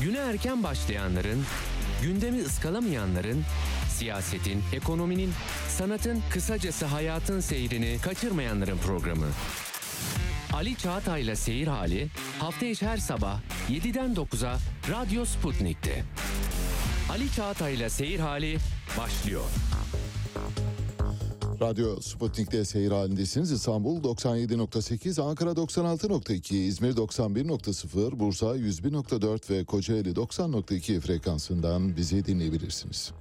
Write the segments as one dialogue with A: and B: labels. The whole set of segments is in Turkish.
A: Güne erken başlayanların, gündemi ıskalamayanların, siyasetin, ekonominin, sanatın, kısacası hayatın seyrini kaçırmayanların programı. Ali Çağatay'la Seyir Hali hafta içi her sabah 7'den 9'a Radyo Sputnik'te. Ali Çağatay'la Seyir Hali başlıyor.
B: Radyo Sputnik'te seyir halindesiniz. İstanbul 97.8, Ankara 96.2, İzmir 91.0, Bursa 101.4 ve Kocaeli 90.2 frekansından bizi dinleyebilirsiniz.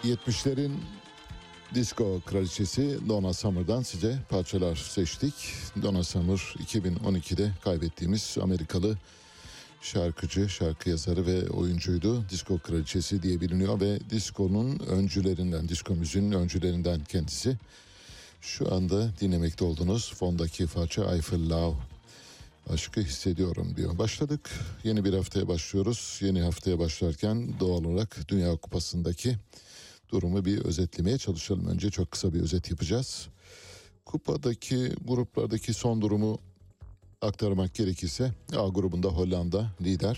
B: 70'lerin disco kraliçesi Donna Summer'dan size parçalar seçtik. Donna Summer 2012'de kaybettiğimiz Amerikalı şarkıcı, şarkı yazarı ve oyuncuydu. Disco kraliçesi diye biliniyor ve disco'nun öncülerinden, disco müziğinin öncülerinden kendisi. Şu anda dinlemekte olduğunuz fondaki parça I Feel Love. Aşkı hissediyorum diyor. Başladık. Yeni bir haftaya başlıyoruz. Yeni haftaya başlarken doğal olarak Dünya Kupası'ndaki durumu bir özetlemeye çalışalım. Önce çok kısa bir özet yapacağız. Kupadaki gruplardaki son durumu aktarmak gerekirse A grubunda Hollanda lider.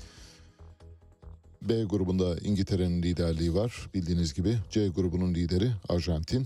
B: B grubunda İngiltere'nin liderliği var bildiğiniz gibi. C grubunun lideri Arjantin.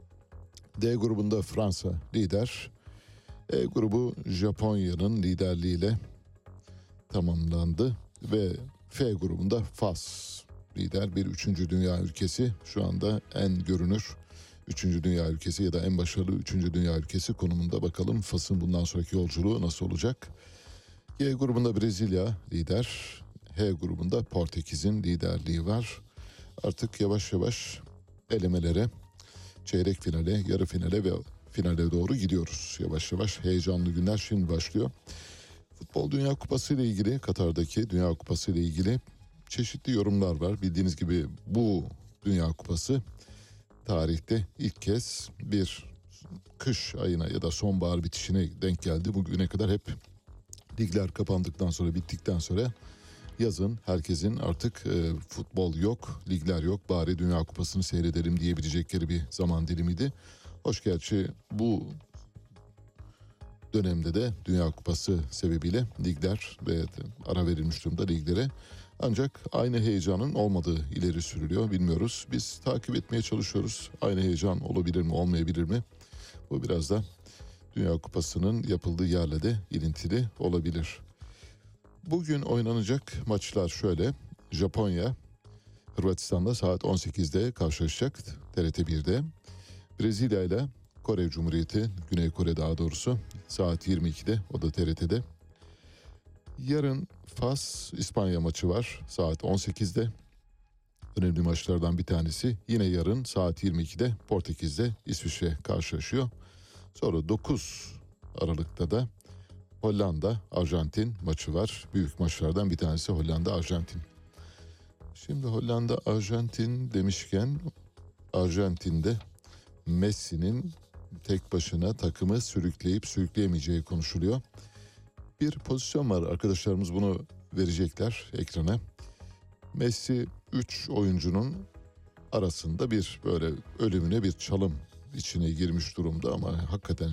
B: D grubunda Fransa lider. E grubu Japonya'nın liderliğiyle tamamlandı ve F grubunda Fas lider, bir 3. dünya ülkesi, şu anda en görünür 3. dünya ülkesi ya da en başarılı 3. dünya ülkesi konumunda. Bakalım Fas'ın bundan sonraki yolculuğu nasıl olacak? G grubunda Brezilya lider, H grubunda Portekiz'in liderliği var. Artık yavaş yavaş elemelere, çeyrek finale, yarı finale ve finale doğru gidiyoruz. Yavaş yavaş heyecanlı günler şimdi başlıyor. Futbol Dünya Kupası ile ilgili, Katar'daki Dünya Kupası ile ilgili çeşitli yorumlar var. Bildiğiniz gibi bu Dünya Kupası tarihte ilk kez bir kış ayına ya da sonbahar bitişine denk geldi. Bugüne kadar hep ligler kapandıktan sonra, bittikten sonra yazın herkesin artık futbol yok, ligler yok, bari Dünya Kupası'nı seyredelim diyebilecekleri bir zaman dilimiydi. Hoş gerçi bu dönemde de Dünya Kupası sebebiyle ligler ve ara verilmiş durumda liglere. Ancak aynı heyecanın olmadığı ileri sürülüyor. Bilmiyoruz. Biz takip etmeye çalışıyoruz. Aynı heyecan olabilir mi, olmayabilir mi? Bu biraz da Dünya Kupası'nın yapıldığı yerle de ilintili olabilir. Bugün oynanacak maçlar şöyle. Japonya, Hırvatistan'da saat 18'de karşılaşacak TRT 1'de. Brezilya ile Kore Cumhuriyeti, Güney Kore daha doğrusu saat 22'de, o da TRT'de. Yarın Fas İspanya maçı var saat 18'de. Önemli maçlardan bir tanesi. Yine yarın saat 22'de Portekiz'de İsviçre karşılaşıyor. Sonra 9 Aralık'ta da Hollanda Arjantin maçı var. Büyük maçlardan bir tanesi Hollanda Arjantin. Şimdi Hollanda Arjantin demişken, Arjantin'de Messi'nin tek başına takımı sürükleyip sürükleyemeyeceği konuşuluyor. Bir pozisyon var, arkadaşlarımız bunu verecekler ekrana. Messi 3 oyuncunun arasında bir böyle ölümüne bir çalım içine girmiş durumda ama hakikaten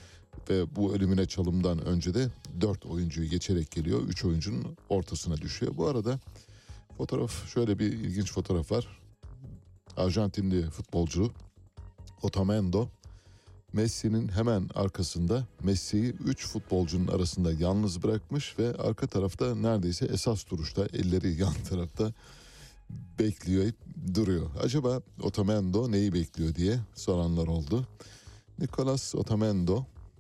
B: ve bu ölümüne çalımdan önce de 4 oyuncuyu geçerek geliyor. 3 oyuncunun ortasına düşüyor. Bu arada fotoğraf, şöyle bir ilginç fotoğraf var. Arjantinli futbolcu Otamendi Messi'nin hemen arkasında, Messi'yi 3 futbolcunun arasında yalnız bırakmış ve arka tarafta neredeyse esas duruşta, elleri yan tarafta bekliyor, duruyor. Acaba Otamendi neyi bekliyor diye soranlar oldu. Nicolas Otamendi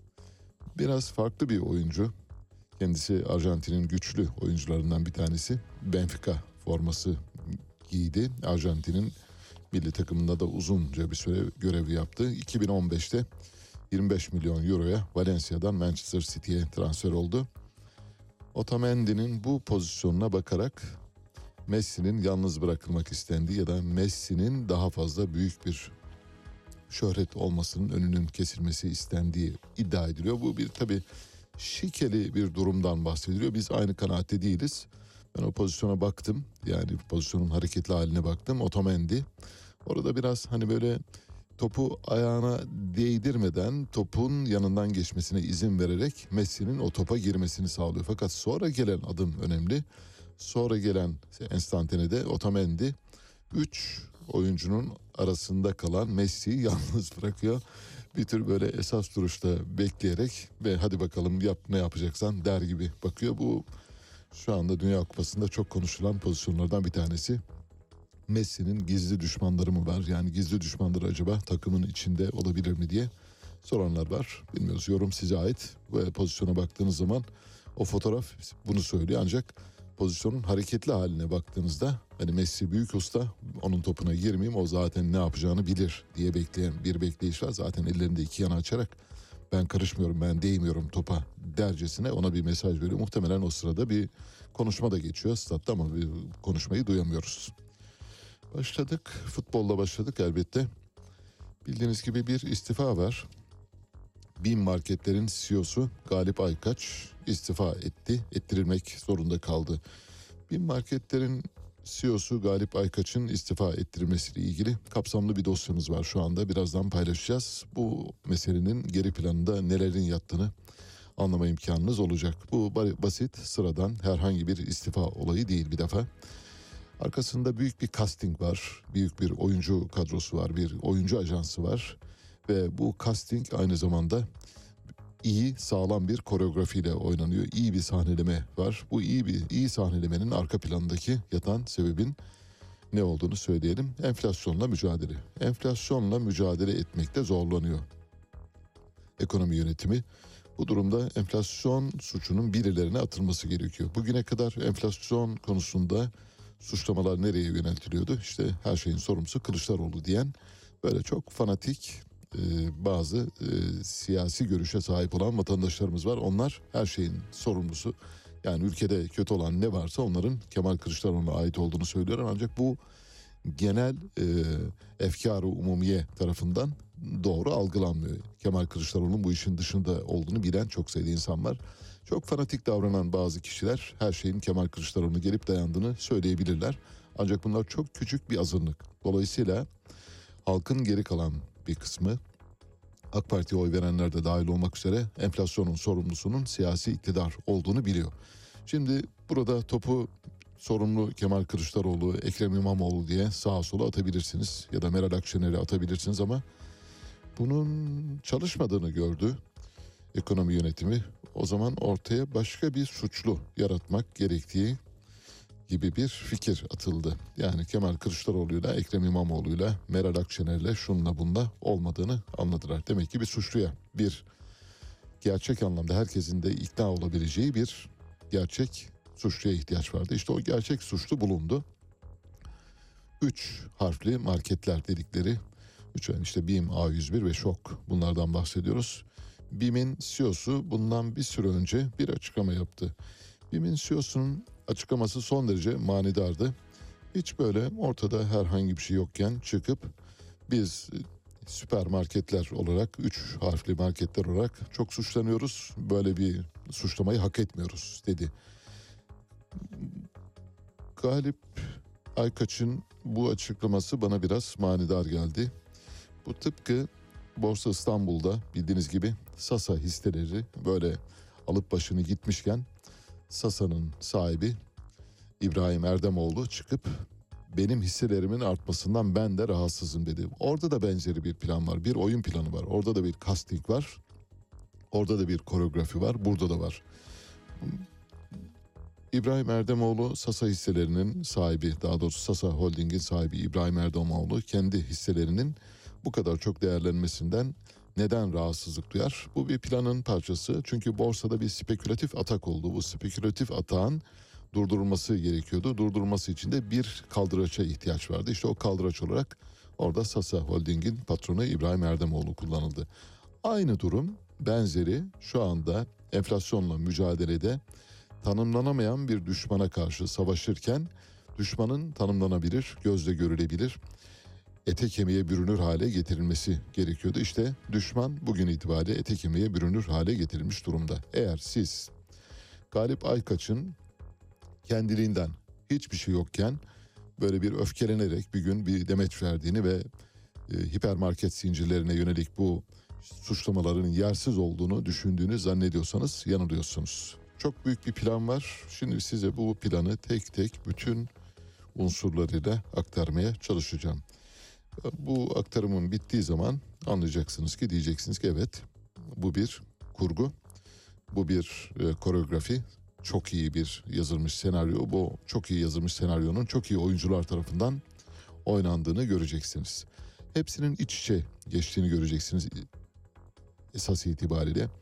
B: biraz farklı bir oyuncu. Kendisi Arjantin'in güçlü oyuncularından bir tanesi. Benfica forması giydi. Arjantin'in milli takımında da uzunca bir süre görev yaptı. 2015'te 25 milyon euroya Valencia'dan Manchester City'ye transfer oldu. Otamendi'nin bu pozisyonuna bakarak Messi'nin yalnız bırakılmak istendiği ya da Messi'nin daha fazla büyük bir şöhret olmasının önünün kesilmesi istendiği iddia ediliyor. Bu bir tabii şikeli bir durumdan bahsediliyor. Biz aynı kanaatte değiliz. Ben o pozisyona baktım. Yani pozisyonun hareketli haline baktım. Otamendi orada biraz hani böyle topu ayağına değdirmeden topun yanından geçmesine izin vererek Messi'nin o topa girmesini sağlıyor. Fakat sonra gelen adım önemli. Sonra gelen enstantanede Otamendi 3 oyuncunun arasında kalan Messi'yi yalnız bırakıyor. Bir tür böyle esas duruşta bekleyerek ve hadi bakalım yap ne yapacaksan der gibi bakıyor. Bu şu anda Dünya Kupası'nda çok konuşulan pozisyonlardan bir tanesi. Messi'nin gizli düşmanları mı var? Yani gizli düşmanları acaba takımın içinde olabilir mi diye soranlar var. Bilmiyoruz, yorum size ait. Bu pozisyona baktığınız zaman o fotoğraf bunu söylüyor. Ancak pozisyonun hareketli haline baktığınızda hani Messi büyük usta, onun topuna girmeyeyim, o zaten ne yapacağını bilir diye bekleyen bir bekleyiş var. Zaten ellerinde iki yana açarak ben karışmıyorum, ben değmiyorum topa dercesine ona bir mesaj veriyor. Muhtemelen o sırada bir konuşma da geçiyor statta ama bir konuşmayı duyamıyoruz. Başladık, futbolla başladık elbette. Bildiğiniz gibi bir istifa var. BİM Marketler'in CEO'su Galip Aykaç istifa etti, ettirilmek zorunda kaldı. BİM Marketler'in CEO'su Galip Aykaç'ın istifa ettirilmesiyle ilgili kapsamlı bir dosyamız var şu anda. Birazdan paylaşacağız. Bu meselenin geri planında nelerin yattığını anlama imkanınız olacak. Bu basit, sıradan herhangi bir istifa olayı değil bir defa. Arkasında büyük bir casting var, büyük bir oyuncu kadrosu var, bir oyuncu ajansı var. Ve bu casting aynı zamanda iyi, sağlam bir koreografiyle oynanıyor. İyi bir sahneleme var. Bu iyi sahnelemenin arka planındaki yatan sebebin ne olduğunu söyleyelim. Enflasyonla mücadele. Enflasyonla mücadele etmekte zorlanıyor ekonomi yönetimi. Bu durumda enflasyon suçunun birilerine atılması gerekiyor. Bugüne kadar enflasyon konusunda suçlamalar nereye yöneltiliyordu? İşte her şeyin sorumlusu Kılıçdaroğlu diyen böyle çok fanatik bazı siyasi görüşe sahip olan vatandaşlarımız var. Onlar her şeyin sorumlusu. Yani ülkede kötü olan ne varsa onların Kemal Kılıçdaroğlu'na ait olduğunu söylüyorlar. Ancak bu genel efkar-ı umumiye tarafından doğru algılanmıyor. Kemal Kılıçdaroğlu'nun bu işin dışında olduğunu bilen çok sayıda insan var. Çok fanatik davranan bazı kişiler her şeyin Kemal Kılıçdaroğlu'na gelip dayandığını söyleyebilirler. Ancak bunlar çok küçük bir azınlık. Dolayısıyla halkın geri kalan bir kısmı, AK Parti'ye oy verenler de dahil olmak üzere, enflasyonun sorumlusunun siyasi iktidar olduğunu biliyor. Şimdi burada topu sorumlu Kemal Kılıçdaroğlu, Ekrem İmamoğlu diye sağa sola atabilirsiniz ya da Meral Akşener'e atabilirsiniz ama bunun çalışmadığını gördü ekonomi yönetimi. O zaman ortaya başka bir suçlu yaratmak gerektiği gibi bir fikir atıldı. Yani Kemal Kılıçdaroğlu'yla, Ekrem İmamoğlu'yla, Meral Akşener'le şunla bunla olmadığını anladılar. Demek ki bir suçluya, bir gerçek anlamda herkesin de ikna olabileceği bir gerçek suçluya ihtiyaç vardı. İşte o gerçek suçlu bulundu. 3 harfli marketler dedikleri, işte BİM, A101 ve ŞOK, bunlardan bahsediyoruz. BİM'in CEO'su bundan bir süre önce bir açıklama yaptı. BİM'in CEO'sunun açıklaması son derece manidardı. Hiç böyle ortada herhangi bir şey yokken çıkıp biz süpermarketler olarak, 3 harfli marketler olarak çok suçlanıyoruz. Böyle bir suçlamayı hak etmiyoruz dedi. Galip Aykaç'ın bu açıklaması bana biraz manidar geldi. Bu tıpkı Borsa İstanbul'da bildiğiniz gibi Sasa hisseleri böyle alıp başını gitmişken Sasa'nın sahibi İbrahim Erdemoğlu çıkıp benim hisselerimin artmasından ben de rahatsızım dedi. Orada da benzeri bir plan var. Bir oyun planı var. Orada da bir casting var. Orada da bir koreografi var. Burada da var. İbrahim Erdemoğlu Sasa hisselerinin sahibi, daha doğrusu Sasa Holding'in sahibi İbrahim Erdemoğlu kendi hisselerinin bu kadar çok değerlenmesinden neden rahatsızlık duyar? Bu bir planın parçası. Çünkü borsada bir spekülatif atak oldu. Bu spekülatif atağın durdurulması gerekiyordu. Durdurulması için de bir kaldıraça ihtiyaç vardı. İşte o kaldıraç olarak orada Sasa Holding'in patronu İbrahim Erdemoğlu kullanıldı. Aynı durum, benzeri şu anda enflasyonla mücadelede tanımlanamayan bir düşmana karşı savaşırken düşmanın tanımlanabilir, gözle görülebilir, ete kemiğe bürünür hale getirilmesi gerekiyordu. İşte düşman bugün itibariyle ete kemiğe bürünür hale getirilmiş durumda. Eğer siz Galip Aykaç'ın kendiliğinden hiçbir şey yokken böyle bir öfkelenerek bir gün bir demeç verdiğini ve hipermarket zincirlerine yönelik bu suçlamaların yersiz olduğunu düşündüğünü zannediyorsanız yanılıyorsunuz. Çok büyük bir plan var. Şimdi size bu planı tek tek bütün unsurlarıyla aktarmaya çalışacağım. Bu aktarımın bittiği zaman anlayacaksınız ki, diyeceksiniz ki evet, bu bir kurgu, bu bir koreografi, çok iyi bir yazılmış senaryo. Bu çok iyi yazılmış senaryonun çok iyi oyuncular tarafından oynandığını göreceksiniz. Hepsinin iç içe geçtiğini göreceksiniz esas itibariyle.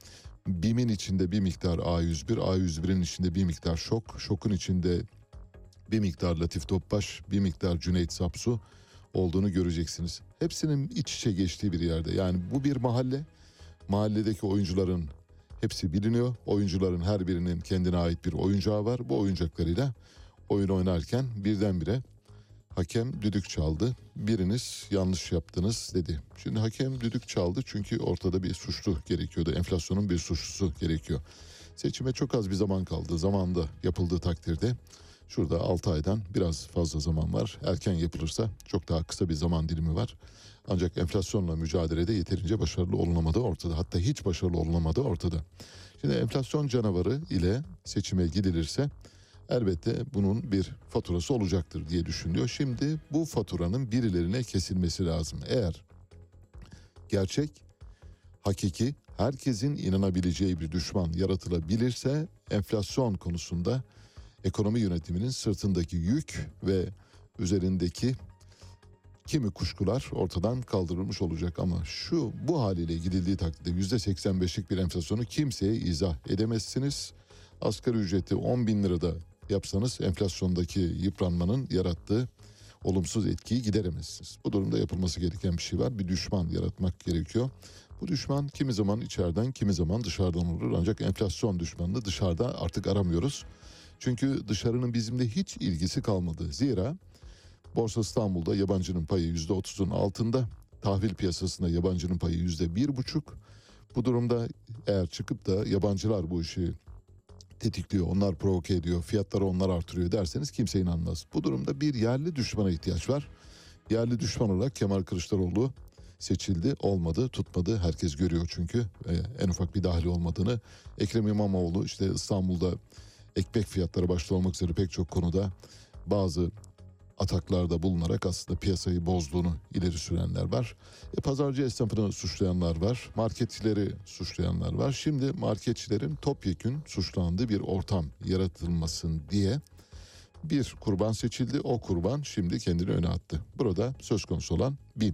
B: BİM'in içinde bir miktar A101, A101'in içinde bir miktar Şok, Şok'un içinde bir miktar Latif Topbaş, bir miktar Cüneyt Sapsu olduğunu göreceksiniz. Hepsinin iç içe geçtiği bir yerde. Yani bu bir mahalle. Mahalledeki oyuncuların hepsi biliniyor. Oyuncuların her birinin kendine ait bir oyuncağı var. Bu oyuncaklarıyla oyun oynarken birdenbire hakem düdük çaldı. Biriniz yanlış yaptınız dedi. Şimdi hakem düdük çaldı çünkü ortada bir suçlu gerekiyordu. Enflasyonun bir suçlusu gerekiyor. Seçime çok az bir zaman kaldı. Zamanında yapıldığı takdirde şurada 6 aydan biraz fazla zaman var. Erken yapılırsa çok daha kısa bir zaman dilimi var. Ancak enflasyonla mücadelede yeterince başarılı olunamadı ortada. Hatta hiç başarılı olunamadı ortada. Şimdi enflasyon canavarı ile seçime gidilirse elbette bunun bir faturası olacaktır diye düşünülüyor. Şimdi bu faturanın birilerine kesilmesi lazım. Eğer gerçek, hakiki, herkesin inanabileceği bir düşman yaratılabilirse enflasyon konusunda ekonomi yönetiminin sırtındaki yük ve üzerindeki kimi kuşkular ortadan kaldırılmış olacak. Ama bu haliyle gidildiği takdirde %85'lik bir enflasyonu kimseye izah edemezsiniz. Asgari ücreti 10 bin lirada yapsanız enflasyondaki yıpranmanın yarattığı olumsuz etkiyi gideremezsiniz. Bu durumda yapılması gereken bir şey var. Bir düşman yaratmak gerekiyor. Bu düşman kimi zaman içeriden, kimi zaman dışarıdan olur. Ancak enflasyon düşmanını dışarıda artık aramıyoruz. Çünkü dışarının bizimle hiç ilgisi kalmadı. Zira Borsa İstanbul'da yabancının payı %30'un altında. Tahvil piyasasında yabancının payı %1,5. Bu durumda eğer çıkıp da yabancılar bu işi tetikliyor, onlar provoke ediyor, fiyatları onlar artırıyor derseniz kimse inanmaz. Bu durumda bir yerli düşmana ihtiyaç var. Yerli düşman olarak Kemal Kılıçdaroğlu seçildi, olmadı, tutmadı. Herkes görüyor çünkü en ufak bir dahli olmadığını. Ekrem İmamoğlu işte İstanbul'da ekmek fiyatları başta olmak üzere pek çok konuda bazı ataklarda bulunarak aslında piyasayı bozduğunu ileri sürenler var. Pazarcı esnafını suçlayanlar var. Marketçileri suçlayanlar var. Şimdi marketçilerin topyekün suçlandığı bir ortam yaratılmasın diye bir kurban seçildi. O kurban şimdi kendini öne attı. Burada söz konusu olan BİM.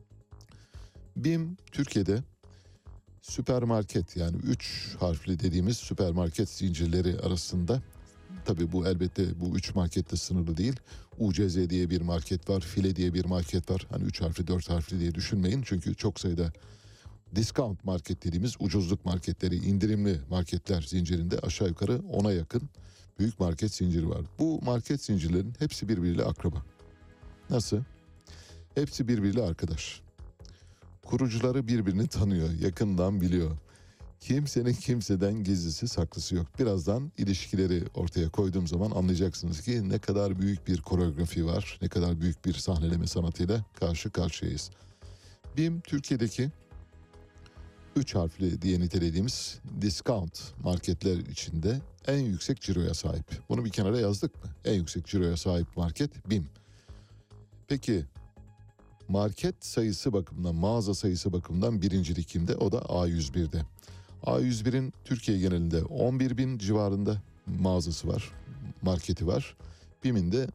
B: BİM Türkiye'de süpermarket, yani 3 harfli dediğimiz süpermarket zincirleri arasında. Tabii bu elbette bu 3 markette sınırlı değil. UCZ diye bir market var, File diye bir market var. Hani 3 harfli 4 harfli diye düşünmeyin. Çünkü çok sayıda discount market dediğimiz ucuzluk marketleri, indirimli marketler zincirinde aşağı yukarı 10'a yakın büyük market zinciri var. Bu market zincirlerin hepsi birbiriyle akraba. Nasıl? Hepsi birbiriyle arkadaş. Kurucuları birbirini tanıyor, yakından biliyor. Kimsenin kimseden gizlisi saklısı yok. Birazdan ilişkileri ortaya koyduğum zaman anlayacaksınız ki ne kadar büyük bir koreografi var, ne kadar büyük bir sahneleme sanatıyla karşı karşıyayız. BİM Türkiye'deki 3 harfli diye nitelediğimiz discount marketler içinde en yüksek ciroya sahip. Bunu bir kenara yazdık mı? En yüksek ciroya sahip market BİM. Peki market sayısı bakımından, mağaza sayısı bakımından birincilik kimde? O da A101'de. A101'in Türkiye genelinde 11 bin civarında mağazası var, marketi var. BİM'in de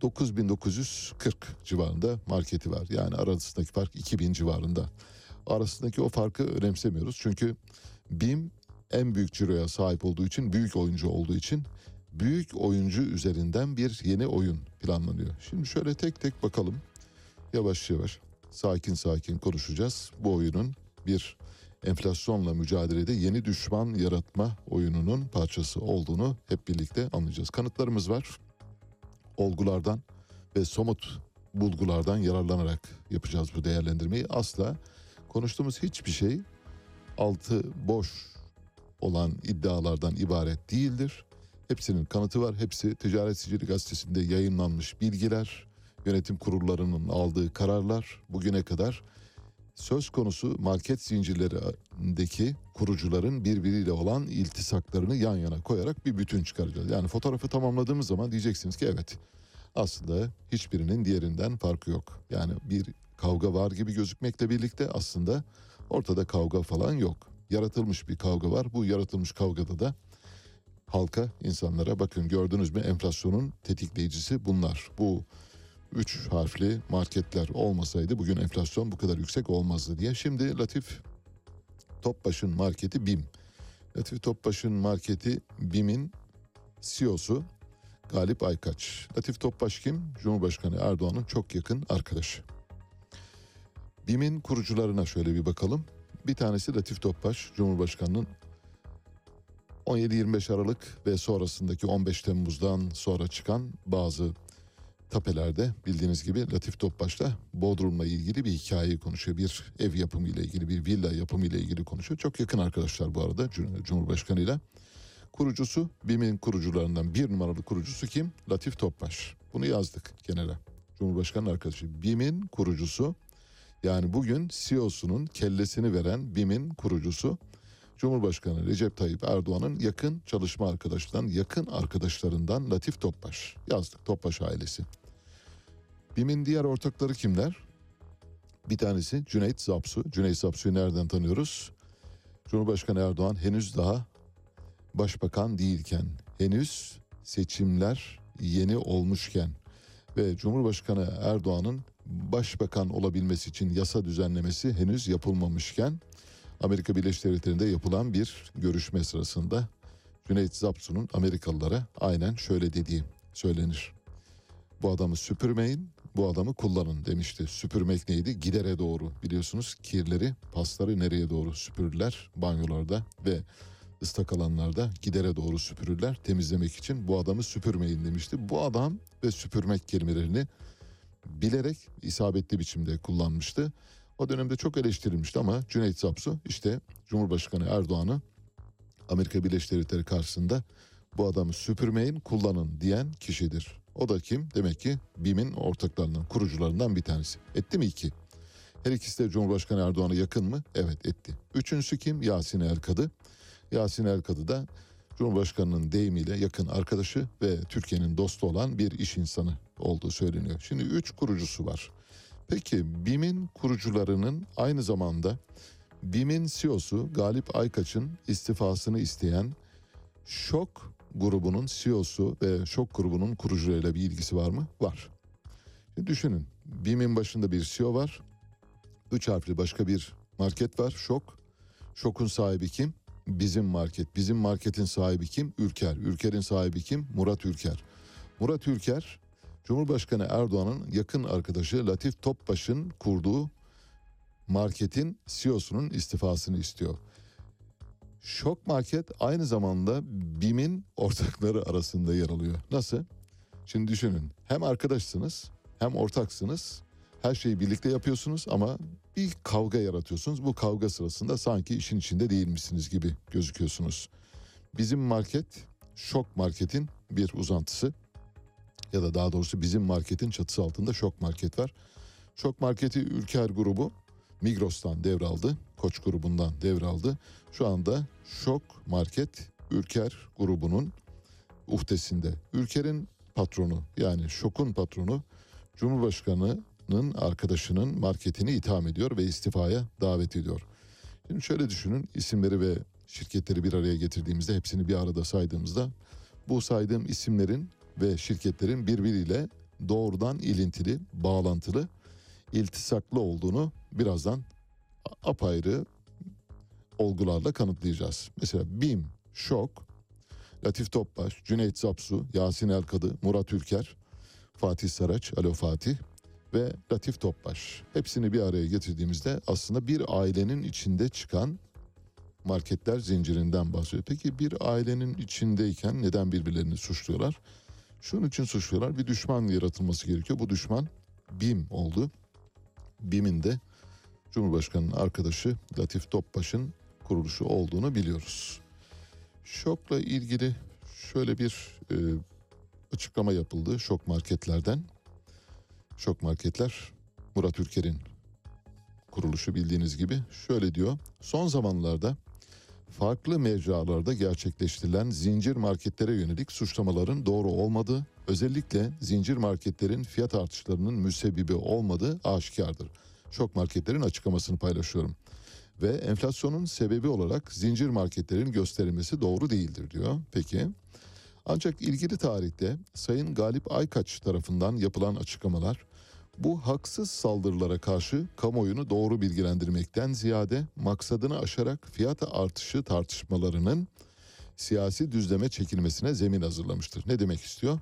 B: 9.940 civarında marketi var. Yani arasındaki fark 2.000 civarında. Arasındaki o farkı önemsemiyoruz. Çünkü BİM en büyük ciroya sahip olduğu için, büyük oyuncu olduğu için büyük oyuncu üzerinden bir yeni oyun planlanıyor. Şimdi şöyle tek tek bakalım. Yavaş yavaş, sakin sakin konuşacağız. Bu oyunun bir enflasyonla mücadelede yeni düşman yaratma oyununun parçası olduğunu hep birlikte anlayacağız. Kanıtlarımız var. Olgulardan ve somut bulgulardan yararlanarak yapacağız bu değerlendirmeyi. Asla konuştuğumuz hiçbir şey altı boş olan iddialardan ibaret değildir. Hepsinin kanıtı var. Hepsi Ticaret Sicili Gazetesi'nde yayınlanmış bilgiler, yönetim kurullarının aldığı kararlar bugüne kadar. Söz konusu market zincirlerindeki kurucuların birbiriyle olan iltisaklarını yan yana koyarak bir bütün çıkaracağız. Yani fotoğrafı tamamladığımız zaman diyeceksiniz ki evet, aslında hiçbirinin diğerinden farkı yok. Yani bir kavga var gibi gözükmekle birlikte aslında ortada kavga falan yok. Yaratılmış bir kavga var. Bu yaratılmış kavgada da halka, insanlara bakın gördünüz mü enflasyonun tetikleyicisi bunlar. Bu 3 harfli marketler olmasaydı bugün enflasyon bu kadar yüksek olmazdı diye. Şimdi Latif Topbaş'ın marketi BİM. Latif Topbaş'ın marketi BİM'in CEO'su Galip Aykaç. Latif Topbaş kim? Cumhurbaşkanı Erdoğan'ın çok yakın arkadaşı. BİM'in kurucularına şöyle bir bakalım. Bir tanesi Latif Topbaş, Cumhurbaşkanı'nın 17-25 Aralık ve sonrasındaki 15 Temmuz'dan sonra çıkan bazı tapelerde bildiğiniz gibi Latif Topbaş'la Bodrum'la ilgili bir hikayeyi konuşuyor. Bir ev yapımıyla ilgili, bir villa yapımıyla ilgili konuşuyor. Çok yakın arkadaşlar bu arada Cumhurbaşkanı'yla. Kurucusu, BİM'in kurucularından bir numaralı kurucusu kim? Latif Topbaş. Bunu yazdık kenara. Cumhurbaşkanı arkadaşı. BİM'in kurucusu, yani bugün CEO'sunun kellesini veren BİM'in kurucusu Cumhurbaşkanı Recep Tayyip Erdoğan'ın yakın çalışma arkadaşlarından, yakın arkadaşlarından Latif Topbaş. Yazdık, Topbaş ailesi. BİM'in diğer ortakları kimler? Bir tanesi Cüneyt Zapsu. Cüneyt Zapsu'yu nereden tanıyoruz? Cumhurbaşkanı Erdoğan henüz daha başbakan değilken, henüz seçimler yeni olmuşken ve Cumhurbaşkanı Erdoğan'ın başbakan olabilmesi için yasa düzenlemesi henüz yapılmamışken Amerika Birleşik Devletleri'nde yapılan bir görüşme sırasında Cüneyt Zapsu'nun Amerikalılara aynen şöyle dediği söylenir. Bu adamı süpürmeyin, bu adamı kullanın demişti. Süpürmek neydi? Gidere doğru, biliyorsunuz kirleri, pasları nereye doğru süpürürler? Banyolarda ve ıslak alanlarda gidere doğru süpürürler temizlemek için. Bu adamı süpürmeyin demişti. Bu adam ve süpürmek kelimelerini bilerek isabetli biçimde kullanmıştı. O dönemde çok eleştirilmişti ama Cüneyt Zapsu işte Cumhurbaşkanı Erdoğan'ı Amerika Birleşik Devletleri karşısında bu adamı süpürmeyin, kullanın diyen kişidir. O da kim? Demek ki BİM'in ortaklarından, kurucularından bir tanesi. Etti mi iki? Her ikisi de Cumhurbaşkanı Erdoğan'a yakın mı? Evet, etti. Üçüncüsü kim? Yasin Erkadı. Yasin Erkadı da Cumhurbaşkanı'nın deyimiyle yakın arkadaşı ve Türkiye'nin dostu olan bir iş insanı olduğu söyleniyor. Şimdi 3 kurucusu var. Peki BİM'in kurucularının aynı zamanda BİM'in CEO'su Galip Aykaç'ın istifasını isteyen Şok grubunun CEO'su ve Şok grubunun kurucularıyla bir ilgisi var mı? Var. Şimdi düşünün, BİM'in başında bir CEO var. 3 harfli başka bir market var, Şok. Şok'un sahibi kim? Bizim Market. Bizim Market'in sahibi kim? Ülker. Ülker'in sahibi kim? Murat Ülker. Murat Ülker, Cumhurbaşkanı Erdoğan'ın yakın arkadaşı Latif Topbaş'ın kurduğu marketin CEO'sunun istifasını istiyor. Şok Market aynı zamanda BİM'in ortakları arasında yer alıyor. Nasıl? Şimdi düşünün, hem arkadaşsınız hem ortaksınız. Her şeyi birlikte yapıyorsunuz ama bir kavga yaratıyorsunuz. Bu kavga sırasında sanki işin içinde değilmişsiniz gibi gözüküyorsunuz. Bizim market, Şok Market'in bir uzantısı. Ya da daha doğrusu bizim marketin çatısı altında Şok Market var. Şok Market'i Ülker grubu Migros'tan devraldı. Koç grubundan devraldı. Şu anda Şok Market Ülker grubunun uhdesinde. Ülker'in patronu, yani Şok'un patronu Cumhurbaşkanı'nın arkadaşının marketini itham ediyor ve istifaya davet ediyor. Şimdi şöyle düşünün, isimleri ve şirketleri bir araya getirdiğimizde, hepsini bir arada saydığımızda bu saydığım isimlerin ve şirketlerin birbiriyle doğrudan ilintili, bağlantılı, iltisaklı olduğunu birazdan apayrı olgularla kanıtlayacağız. Mesela BİM, Şok, Latif Topbaş, Cüneyt Zapsu, Yasin Erkadı, Murat Ülker, Fatih Saraç, Alo Fatih ve Latif Topbaş. Hepsini bir araya getirdiğimizde aslında bir ailenin içinde çıkan marketler zincirinden bahsediyor. Peki bir ailenin içindeyken neden birbirlerini suçluyorlar? Şunun için suçluyorlar. Bir düşman yaratılması gerekiyor. Bu düşman BİM oldu. BİM'in de Cumhurbaşkanı'nın arkadaşı Latif Topbaş'ın kuruluşu olduğunu biliyoruz. Şok'la ilgili şöyle bir açıklama yapıldı Şok Marketler'den. Şok Marketler Murat Ülker'in kuruluşu, bildiğiniz gibi. Şöyle diyor: son zamanlarda farklı mecralarda gerçekleştirilen zincir marketlere yönelik suçlamaların doğru olmadığı, özellikle zincir marketlerin fiyat artışlarının müsebbibi olmadığı aşikardır. Şok Marketler'in açıklamasını paylaşıyorum. Ve enflasyonun sebebi olarak zincir marketlerin gösterilmesi doğru değildir diyor. Peki, ancak ilgili tarihte Sayın Galip Aykaç tarafından yapılan açıklamalar Bu haksız saldırılara karşı kamuoyunu doğru bilgilendirmekten ziyade maksadını aşarak fiyat artışı tartışmalarının siyasi düzleme çekilmesine zemin hazırlamıştır. Ne demek istiyor?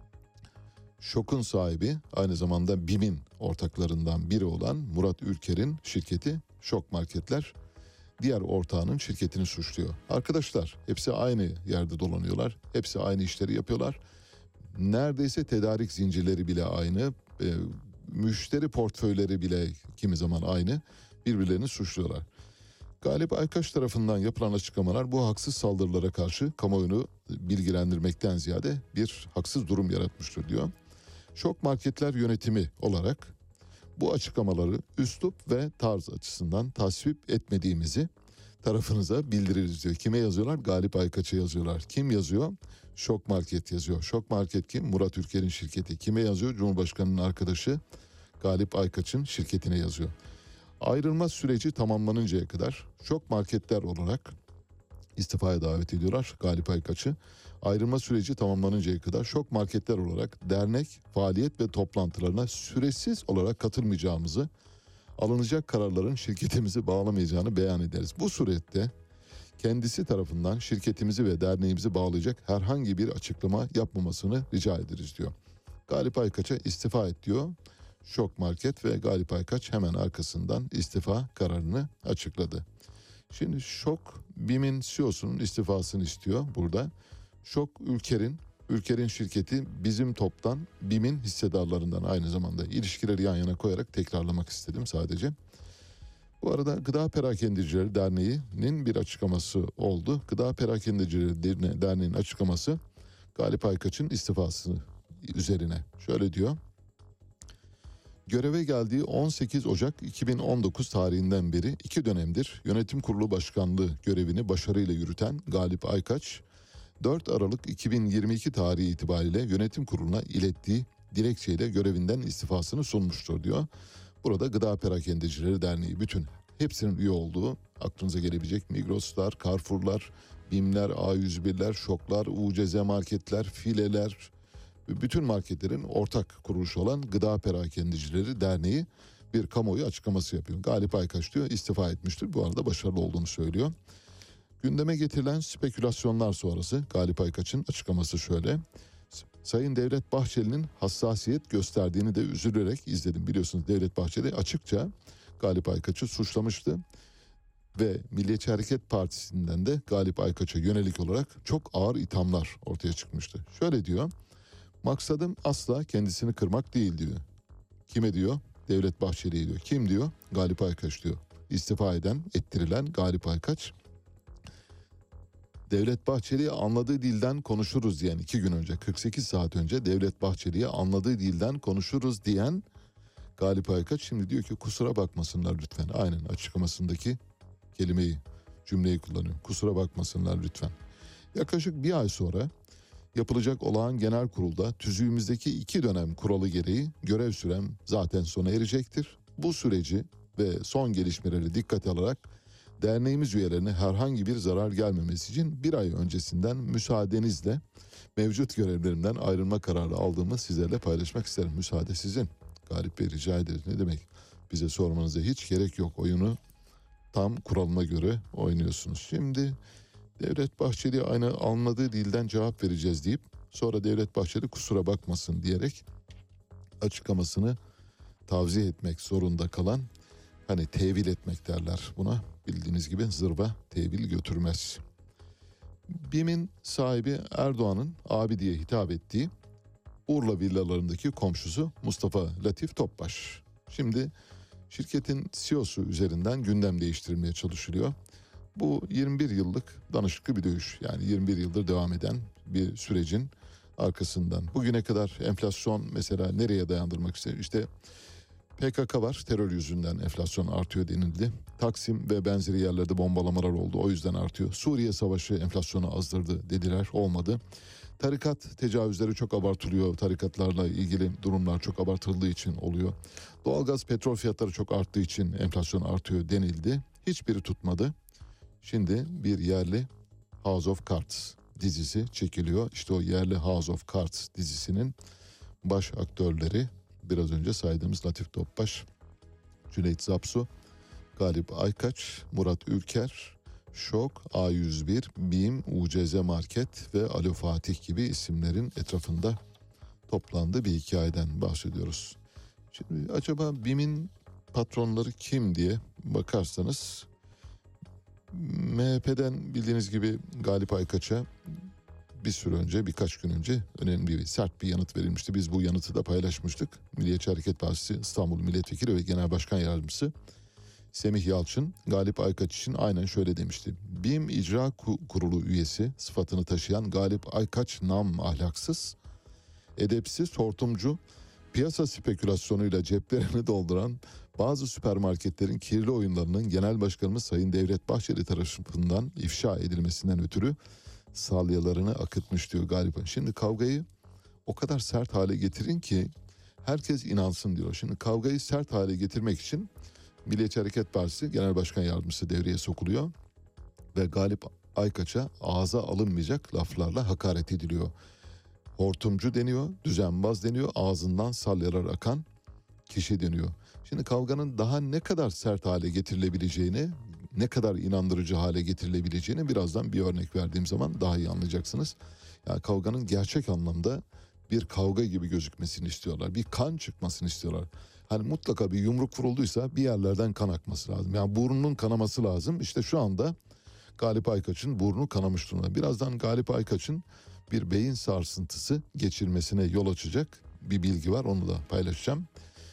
B: Şok'un sahibi, aynı zamanda BİM'in ortaklarından biri olan Murat Ülker'in şirketi Şok Marketler diğer ortağının şirketini suçluyor. Arkadaşlar hepsi aynı yerde dolanıyorlar. Hepsi aynı işleri yapıyorlar. Neredeyse tedarik zincirleri bile aynı. Müşteri portföyleri bile kimi zaman aynı. Birbirlerini suçluyorlar. Galip Aykaç tarafından yapılan açıklamalar bu haksız saldırılara karşı kamuoyunu bilgilendirmekten ziyade bir haksız durum yaratmıştır diyor. Şok Marketler yönetimi olarak bu açıklamaları üslup ve tarz açısından tasvip etmediğimizi tarafınıza bildiririz diyor. Kime yazıyorlar? Galip Aykaç'a yazıyorlar. Kim yazıyor? Şok Market yazıyor. Şok Market kim? Murat Ülker'in şirketi. Kime yazıyor? Cumhurbaşkanı'nın arkadaşı Galip Aykaç'ın şirketine yazıyor. Ayrılma süreci tamamlanıncaya kadar Şok Marketler olarak istifaya davet ediyorlar Galip Aykaç'ı. Ayrılma süreci tamamlanıncaya kadar Şok Marketler olarak dernek, faaliyet ve toplantılarına süresiz olarak katılmayacağımızı, alınacak kararların şirketimizi bağlamayacağını beyan ederiz. Bu surette kendisi tarafından şirketimizi ve derneğimizi bağlayacak herhangi bir açıklama yapmamasını rica ederiz diyor. Galip Aykaç'a istifa et diyor Şok Market ve Galip Aykaç hemen arkasından istifa kararını açıkladı. Şimdi Şok BİM'in CEO'sunun istifasını istiyor burada. Şok Ülker'in şirketi Bizim Top'tan BİM'in hissedarlarından aynı zamanda ilişkileri yan yana koyarak tekrarlamak istedim sadece. Bu arada Gıda Perakendicileri Derneği'nin bir açıklaması oldu. Gıda Perakendicileri Derneği'nin açıklaması Galip Aykaç'ın istifası üzerine. Şöyle diyor. Göreve geldiği 18 Ocak 2019 tarihinden beri 2 dönemdir yönetim kurulu başkanlığı görevini başarıyla yürüten Galip Aykaç, 4 Aralık 2022 tarihi itibariyle yönetim kuruluna ilettiği dilekçeyle görevinden istifasını sunmuştur diyor. Burada Gıda Perakendicileri Derneği bütün hepsinin üye olduğu aklınıza gelebilecek Migros'lar, Carrefour'lar, BİM'ler, A101'ler, Şok'lar, UCZ marketler, fileler, bütün marketlerin ortak kuruluşu olan Gıda Perakendicileri Derneği bir kamuoyu açıklaması yapıyor. Galip Aykaç diyor istifa etmiştir. Bu arada başarılı olduğunu söylüyor. Gündeme getirilen spekülasyonlar sonrası Galip Aykaç'ın açıklaması şöyle. Sayın Devlet Bahçeli'nin hassasiyet gösterdiğini de üzülerek izledim. Biliyorsunuz Devlet Bahçeli açıkça Galip Aykaç'ı suçlamıştı. Ve Milliyetçi Hareket Partisi'nden de Galip Aykaç'a yönelik olarak çok ağır ithamlar ortaya çıkmıştı. Şöyle diyor. Maksadım asla kendisini kırmak değil diyor. Kime diyor? Devlet Bahçeli'ye diyor. Kim diyor? Galip Aykaç diyor. İstifa eden, ettirilen Galip Aykaç. Devlet Bahçeli'ye anladığı dilden konuşuruz diyen 2 gün önce, 48 saat önce Devlet Bahçeli'ye anladığı dilden konuşuruz diyen Galip Aykaç şimdi diyor ki kusura bakmasınlar lütfen. Aynen açıklamasındaki cümleyi kullanıyor. Kusura bakmasınlar lütfen. Yaklaşık bir ay sonra yapılacak olağan genel kurulda tüzüğümüzdeki 2 dönem kuralı gereği görev sürem zaten sona erecektir. Bu süreci ve son gelişmeleri dikkate alarak derneğimiz üyelerine herhangi bir zarar gelmemesi için 1 ay öncesinden müsaadenizle mevcut görevlerimden ayrılma kararı aldığımı sizlerle paylaşmak isterim. Müsaade sizin. Galip Bey rica ederiz. Ne demek? Bize sormanıza hiç gerek yok. Oyunu tam kuralına göre oynuyorsunuz. Şimdi Devlet Bahçeli aynı anladığı dilden cevap vereceğiz deyip sonra Devlet Bahçeli kusura bakmasın diyerek açıklamasını tavsiye etmek zorunda kalan hani tevil etmek derler buna. Bildiğiniz gibi zırva tevil götürmez. BİM'in sahibi Erdoğan'ın abi diye hitap ettiği Urla villalarındaki komşusu Mustafa Latif Topbaş. Şimdi şirketin CEO'su üzerinden gündem değiştirilmeye çalışılıyor. Bu 21 yıllık danışıklı bir dövüş. Yani 21 yıldır devam eden bir sürecin arkasından. Bugüne kadar enflasyon mesela nereye dayandırmak ister? İşte PKK var, terör yüzünden enflasyon artıyor denildi. Taksim ve benzeri yerlerde bombalamalar oldu, o yüzden artıyor. Suriye Savaşı enflasyonu azdırdı dediler, olmadı. Tarikat tecavüzleri çok abartılıyor, tarikatlarla ilgili durumlar çok abartıldığı için oluyor. Doğalgaz, petrol fiyatları çok arttığı için enflasyon artıyor denildi. Hiçbiri tutmadı. Şimdi bir yerli House of Cards dizisi çekiliyor. İşte o yerli House of Cards dizisinin baş aktörleri biraz önce saydığımız Latif Topbaş, Cüneyt Zapsu, Galip Aykaç, Murat Ülker, Şok, A101, BİM, UCZ Market ve Alo Fatih gibi isimlerin etrafında toplandığı bir hikayeden bahsediyoruz. Şimdi acaba BİM'in patronları kim diye bakarsanız, MHP'den bildiğiniz gibi Galip Aykaç'a bir süre önce, birkaç gün önce önemli sert bir yanıt verilmişti. Biz bu yanıtı da paylaşmıştık. Milliyetçi Hareket Partisi İstanbul Milletvekili ve Genel Başkan Yardımcısı Semih Yalçın, Galip Aykaç için aynen şöyle demişti. BİM İcra Kurulu üyesi sıfatını taşıyan Galip Aykaç ahlaksız, edepsiz, hortumcu, piyasa spekülasyonuyla ceplerini dolduran bazı süpermarketlerin kirli oyunlarının Genel Başkanımız Sayın Devlet Bahçeli tarafından ifşa edilmesinden ötürü salyalarını akıtmış diyor Galip. Şimdi kavgayı o kadar sert hale getirin ki herkes inansın diyor. Şimdi kavgayı sert hale getirmek için Milliyetçi Hareket Partisi Genel Başkan Yardımcısı devreye sokuluyor ve Galip Aykaç'a ağza alınmayacak laflarla hakaret ediliyor. Hortumcu deniyor, düzenbaz deniyor, ağzından salyalar akan kişi deniyor. Şimdi kavganın daha ne kadar sert hale getirilebileceğini, ne kadar inandırıcı hale getirilebileceğini birazdan bir örnek verdiğim zaman daha iyi anlayacaksınız. Yani kavganın gerçek anlamda bir kavga gibi gözükmesini istiyorlar. Bir kan çıkmasını istiyorlar. Hani mutlaka bir yumruk vurulduysa bir yerlerden kan akması lazım. Yani burnunun kanaması lazım. İşte şu anda Galip Aykaç'ın burnu kanamış durumda. Birazdan Galip Aykaç'ın bir beyin sarsıntısı geçirmesine yol açacak bir bilgi var. Onu da paylaşacağım.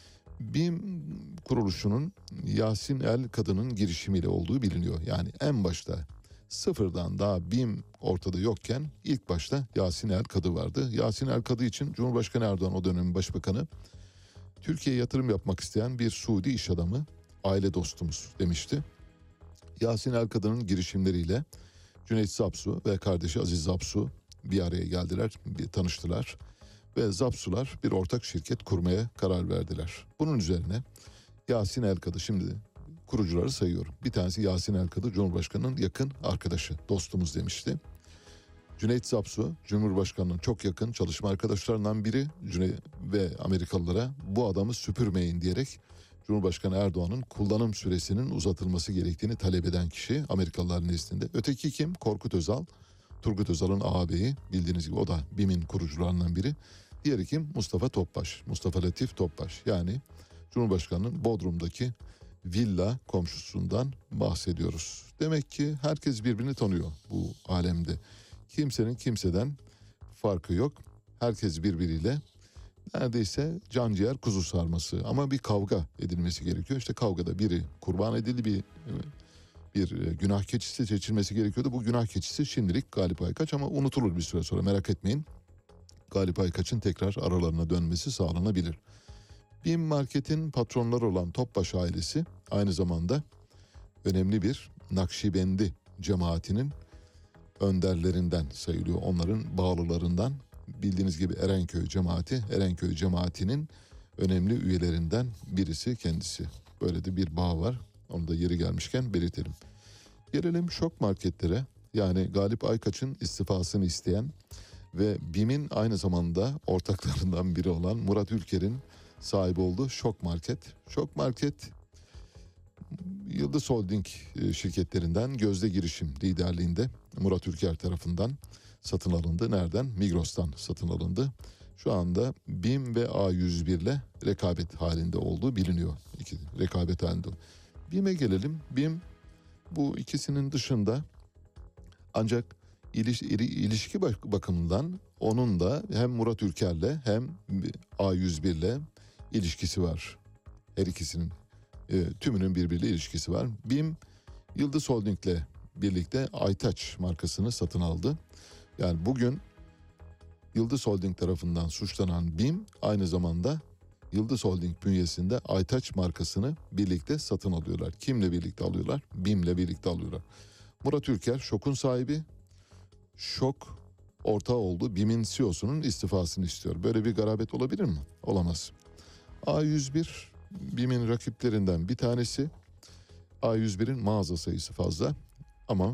B: BİM kuruluşunun Yasin El Kadı'nın girişimiyle olduğu biliniyor. Yani en başta sıfırdan daha BİM ortada yokken ilk başta Yasin El Kadı vardı. Yasin El Kadı için Cumhurbaşkanı Erdoğan, o dönemin başbakanı, Türkiye'ye yatırım yapmak isteyen bir Suudi iş adamı, aile dostumuz demişti. Yasin El Kadı'nın girişimleriyle Cüneyt Zapsu ve kardeşi Aziz Zapsu bir araya geldiler, bir tanıştılar ve Zapsular bir ortak şirket kurmaya karar verdiler. Bunun üzerine Yasin El Kadı, şimdi kurucuları sayıyorum. Bir tanesi Yasin El Kadı, Cumhurbaşkanı'nın yakın arkadaşı, dostumuz demişti. Cüneyt Zapsu, Cumhurbaşkanı'nın çok yakın çalışma arkadaşlarından biri ve Amerikalılara bu adamı süpürmeyin diyerek Cumhurbaşkanı Erdoğan'ın kullanım süresinin uzatılması gerektiğini talep eden kişi Amerikalıların nezdinde. Öteki kim? Korkut Özal, Turgut Özal'ın ağabeyi, bildiğiniz gibi o da BİM'in kurucularından biri. Diğeri kim? Mustafa Topbaş, Mustafa Latif Topbaş. Yani Cumhurbaşkanı'nın Bodrum'daki villa komşusundan bahsediyoruz. Demek ki herkes birbirini tanıyor bu alemde. Kimsenin kimseden farkı yok. Herkes birbiriyle neredeyse can ciğer kuzu sarması, ama bir kavga edilmesi gerekiyor. İşte kavgada biri kurban edildi, bir günah keçisi seçilmesi gerekiyordu. Bu günah keçisi şimdilik Galip Aykaç, ama unutulur bir süre sonra, merak etmeyin. Galip Aykaç'ın tekrar aralarına dönmesi sağlanabilir. BİM Market'in patronları olan Topbaş ailesi aynı zamanda önemli bir Nakşibendi cemaatinin önderlerinden sayılıyor. Onların bağlılarından. Bildiğiniz gibi Erenköy cemaatinin önemli üyelerinden birisi kendisi. Böyle de bir bağ var. Onu da yeri gelmişken belirtelim. Gelelim şok marketlere. Yani Galip Aykaç'ın istifasını isteyen ve BİM'in aynı zamanda ortaklarından biri olan Murat Ülker'in sahibi olduğu şok market. Şok market, Yıldız Holding şirketlerinden Gözde Girişim liderliğinde Murat Ülker tarafından satın alındı. Nereden? Migros'tan satın alındı. Şu anda BİM ve A101 ile rekabet halinde olduğu biliniyor. Rekabet halinde. BİM'e gelelim. BİM bu ikisinin dışında, ancak ilişki bakımından onun da hem Murat Ülker'le hem A101'le ilişkisi var. Her ikisinin tümünün birbiriyle ilişkisi var. BİM Yıldız Holding'le birlikte Aytaç markasını satın aldı. Yani bugün Yıldız Holding tarafından suçlanan BİM aynı zamanda Yıldız Holding bünyesinde Aytaç markasını birlikte satın alıyorlar. Kimle birlikte alıyorlar? BİM'le birlikte alıyorlar. Murat Ülker Şok'un sahibi. Şok ortağı oldu. BİM'in CEO'sunun istifasını istiyor. Böyle bir garabet olabilir mi? Olamaz. A101 BİM'in rakiplerinden bir tanesi. A101'in mağaza sayısı fazla ama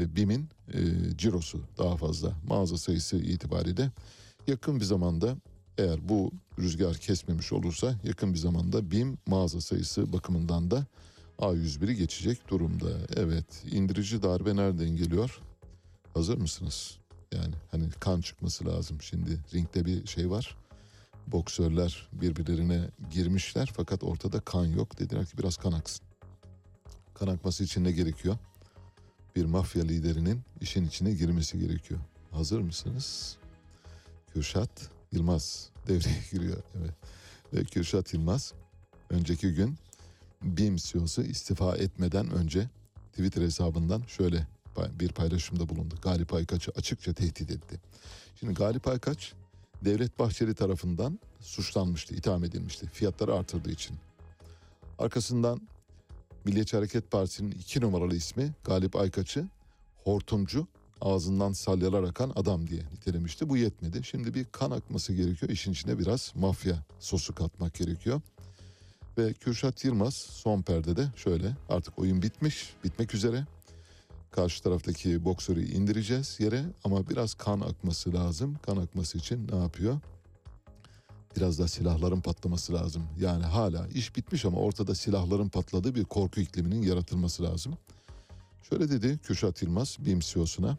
B: BİM'in cirosu daha fazla. Mağaza sayısı itibariyle yakın bir zamanda Eğer bu rüzgar kesmemiş olursa yakın bir zamanda BİM mağaza sayısı bakımından da A101'i geçecek durumda. Evet, indirici darbe nereden geliyor? Hazır mısınız? Yani hani kan çıkması lazım. Şimdi ringde bir şey var. Boksörler birbirlerine girmişler fakat ortada kan yok. Dediler ki biraz kan aksın. Kan akması için ne gerekiyor? Bir mafya liderinin işin içine girmesi gerekiyor. Hazır mısınız? Kürşat Yılmaz devreye giriyor. Evet. Ve Kürşat Yılmaz önceki gün BİM CEO'su istifa etmeden önce Twitter hesabından şöyle bir paylaşımda bulundu. Galip Aykaç'ı açıkça tehdit etti. Şimdi Galip Aykaç Devlet Bahçeli tarafından suçlanmıştı, itham edilmişti fiyatları artırdığı için. Arkasından Milliyetçi Hareket Partisi'nin 2 numaralı ismi Galip Aykaç'ı hortumcu, ağzından salyalar akan adam diye nitelemişti. Bu yetmedi. Şimdi bir kan akması gerekiyor. İşin içine biraz mafya sosu katmak gerekiyor. Ve Kürşat Yılmaz son perdede şöyle, artık oyun bitmiş, bitmek üzere. Karşı taraftaki boksörü indireceğiz yere ama biraz kan akması lazım. Kan akması için ne yapıyor? Biraz da silahların patlaması lazım. Yani hala iş bitmiş ama ortada silahların patladığı bir korku ikliminin yaratılması lazım. Şöyle dedi Kürşat Yılmaz BİM CEO'suna.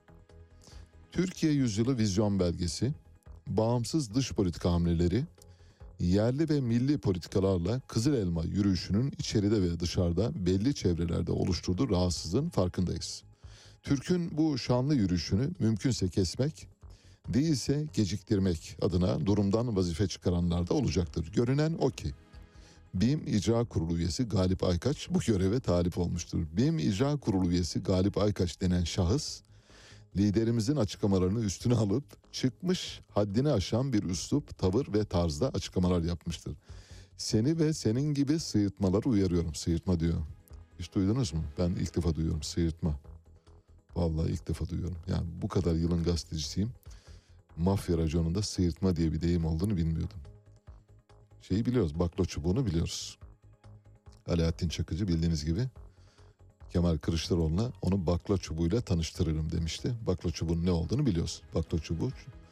B: Türkiye Yüzyılı Vizyon Belgesi, bağımsız dış politika hamleleri, yerli ve milli politikalarla Kızıl Elma yürüyüşünün içeride ve dışarıda belli çevrelerde oluşturduğu rahatsızlığın farkındayız. Türk'ün bu şanlı yürüyüşünü mümkünse kesmek, değilse geciktirmek adına durumdan vazife çıkaranlar da olacaktır. Görünen o ki BİM İcra Kurulu üyesi Galip Aykaç bu göreve talip olmuştur. BİM İcra Kurulu üyesi Galip Aykaç denen şahıs liderimizin açıklamalarını üstüne alıp çıkmış haddini aşan bir üslup, tavır ve tarzda açıklamalar yapmıştır. Seni ve senin gibi sıyırtmaları uyarıyorum. Sıyırtma diyor. Hiç duydunuz mu? Ben ilk defa duyuyorum sıyırtma. Vallahi ilk defa duyuyorum. Yani bu kadar yılın gazetecisiyim. Mafya raconunda sıyırtma diye bir deyim olduğunu bilmiyordum. Şeyi biliyoruz, bakla çubuğunu biliyoruz. Alaaddin Çakıcı bildiğiniz gibi Kemal Kılıçdaroğlu'na onu bakla çubuğuyla tanıştırırım demişti. Bakla çubuğunun ne olduğunu biliyorsun. Bakla çubuğu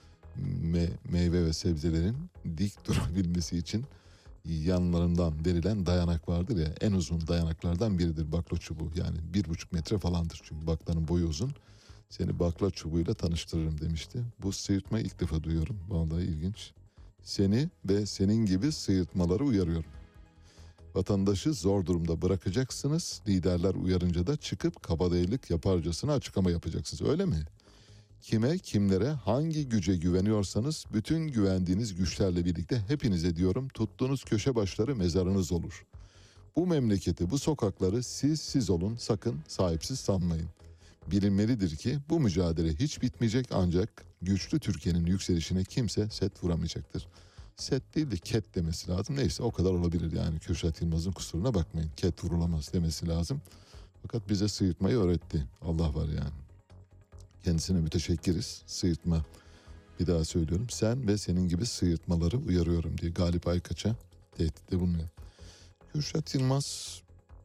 B: meyve ve sebzelerin dik durabilmesi için yanlarından verilen dayanak vardır ya, en uzun dayanaklardan biridir bakla çubuğu. Yani 1,5 metre falandır çünkü baklanın boyu uzun. Seni bakla çubuğuyla tanıştırırım demişti. Bu sıyırtmayı ilk defa duyuyorum. Vallahi ilginç. Seni ve senin gibi sıyırtmaları uyarıyorum. Vatandaşı zor durumda bırakacaksınız. Liderler uyarınca da çıkıp kabadayılık yaparcasına açıklama yapacaksınız. Öyle mi? Kime, kimlere, hangi güce güveniyorsanız bütün güvendiğiniz güçlerle birlikte hepinize diyorum tuttuğunuz köşe başları mezarınız olur. Bu memleketi, bu sokakları siz olun, sakın sahipsiz sanmayın. Bilinmelidir ki bu mücadele hiç bitmeyecek ancak güçlü Türkiye'nin yükselişine kimse set vuramayacaktır. Set değil de ket demesi lazım. Neyse o kadar olabilir yani. Kürşat Yılmaz'ın kusuruna bakmayın. Ket vurulamaz demesi lazım. Fakat bize sıyırtmayı öğretti. Allah var yani. Kendisine müteşekkiriz. Sıyırtma. Bir daha söylüyorum. Sen ve senin gibi sıyırtmaları uyarıyorum diye Galip Aykaç'a tehditte bulunuyor. Kürşat Yılmaz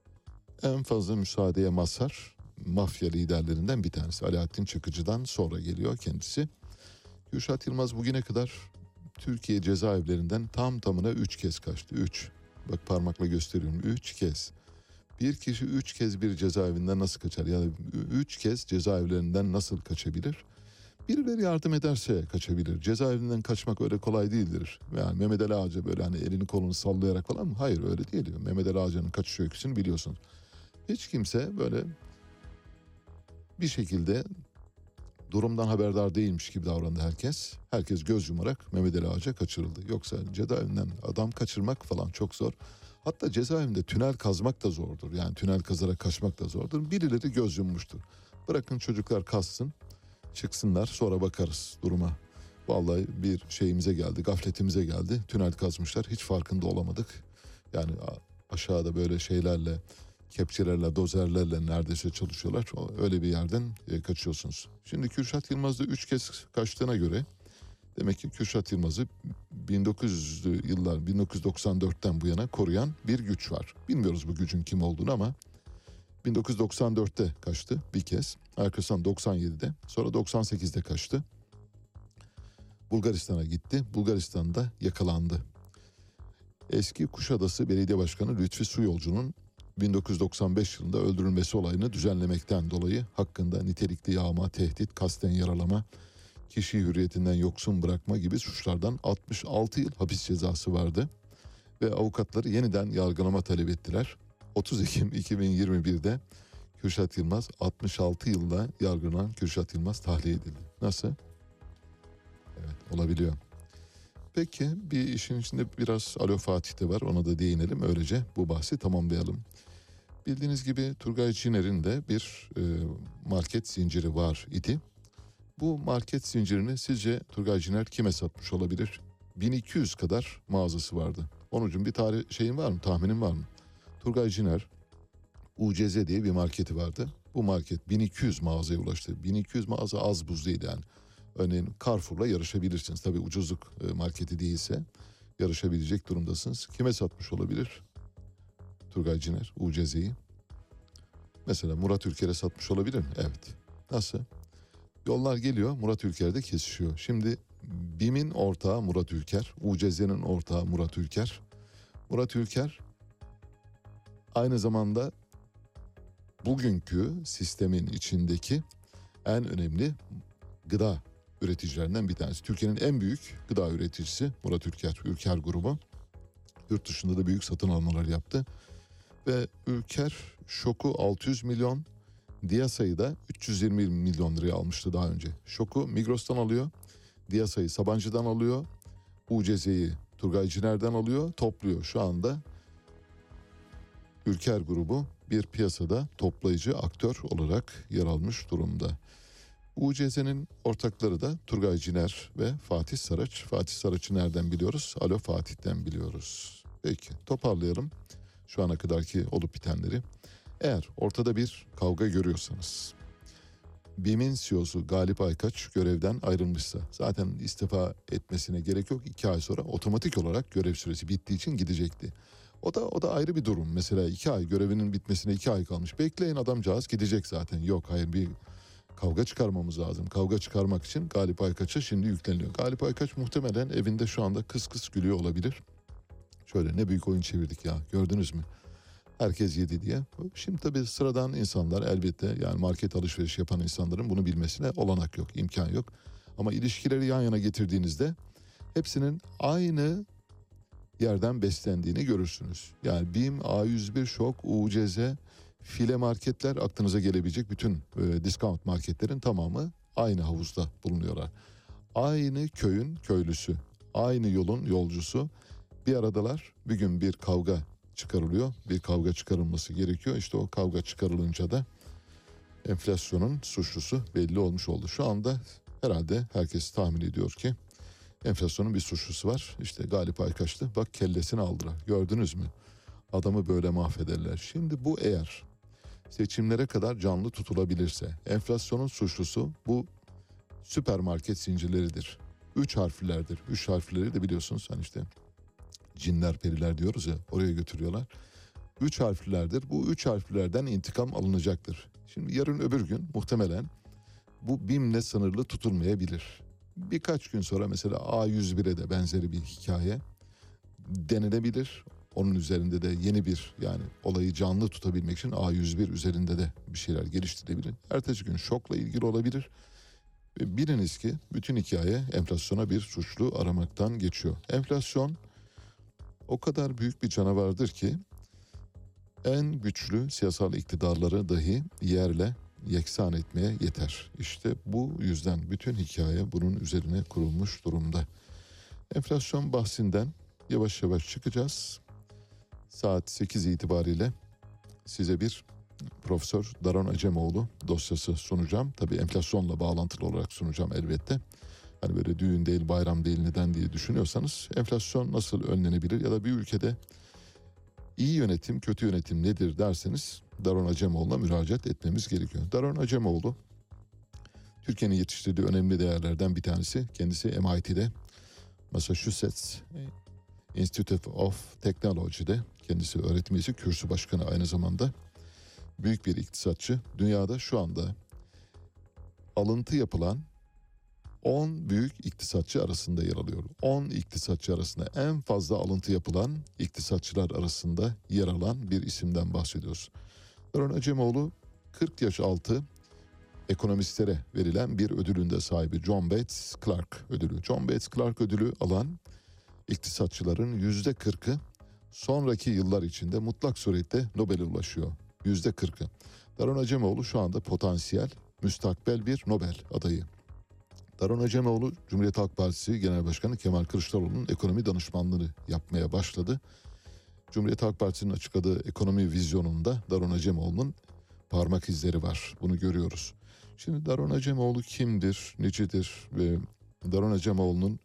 B: en fazla müsaadeye mazhar mafya liderlerinden bir tanesi. Alaaddin Çakıcı'dan sonra geliyor kendisi. Kürşat Yılmaz bugüne kadar Türkiye cezaevlerinden tam tamına 3 kez kaçtı. 3. Bak parmakla gösteriyorum. 3 kez. Bir kişi 3 kez bir cezaevinden nasıl kaçar? Yani 3 kez cezaevlerinden nasıl kaçabilir? Birileri yardım ederse kaçabilir. Cezaevinden kaçmak öyle kolay değildir. Yani Mehmet Ali Ağca böyle hani elini kolunu sallayarak falan mı? Hayır öyle değil. Mehmet Ali Ağca'nın kaçış öyküsünü biliyorsunuz. Hiç kimse böyle bir şekilde durumdan haberdar değilmiş gibi davrandı herkes. Herkes göz yumarak Mehmet Ali Ağaca kaçırıldı. Yoksa cezaevinden adam kaçırmak falan çok zor. Hatta cezaevinde tünel kazmak da zordur. Yani tünel kazarak kaçmak da zordur. Birileri göz yummuştur. Bırakın çocuklar kazsın, çıksınlar sonra bakarız duruma. Vallahi bir şeyimize geldi, gafletimize geldi. Tünel kazmışlar, hiç farkında olamadık. Yani aşağıda böyle şeylerle, kepçelerle, dozerlerle neredeyse çalışıyorlar. Öyle bir yerden kaçıyorsunuz. Şimdi Kürşat Yılmaz da 3 kez kaçtığına göre demek ki Kürşat Yılmaz'ı 1900'lü yıllar 1994'ten bu yana koruyan bir güç var. Bilmiyoruz bu gücün kim olduğunu ama 1994'te kaçtı bir kez. Arkasından 97'de, sonra 98'de kaçtı. Bulgaristan'a gitti. Bulgaristan'da yakalandı. Eski Kuşadası Belediye Başkanı Lütfi Suyolcu'nun 1995 yılında öldürülmesi olayını düzenlemekten dolayı hakkında nitelikli yağma, tehdit, kasten yaralama, kişi hürriyetinden yoksun bırakma gibi suçlardan 66 yıl hapis cezası vardı. Ve avukatları yeniden yargılama talep ettiler. 30 Ekim 2021'de Kürşat Yılmaz, 66 yılda yargılanan Kürşat Yılmaz tahliye edildi. Nasıl? Evet, olabiliyor. Peki, bir işin içinde biraz Alo Fatih de var, ona da değinelim, öylece bu bahsi tamamlayalım. Bildiğiniz gibi Turgay Ciner'in de bir market zinciri var idi. Bu market zincirini sizce Turgay Ciner kime satmış olabilir? 1200 kadar mağazası vardı. Onun için bir şeyin var mı, tahminin var mı? Turgay Ciner, UCZ diye bir marketi vardı. Bu market 1200 mağazaya ulaştı. 1200 mağaza az buz değil yani. Örneğin Carrefour'la yarışabilirsiniz. Tabii ucuzluk marketi değilse yarışabilecek durumdasınız. Kime satmış olabilir Turgay Ciner UCZ'yi? Mesela Murat Ülker'e satmış olabilir mi? Evet. Nasıl? Yollar geliyor, Murat Ülker'de kesişiyor. Şimdi BİM'in ortağı Murat Ülker, UCZ'nin ortağı Murat Ülker. Murat Ülker aynı zamanda bugünkü sistemin içindeki en önemli gıda üreticilerinden bir tanesi. Türkiye'nin en büyük gıda üreticisi Murat Ülker, Ülker grubu. Yurt dışında da büyük satın almalar yaptı. Ve Ülker Şok'u 600 milyon, Diyasa'yı da 320 milyon liraya almıştı daha önce. Şok'u Migros'tan alıyor, Diyasa'yı Sabancı'dan alıyor, UCZ'yi Turgay Ciner'den alıyor, topluyor. Şu anda Ülker grubu bir piyasada toplayıcı aktör olarak yer almış durumda. UCZ'nin ortakları da Turgay Ciner ve Fatih Saraç. Fatih Saraç'ı nereden biliyoruz? Alo Fatih'ten biliyoruz. Peki, toparlayalım şu ana kadarki olup bitenleri. Eğer ortada bir kavga görüyorsanız, BİM'in CEO'su Galip Aykaç görevden ayrılmışsa, zaten istifa etmesine gerek yok. 2 ay sonra otomatik olarak görev süresi bittiği için gidecekti. O da ayrı bir durum. Mesela 2 ay, görevinin bitmesine 2 ay kalmış. Bekleyin, adamcağız gidecek zaten. Yok, hayır, bir kavga çıkarmamız lazım. Kavga çıkarmak için Galip Aykaç'a şimdi yükleniyor. Galip Aykaç muhtemelen evinde şu anda kıs kıs gülüyor olabilir. Şöyle, ne büyük oyun çevirdik ya, gördünüz mü? Herkes yedi diye. Şimdi tabii sıradan insanlar, elbette yani market alışveriş yapan insanların bunu bilmesine olanak yok, imkan yok. Ama ilişkileri yan yana getirdiğinizde hepsinin aynı yerden beslendiğini görürsünüz. Yani BİM, A101, Şok, UCZ, file marketler, aklınıza gelebilecek bütün discount marketlerin tamamı aynı havuzda bulunuyorlar. Aynı köyün köylüsü, aynı yolun yolcusu, bir aradalar. Bir gün bir kavga çıkarılıyor, bir kavga çıkarılması gerekiyor. İşte o kavga çıkarılınca da enflasyonun suçlusu belli olmuş oldu. Şu anda herhalde herkes tahmin ediyor ki enflasyonun bir suçlusu var. İşte Galip Aykaç'tı. Bak, kellesini aldılar. Gördünüz mü? Adamı böyle mahvederler. Şimdi bu eğer seçimlere kadar canlı tutulabilirse, enflasyonun suçlusu bu süpermarket zincirleridir. 3 harflilerdir. 3 harfleri de biliyorsunuz, hani işte cinler, periler diyoruz ya, oraya götürüyorlar. 3 harflilerdir. Bu 3 harflilerden intikam alınacaktır. Şimdi yarın öbür gün muhtemelen bu BİM'le sınırlı tutulmayabilir. Birkaç gün sonra mesela A101'e de benzeri bir hikaye denenebilir. Onun üzerinde de yeni bir, yani olayı canlı tutabilmek için A101 üzerinde de bir şeyler geliştirebilir. Ertesi gün Şok'la ilgili olabilir. Biliniz ki bütün hikaye enflasyona bir suçlu aramaktan geçiyor. Enflasyon o kadar büyük bir canavardır ki en güçlü siyasal iktidarları dahi yerle yeksan etmeye yeter. İşte bu yüzden bütün hikaye bunun üzerine kurulmuş durumda. Enflasyon bahsinden yavaş yavaş çıkacağız. Saat 8 itibariyle size bir Profesör Daron Acemoğlu dosyası sunacağım. Tabii enflasyonla bağlantılı olarak sunacağım elbette. Hani böyle düğün değil, bayram değil, neden diye düşünüyorsanız, enflasyon nasıl önlenebilir ya da bir ülkede iyi yönetim, kötü yönetim nedir derseniz Daron Acemoğlu'na müracaat etmemiz gerekiyor. Daron Acemoğlu Türkiye'nin yetiştirdiği önemli değerlerden bir tanesi. Kendisi MIT'de, Massachusetts Institute of Technology'de kendisi öğretim üyesi, kürsü başkanı aynı zamanda. Büyük bir iktisatçı. Dünyada şu anda alıntı yapılan 10 büyük iktisatçı arasında yer alıyor. 10 iktisatçı arasında en fazla alıntı yapılan iktisatçılar arasında yer alan bir isimden bahsediyoruz. Daron Acemoğlu 40 yaş altı ekonomistlere verilen bir ödülün de sahibi, John Bates Clark ödülü. John Bates Clark ödülü alan iktisatçıların %40'ı sonraki yıllar içinde mutlak surette Nobel'e ulaşıyor. %40'ı. Daron Acemoğlu şu anda potansiyel, müstakbel bir Nobel adayı. Daron Acemoğlu, Cumhuriyet Halk Partisi Genel Başkanı Kemal Kılıçdaroğlu'nun ekonomi danışmanlığını yapmaya başladı. Cumhuriyet Halk Partisi'nin açıkladığı ekonomi vizyonunda Daron Acemoğlu'nun parmak izleri var. Bunu görüyoruz. Şimdi Daron Acemoğlu kimdir, necidir ve Daron Acemoğlu'nun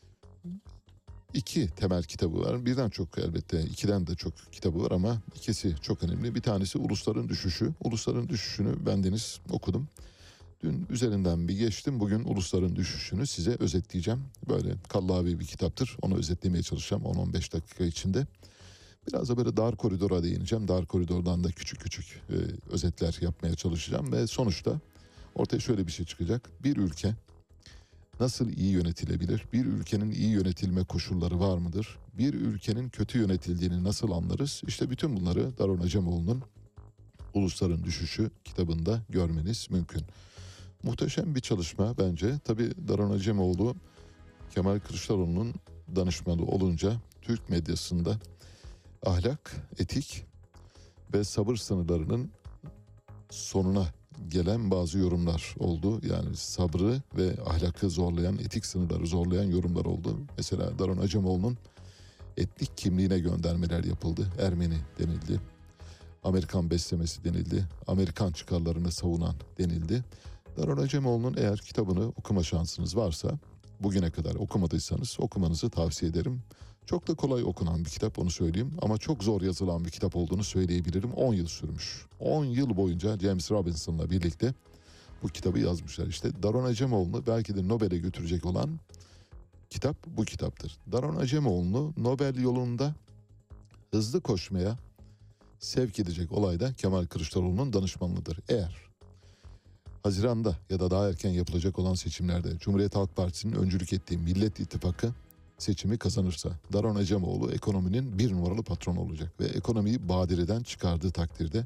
B: 2 temel kitabı var. Birden çok, elbette 2'den de çok kitabı var ama ikisi çok önemli. Bir tanesi Ulusların Düşüşü. Ulusların Düşüşü'nü bendeniz okudum. Dün üzerinden bir geçtim. Bugün Ulusların Düşüşü'nü size özetleyeceğim. Böyle kallavi bir kitaptır. Onu özetlemeye çalışacağım 10-15 dakika içinde. Biraz da böyle dar koridora değineceğim. Dar koridordan da küçük küçük özetler yapmaya çalışacağım. Ve sonuçta ortaya şöyle bir şey çıkacak. Bir ülke nasıl iyi yönetilebilir? Bir ülkenin iyi yönetilme koşulları var mıdır? Bir ülkenin kötü yönetildiğini nasıl anlarız? İşte bütün bunları Daron Acemoğlu'nun Ulusların Düşüşü kitabında görmeniz mümkün. Muhteşem bir çalışma bence. Tabii Daron Acemoğlu Kemal Kılıçdaroğlu'nun danışmanı olunca Türk medyasında ahlak, etik ve sabır sınırlarının sonuna gelen bazı yorumlar oldu. Yani sabrı ve ahlakı zorlayan, etik sınırları zorlayan yorumlar oldu. Mesela Daron Acemoğlu'nun etnik kimliğine göndermeler yapıldı. Ermeni denildi. Amerikan beslemesi denildi. Amerikan çıkarlarını savunan denildi. Daron Acemoğlu'nun eğer kitabını okuma şansınız varsa, bugüne kadar okumadıysanız okumanızı tavsiye ederim. Çok da kolay okunan bir kitap, onu söyleyeyim, ama çok zor yazılan bir kitap olduğunu söyleyebilirim. 10 yıl sürmüş. 10 yıl boyunca James Robinson'la birlikte bu kitabı yazmışlar. İşte Daron Acemoğlu'nu belki de Nobel'e götürecek olan kitap bu kitaptır. Daron Acemoğlu'nu Nobel yolunda hızlı koşmaya sevk edecek olay da Kemal Kılıçdaroğlu'nun danışmanlığıdır. Eğer Haziran'da ya da daha erken yapılacak olan seçimlerde Cumhuriyet Halk Partisi'nin öncülük ettiği Millet İttifakı seçimi kazanırsa Daron Acemoğlu ekonominin 1 numaralı patronu olacak ve ekonomiyi badireden çıkardığı takdirde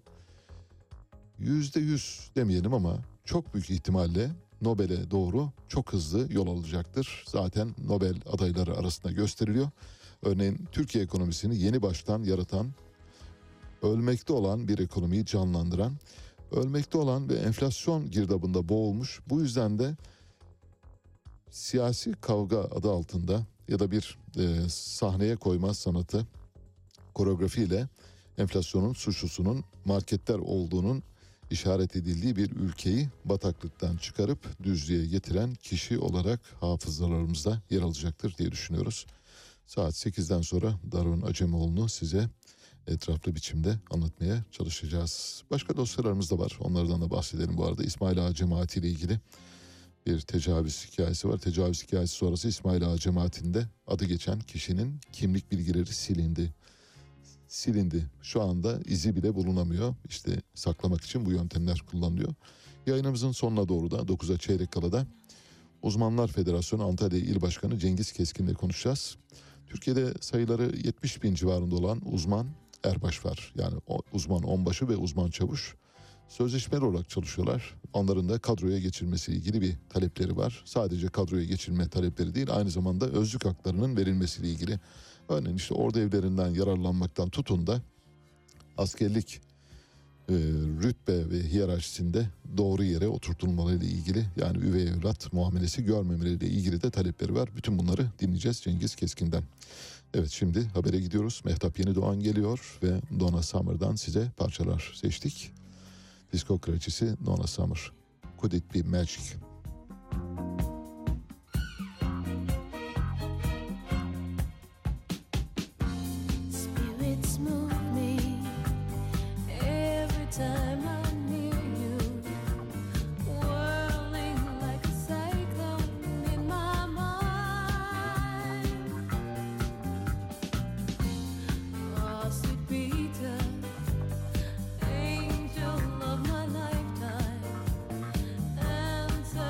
B: %100 demeyelim ama çok büyük ihtimalle Nobel'e doğru çok hızlı yol alacaktır. Zaten Nobel adayları arasında gösteriliyor. Örneğin Türkiye ekonomisini yeni baştan yaratan, ölmekte olan bir ekonomiyi canlandıran, ölmekte olan ve enflasyon girdabında boğulmuş, bu yüzden de siyasi kavga adı altında ya da bir sahneye koyma sanatı, koreografiyle enflasyonun suçlusunun marketler olduğunun işaret edildiği bir ülkeyi bataklıktan çıkarıp düzlüğe getiren kişi olarak hafızalarımızda yer alacaktır diye düşünüyoruz. Saat 8'den sonra Daron Acemoğlu'nu size etraflı biçimde anlatmaya çalışacağız. Başka dosyalarımız da var. Onlardan da bahsedelim bu arada. İsmail Ağa cemaati ile ilgili bir tecavüz hikayesi var. Tecavüz hikayesi sonrası İsmail Ağa cemaatinde adı geçen kişinin kimlik bilgileri silindi. Şu anda izi bile bulunamıyor. İşte saklamak için bu yöntemler kullanılıyor. Yayınımızın sonuna doğru da 9'a çeyrek kalada Uzmanlar Federasyonu Antalya İl Başkanı Cengiz Keskin'le konuşacağız. Türkiye'de sayıları 70 bin civarında olan uzman erbaş var. Yani uzman onbaşı ve uzman çavuş sözleşmeli olarak çalışıyorlar. Onların da kadroya geçirilmesiyle ilgili bir talepleri var. Sadece kadroya geçirilme talepleri değil, aynı zamanda özlük haklarının verilmesiyle ilgili. Örneğin işte ordu evlerinden yararlanmaktan tutun da askerlik rütbe ve hiyerarşisinde doğru yere oturtulmalarıyla ilgili, yani üvey evlat muamelesi görmemeleriyle ilgili de talepleri var. Bütün bunları dinleyeceğiz Cengiz Keskin'den. Evet, şimdi habere gidiyoruz. Mehtap Yenidoğan geliyor ve Donna Summer'dan size parçalar seçtik. Disko kraliçesi Donna Summer. Could it be magic?
C: Spirits move me every time I'm near you, whirling like a cyclone in my mind. Oh, sweet Peter, angel of my lifetime, answer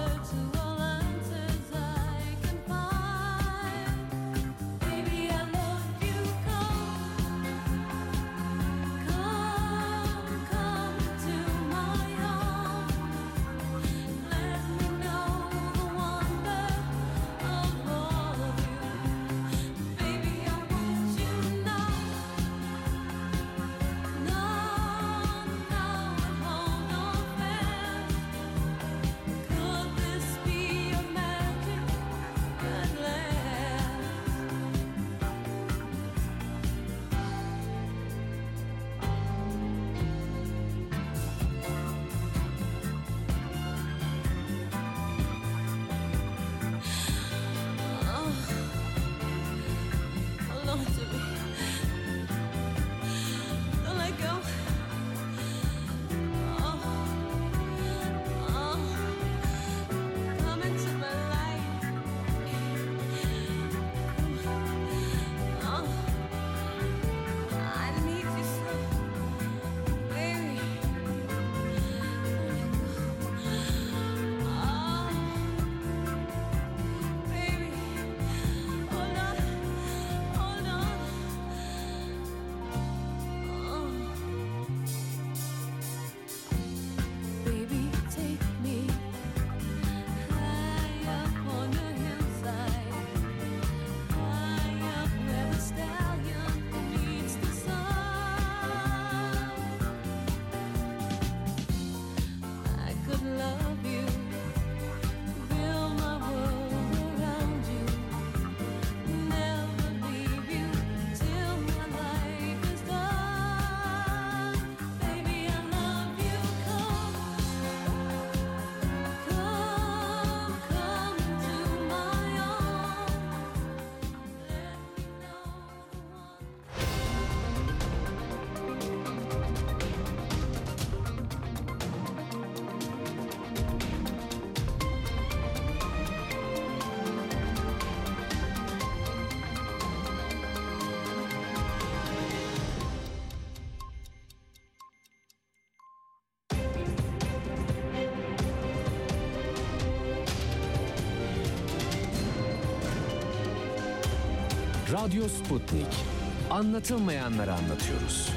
A: Radyo Sputnik. Anlatılmayanları anlatıyoruz.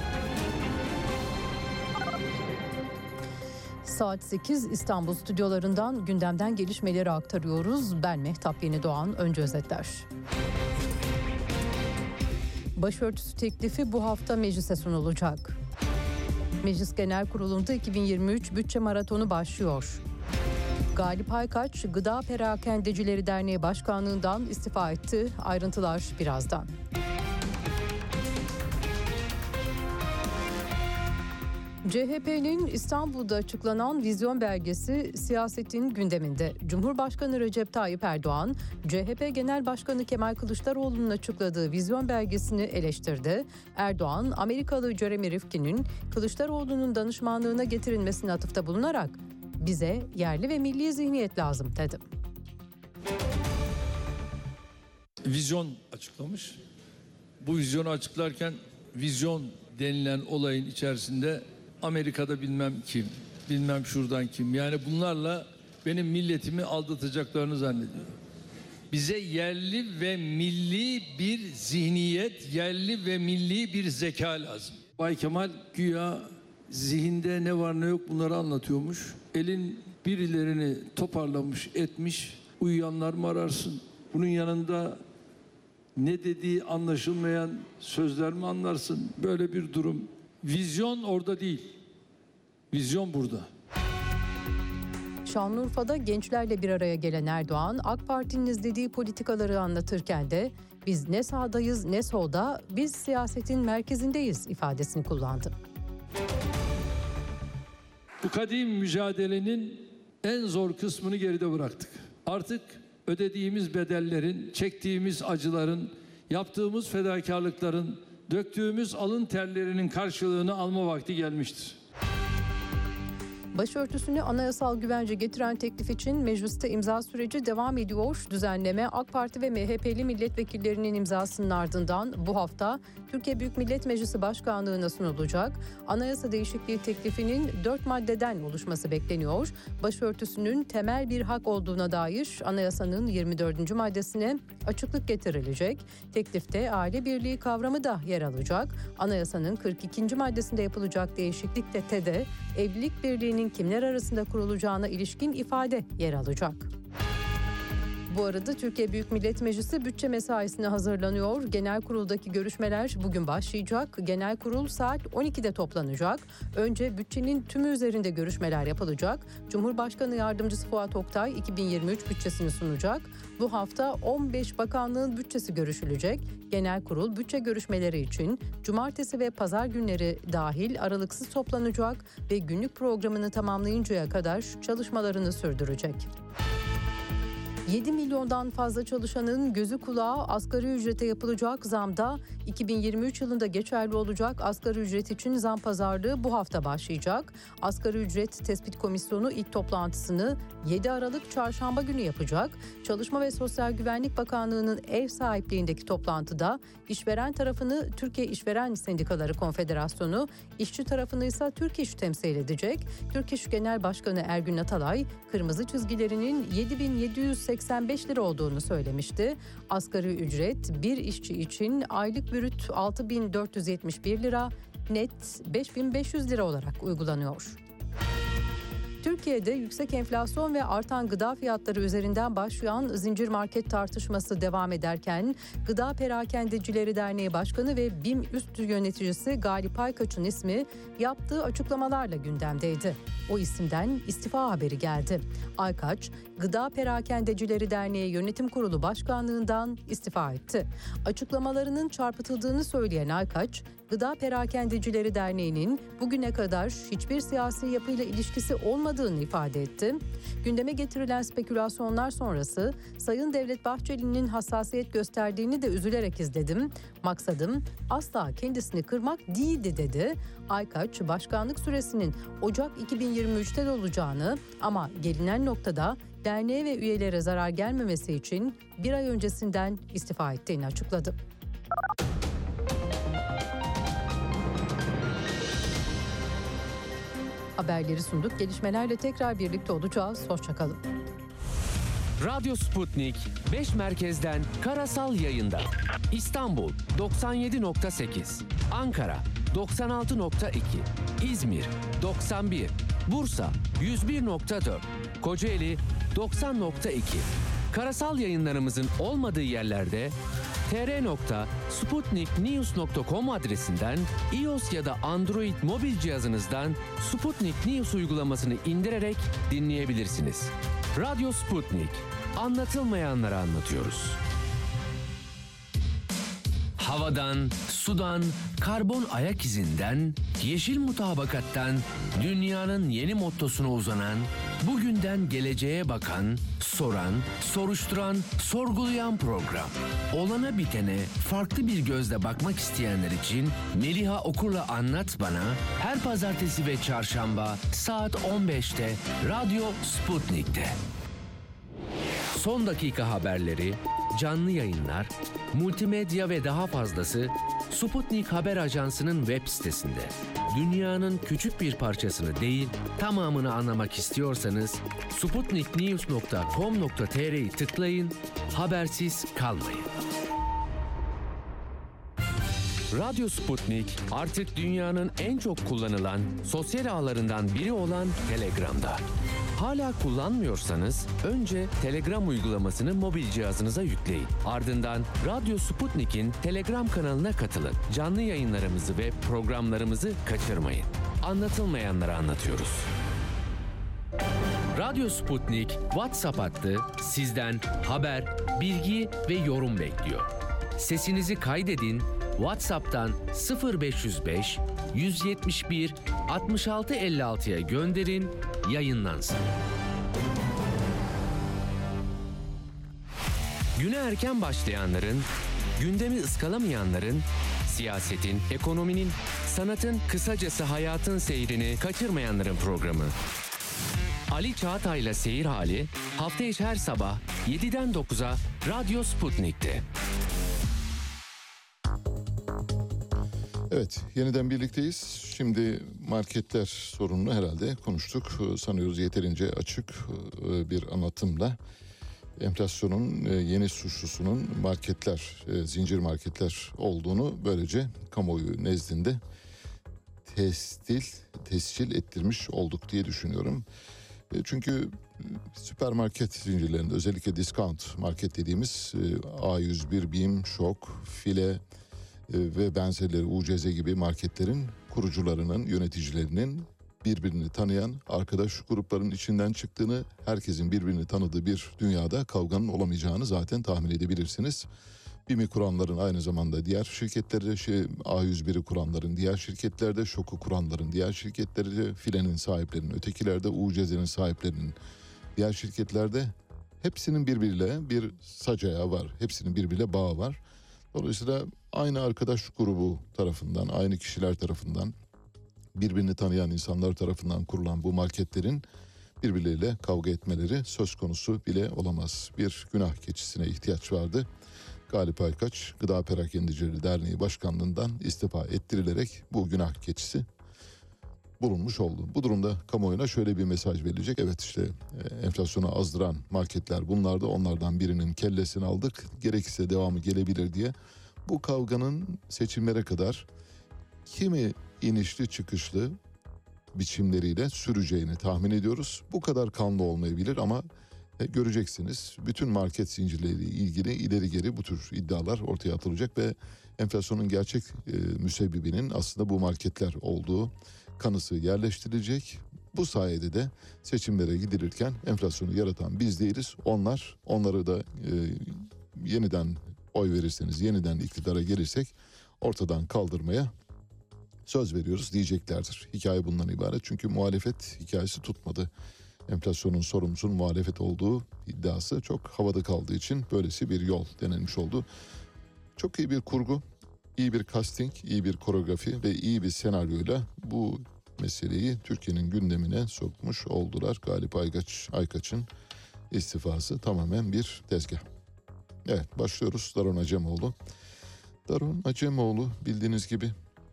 D: Saat 8 İstanbul stüdyolarından gündemden gelişmeleri aktarıyoruz. Ben Mehtap Yenidoğan, önce özetler. Başörtüsü teklifi bu hafta meclise sunulacak. Meclis Genel Kurulu'nda 2023 bütçe maratonu başlıyor. Galip Aykaç, Gıda Perakendecileri Derneği Başkanlığından istifa etti. Ayrıntılar birazdan. CHP'nin İstanbul'da açıklanan vizyon belgesi siyasetin gündeminde. Cumhurbaşkanı Recep Tayyip Erdoğan, CHP Genel Başkanı Kemal Kılıçdaroğlu'nun açıkladığı vizyon belgesini eleştirdi. Erdoğan, Amerikalı Jeremy Rifkin'in Kılıçdaroğlu'nun danışmanlığına getirilmesine atıfta bulunarak "Bize yerli ve milli zihniyet lazım" dedi.
E: Vizyon açıklamış. Bu vizyonu açıklarken vizyon denilen olayın içerisinde Amerika'da bilmem kim, bilmem şuradan kim. Yani bunlarla benim milletimi aldatacaklarını zannediyorum. Bize yerli ve milli bir zihniyet, yerli ve milli bir zeka lazım. Bay Kemal güya zihinde ne var ne yok bunları anlatıyormuş. Elin birilerini toparlamış, etmiş. Uyuyanlar mı ararsın? Bunun yanında ne dediği anlaşılmayan sözler mi anlarsın? Böyle bir durum. Vizyon orada değil. Vizyon burada.
D: Şanlıurfa'da gençlerle bir araya gelen Erdoğan, AK Parti'nin izlediği politikaları anlatırken de "Biz ne sağdayız ne solda, biz siyasetin merkezindeyiz" ifadesini kullandı.
E: Bu kadim mücadelenin en zor kısmını geride bıraktık. Artık ödediğimiz bedellerin, çektiğimiz acıların, yaptığımız fedakarlıkların, döktüğümüz alın terlerinin karşılığını alma vakti gelmiştir.
D: Başörtüsüne anayasal güvence getiren teklif için mecliste imza süreci devam ediyor. Düzenleme AK Parti ve MHP'li milletvekillerinin imzasının ardından bu hafta Türkiye Büyük Millet Meclisi Başkanlığı'na sunulacak. Anayasa değişikliği teklifinin 4 maddeden oluşması bekleniyor. Başörtüsünün temel bir hak olduğuna dair anayasanın 24. maddesine açıklık getirilecek. Teklifte aile birliği kavramı da yer alacak. Anayasanın 42. maddesinde yapılacak değişiklikte de evlilik birliğinin kimler arasında kurulacağına ilişkin ifade yer alacak. Bu arada Türkiye Büyük Millet Meclisi bütçe mesaisine hazırlanıyor. Genel kuruldaki görüşmeler bugün başlayacak. Genel kurul saat 12'de toplanacak. Önce bütçenin tümü üzerinde görüşmeler yapılacak. Cumhurbaşkanı Yardımcısı Fuat Oktay 2023 bütçesini sunacak. Bu hafta 15 bakanlığın bütçesi görüşülecek. Genel kurul bütçe görüşmeleri için cumartesi ve pazar günleri dahil aralıksız toplanacak ve günlük programını tamamlayıncaya kadar çalışmalarını sürdürecek. 7 milyondan fazla çalışanın gözü kulağı asgari ücrete yapılacak zamda 2023 yılında geçerli olacak asgari ücret için zam pazarlığı bu hafta başlayacak. Asgari ücret tespit komisyonu ilk toplantısını 7 Aralık Çarşamba günü yapacak. Çalışma ve Sosyal Güvenlik Bakanlığı'nın ev sahipliğindeki toplantıda işveren tarafını Türkiye İşveren Sendikaları Konfederasyonu, işçi tarafını ise Türk İş temsil edecek. Türk İş Genel Başkanı Ergün Atalay, kırmızı çizgilerinin 7.785 lira olduğunu söylemişti. Asgari ücret bir işçi için aylık brüt 6.471 lira, net 5.500 lira olarak uygulanıyor. Türkiye'de yüksek enflasyon ve artan gıda fiyatları üzerinden başlayan zincir market tartışması devam ederken Gıda Perakendecileri Derneği Başkanı ve BİM Üst Yöneticisi Galip Aykaç'ın ismi yaptığı açıklamalarla gündemdeydi. O isimden istifa haberi geldi. Aykaç, Gıda Perakendecileri Derneği Yönetim Kurulu Başkanlığından istifa etti. Açıklamalarının çarpıtıldığını söyleyen Aykaç, Gıda Perakendecileri Derneği'nin bugüne kadar hiçbir siyasi yapıyla ilişkisi olmadığını ifade etti. Gündeme getirilen spekülasyonlar sonrası Sayın Devlet Bahçeli'nin hassasiyet gösterdiğini de üzülerek izledim. Maksadım asla kendisini kırmak değildi dedi. Aykaç, başkanlık süresinin Ocak 2023'te de olacağını ama gelinen noktada derneğe ve üyelere zarar gelmemesi için bir ay öncesinden istifa ettiğini açıkladı. Haberleri sunduk. Gelişmelerle tekrar birlikte olacağız. Hoşça kalın.
A: Radyo Sputnik 5 merkezden karasal yayında. İstanbul 97.8, Ankara 96.2, İzmir 91, Bursa 101.4, Kocaeli 90.2. Karasal yayınlarımızın olmadığı yerlerde tr.sputniknews.com adresinden iOS ya da Android mobil cihazınızdan Sputnik News uygulamasını indirerek dinleyebilirsiniz. Radyo Sputnik. Anlatılmayanları anlatıyoruz. Havadan, sudan, karbon ayak izinden, yeşil mutabakattan, dünyanın yeni mottosuna uzanan, bugünden geleceğe bakan, soran, soruşturan, sorgulayan program. Olana bitene farklı bir gözle bakmak isteyenler için Meliha Okur'la Anlat Bana her pazartesi ve çarşamba saat 15'te Radyo Sputnik'te. Son dakika haberleri, canlı yayınlar, multimedya ve daha fazlası Sputnik Haber Ajansı'nın web sitesinde. Dünyanın küçük bir parçasını değil, tamamını anlamak istiyorsanız sputniknews.com.tr'yi tıklayın, habersiz kalmayın. Radyo Sputnik artık dünyanın en çok kullanılan sosyal ağlarından biri olan Telegram'da. Hala kullanmıyorsanız önce Telegram uygulamasını mobil cihazınıza yükleyin. Ardından Radyo Sputnik'in Telegram kanalına katılın. Canlı yayınlarımızı ve programlarımızı kaçırmayın. Anlatılmayanları anlatıyoruz. Radyo Sputnik WhatsApp hattı sizden haber, bilgi ve yorum bekliyor. Sesinizi kaydedin, WhatsApp'tan 0505 171 66 56'ya gönderin, yayınlansın. Güne erken başlayanların, gündemi ıskalamayanların, siyasetin, ekonominin, sanatın, kısacası hayatın seyrini kaçırmayanların programı. Ali Çağatay'la Seyir Hali hafta içi her sabah 7'den 9'a Radyo Sputnik'te.
B: Evet, yeniden birlikteyiz. Şimdi marketler sorununu herhalde konuştuk. Sanıyoruz yeterince açık bir anlatımla. Enflasyonun yeni suçlusunun marketler, zincir marketler olduğunu böylece kamuoyu nezdinde tescil ettirmiş olduk diye düşünüyorum. Çünkü süpermarket zincirlerinde, özellikle discount market dediğimiz A101, BİM, Şok, File ve benzerleri, UCZ gibi marketlerin kurucularının, yöneticilerinin birbirini tanıyan arkadaş grupların içinden çıktığını, herkesin birbirini tanıdığı bir dünyada kavganın olamayacağını zaten tahmin edebilirsiniz. BİM'i kuranların aynı zamanda diğer şirketlerde, A101'i kuranların diğer şirketlerde, Şok'u kuranların diğer şirketlerde, File'nin sahiplerinin ötekilerde, UCZ'nin sahiplerinin diğer şirketlerde, hepsinin birbiriyle bir sacayağı var. Hepsinin birbiriyle bağı var. Dolayısıyla aynı arkadaş grubu tarafından, aynı kişiler tarafından, birbirini tanıyan insanlar tarafından kurulan bu marketlerin birbirleriyle kavga etmeleri söz konusu bile olamaz. Bir günah keçisine ihtiyaç vardı. Galip Aykaç, Gıda Perakendicileri Derneği Başkanlığından istifa ettirilerek bu günah keçisi bulunmuş oldu. Bu durumda kamuoyuna şöyle bir mesaj verilecek. Evet, işte enflasyonu azdıran marketler bunlar da, onlardan birinin kellesini aldık. Gerekirse devamı gelebilir diye. Bu kavganın seçimlere kadar kimi inişli çıkışlı biçimleriyle süreceğini tahmin ediyoruz. Bu kadar kanlı olmayabilir ama göreceksiniz. Bütün market zincirleriyle ilgili ileri geri bu tür iddialar ortaya atılacak ve enflasyonun gerçek müsebbibinin aslında bu marketler olduğu kanısı yerleştirilecek. Bu sayede de seçimlere gidilirken enflasyonu yaratan biz değiliz, onlar. Onları da yeniden oy verirseniz, yeniden iktidara gelirsek ortadan kaldırmaya söz veriyoruz diyeceklerdir. Hikaye bundan ibaret, çünkü muhalefet hikayesi tutmadı. Enflasyonun sorumlusunun muhalefet olduğu iddiası çok havada kaldığı için böylesi bir yol denenmiş oldu. Çok iyi bir kurgu, iyi bir casting, iyi bir koreografi ve iyi bir senaryoyla bu meseleyi Türkiye'nin gündemine sokmuş oldular. Galip Aykaç'ın istifası tamamen bir tezgah. Evet, başlıyoruz. Daron Acemoğlu. Daron Acemoğlu bildiğiniz gibi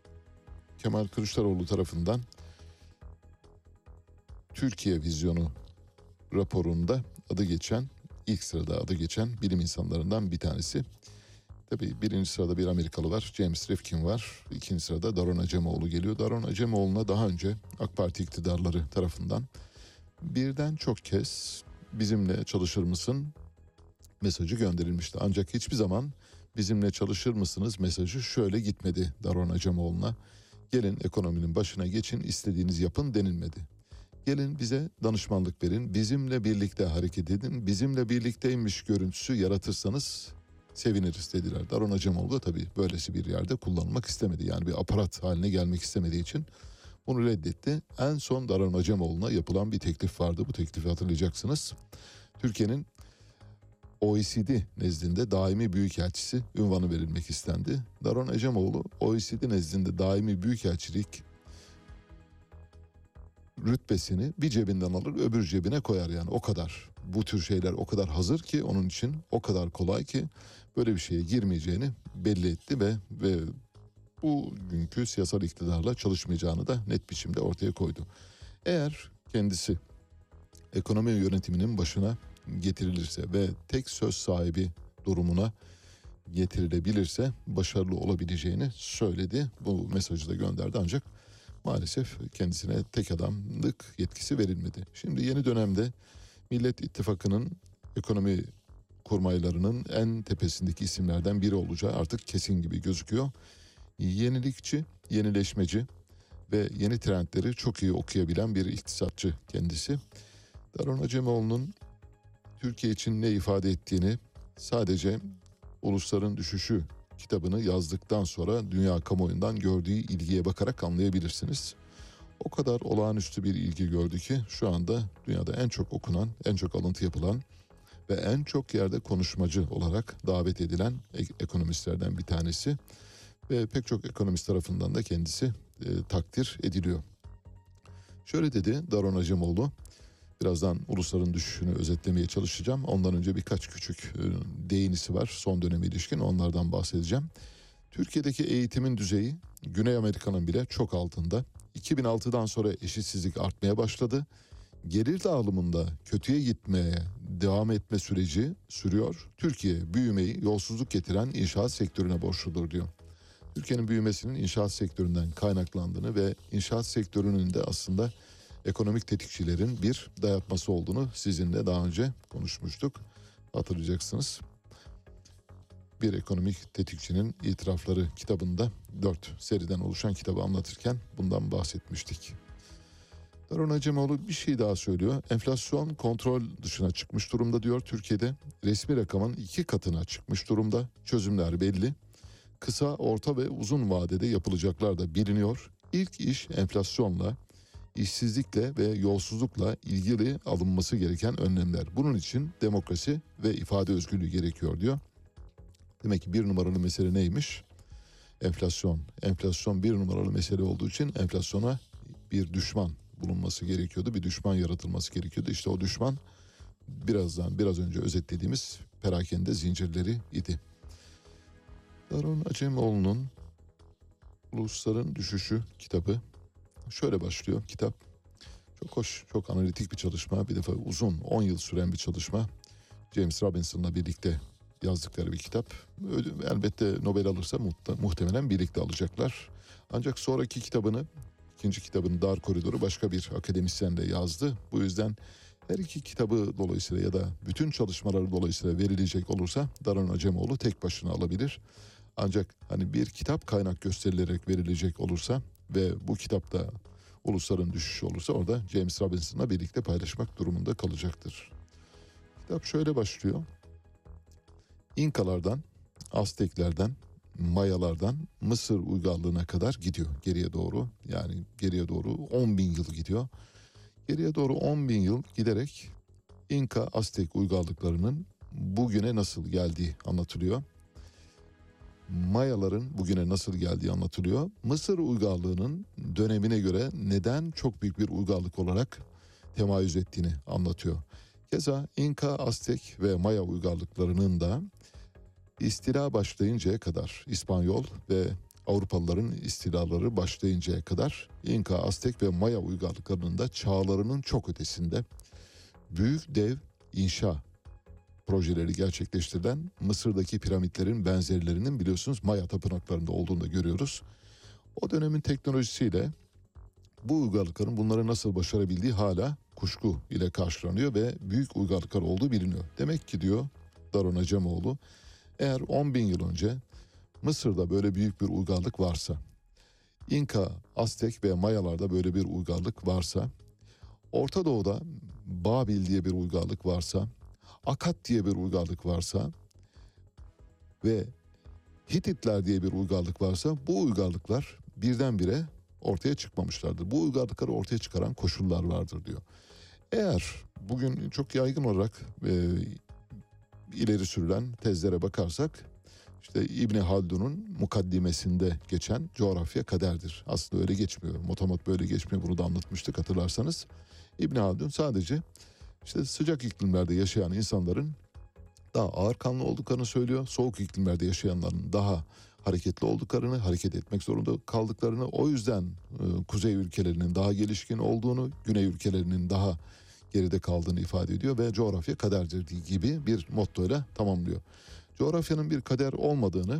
B: Kemal Kılıçdaroğlu tarafından Türkiye Vizyonu raporunda adı geçen ilk sırada adı geçen bilim insanlarından bir tanesi. Tabii birinci sırada bir Amerikalı var, James Rifkin var. İkinci sırada Daron Acemoğlu geliyor. Daron Acemoğlu'na daha önce AK Parti iktidarları tarafından birden çok kez bizimle çalışır mısın mesajı gönderilmişti. Ancak hiçbir zaman bizimle çalışır mısınız mesajı şöyle gitmedi Daron Acemoğlu'na. Gelin ekonominin başına geçin, istediğiniz yapın denilmedi. Gelin bize danışmanlık verin, bizimle birlikte hareket edin, bizimle birlikteymiş görüntüsü yaratırsanız seviniriz dediler. Daron Acemoğlu da tabii böylesi bir yerde kullanılmak istemedi. Yani bir aparat haline gelmek istemediği için bunu reddetti. En son Daron Acemoğlu'na yapılan bir teklif vardı. Bu teklifi hatırlayacaksınız. Türkiye'nin OECD nezdinde daimi büyükelçisi unvanı verilmek istendi. Daron Acemoğlu OECD nezdinde daimi büyükelçilik rütbesini bir cebinden alır öbür cebine koyar, yani o kadar. Bu tür şeyler o kadar hazır ki onun için, o kadar kolay ki böyle bir şeye girmeyeceğini belli etti ve bugünkü siyasal iktidarla çalışmayacağını da net biçimde ortaya koydu. Eğer kendisi ekonomi yönetiminin başına getirilirse ve tek söz sahibi durumuna getirilebilirse başarılı olabileceğini söyledi. Bu mesajı da gönderdi, ancak maalesef kendisine tek adamlık yetkisi verilmedi. Şimdi yeni dönemde Millet İttifakı'nın ekonomi kurmaylarının en tepesindeki isimlerden biri olacağı artık kesin gibi gözüküyor. Yenilikçi, yenileşmeci ve yeni trendleri çok iyi okuyabilen bir iktisatçı kendisi. Daron Acemoğlu'nun Türkiye için ne ifade ettiğini sadece Ulusların Düşüşü kitabını yazdıktan sonra dünya kamuoyundan gördüğü ilgiye bakarak anlayabilirsiniz. O kadar olağanüstü bir ilgi gördü ki şu anda dünyada en çok okunan, en çok alıntı yapılan ve en çok yerde konuşmacı olarak davet edilen ekonomistlerden bir tanesi. Ve pek çok ekonomist tarafından da kendisi takdir ediliyor. Şöyle dedi Daron Acemoğlu, birazdan ulusların düşüşünü özetlemeye çalışacağım. Ondan önce birkaç küçük değinisi var son döneme ilişkin, onlardan bahsedeceğim. Türkiye'deki eğitimin düzeyi Güney Amerika'nın bile çok altında. 2006'dan sonra eşitsizlik artmaya başladı. Gelir dağılımında kötüye gitmeye devam etme süreci sürüyor. Türkiye büyümeyi yolsuzluk getiren inşaat sektörüne borçludur diyor. Türkiye'nin büyümesinin inşaat sektöründen kaynaklandığını ve inşaat sektörünün de aslında ekonomik tetikçilerin bir dayatması olduğunu sizinle daha önce konuşmuştuk. Hatırlayacaksınız. Bir ekonomik tetikçinin itirafları kitabında 4 seriden oluşan kitabı anlatırken bundan bahsetmiştik. Daron Acemoğlu bir şey daha söylüyor. Enflasyon kontrol dışına çıkmış durumda diyor Türkiye'de. Resmi rakamın 2 katına çıkmış durumda. Çözümler belli. Kısa, orta ve uzun vadede yapılacaklar da biliniyor. İlk iş enflasyonla, işsizlikle ve yolsuzlukla ilgili alınması gereken önlemler. Bunun için demokrasi ve ifade özgürlüğü gerekiyor diyor. Demek ki bir numaralı mesele neymiş? Enflasyon. Enflasyon bir numaralı mesele olduğu için enflasyona bir düşman bulunması gerekiyordu. Bir düşman yaratılması gerekiyordu. İşte o düşman biraz önce özetlediğimiz perakende zincirleri idi. Daron Acemoğlu'nun Ulusların Düşüşü kitabı şöyle başlıyor. Kitap çok hoş, çok analitik bir çalışma. Bir defa uzun, 10 yıl süren bir çalışma. James Robinson'la birlikte yazdıkları bir kitap. Elbette Nobel alırsa muhtemelen birlikte alacaklar. Ancak sonraki kitabını, ikinci kitabını Dar Koridoru başka bir akademisyenle yazdı. Bu yüzden her iki kitabı dolayısıyla ya da bütün çalışmaları dolayısıyla verilecek olursa Daron Acemoğlu tek başına alabilir. Ancak hani bir kitap kaynak gösterilerek verilecek olursa ve bu kitapta Ulusların Düşüşü olursa orada James Robinson'la birlikte paylaşmak durumunda kalacaktır. Kitap şöyle başlıyor. İnkalardan, Azteklerden, Mayalardan Mısır uygarlığına kadar gidiyor geriye doğru. Yani geriye doğru 10 bin yıl gidiyor. Geriye doğru 10 bin yıl giderek İnka, Aztek uygarlıklarının bugüne nasıl geldiği anlatılıyor. Mayaların bugüne nasıl geldiği anlatılıyor. Mısır uygarlığının dönemine göre neden çok büyük bir uygarlık olarak temayüz ettiğini anlatıyor. Keza İnka, Aztek ve Maya uygarlıklarının da istila başlayıncaya kadar, İspanyol ve Avrupalıların istilaları başlayıncaya kadar İnka, Aztek ve Maya uygarlıklarının da çağlarının çok ötesinde büyük dev inşa projeleri gerçekleştirilen Mısır'daki piramitlerin benzerlerinin biliyorsunuz Maya tapınaklarında olduğunu da görüyoruz. O dönemin teknolojisiyle bu uygarlıkların bunları nasıl başarabildiği hala kuşku ile karşılanıyor ve büyük uygarlıklar olduğu biliniyor. Demek ki diyor Daron Acemoğlu, eğer 10 bin yıl önce Mısır'da böyle büyük bir uygarlık varsa, İnka, Aztek ve Mayalarda böyle bir uygarlık varsa, Orta Doğu'da Babil diye bir uygarlık varsa, Akat diye bir uygarlık varsa ve Hititler diye bir uygarlık varsa bu uygarlıklar birdenbire ortaya çıkmamışlardır. Bu uygarlıkları ortaya çıkaran koşullar vardır diyor. Eğer bugün çok yaygın olarak ileri sürülen tezlere bakarsak, işte İbni Haldun'un mukaddimesinde geçen coğrafya kaderdir. Aslında öyle geçmiyor. Motamot böyle geçmiyor. Bunu da anlatmıştık hatırlarsanız. İbni Haldun sadece işte sıcak iklimlerde yaşayan insanların daha ağır kanlı olduklarını söylüyor. Soğuk iklimlerde yaşayanların daha hareketli olduklarını, hareket etmek zorunda kaldıklarını, o yüzden kuzey ülkelerinin daha gelişkin olduğunu, güney ülkelerinin daha geride kaldığını ifade ediyor ve coğrafya kaderdir gibi bir mottoyla tamamlıyor. Coğrafyanın bir kader olmadığını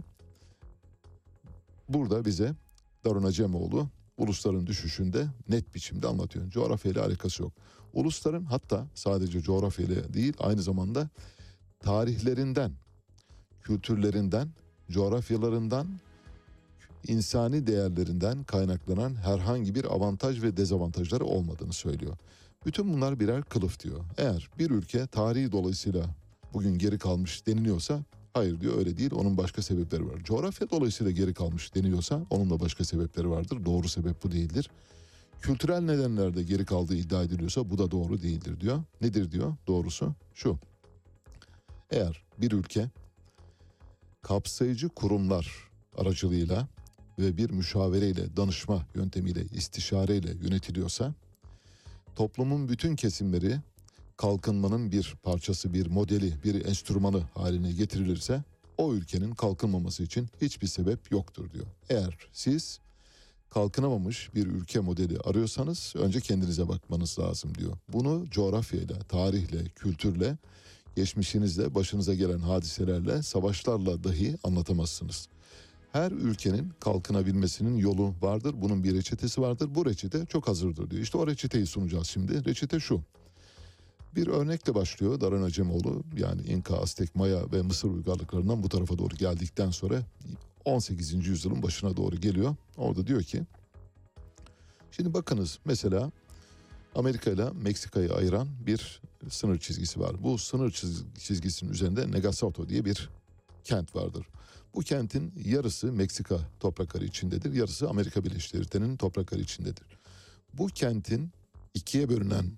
B: burada bize Daron Acemoğlu ulusların düşüşünde net biçimde anlatıyor. Coğrafyayla alakası yok. Ulusların hatta sadece coğrafyayla değil, aynı zamanda tarihlerinden, kültürlerinden, coğrafyalarından, insani değerlerinden kaynaklanan herhangi bir avantaj ve dezavantajları olmadığını söylüyor. Bütün bunlar birer kılıf diyor. Eğer bir ülke tarihi dolayısıyla bugün geri kalmış deniliyorsa, hayır diyor, öyle değil, onun başka sebepleri var. Coğrafya dolayısıyla geri kalmış deniliyorsa onun da başka sebepleri vardır. Doğru sebep bu değildir. Kültürel nedenlerde geri kaldığı iddia ediliyorsa bu da doğru değildir diyor. Nedir diyor? Doğrusu şu: eğer bir ülke kapsayıcı kurumlar aracılığıyla ve bir müşavereyle, danışma yöntemiyle, istişareyle yönetiliyorsa, toplumun bütün kesimleri kalkınmanın bir parçası, bir modeli, bir enstrümanı haline getirilirse o ülkenin kalkınmaması için hiçbir sebep yoktur diyor. Eğer siz kalkınamamış bir ülke modeli arıyorsanız önce kendinize bakmanız lazım diyor. Bunu coğrafyayla, tarihle, kültürle, geçmişinizle, başınıza gelen hadiselerle, savaşlarla dahi anlatamazsınız. Her ülkenin kalkınabilmesinin yolu vardır. Bunun bir reçetesi vardır. Bu reçete çok hazırdır diyor. İşte o reçeteyi sunacağız şimdi. Reçete şu: bir örnekle başlıyor Daron Acemoğlu. Yani İnka, Aztek, Maya ve Mısır uygarlıklarından bu tarafa doğru geldikten sonra 18. yüzyılın başına doğru geliyor. Orada diyor ki, şimdi bakınız mesela Amerika ile Meksika'yı ayıran bir sınır çizgisi var. Bu sınır çizgisinin üzerinde Nagasato diye bir kent vardır. Bu kentin yarısı Meksika toprakları içindedir, yarısı Amerika Birleşik Devletleri'nin toprakları içindedir. Bu kentin ikiye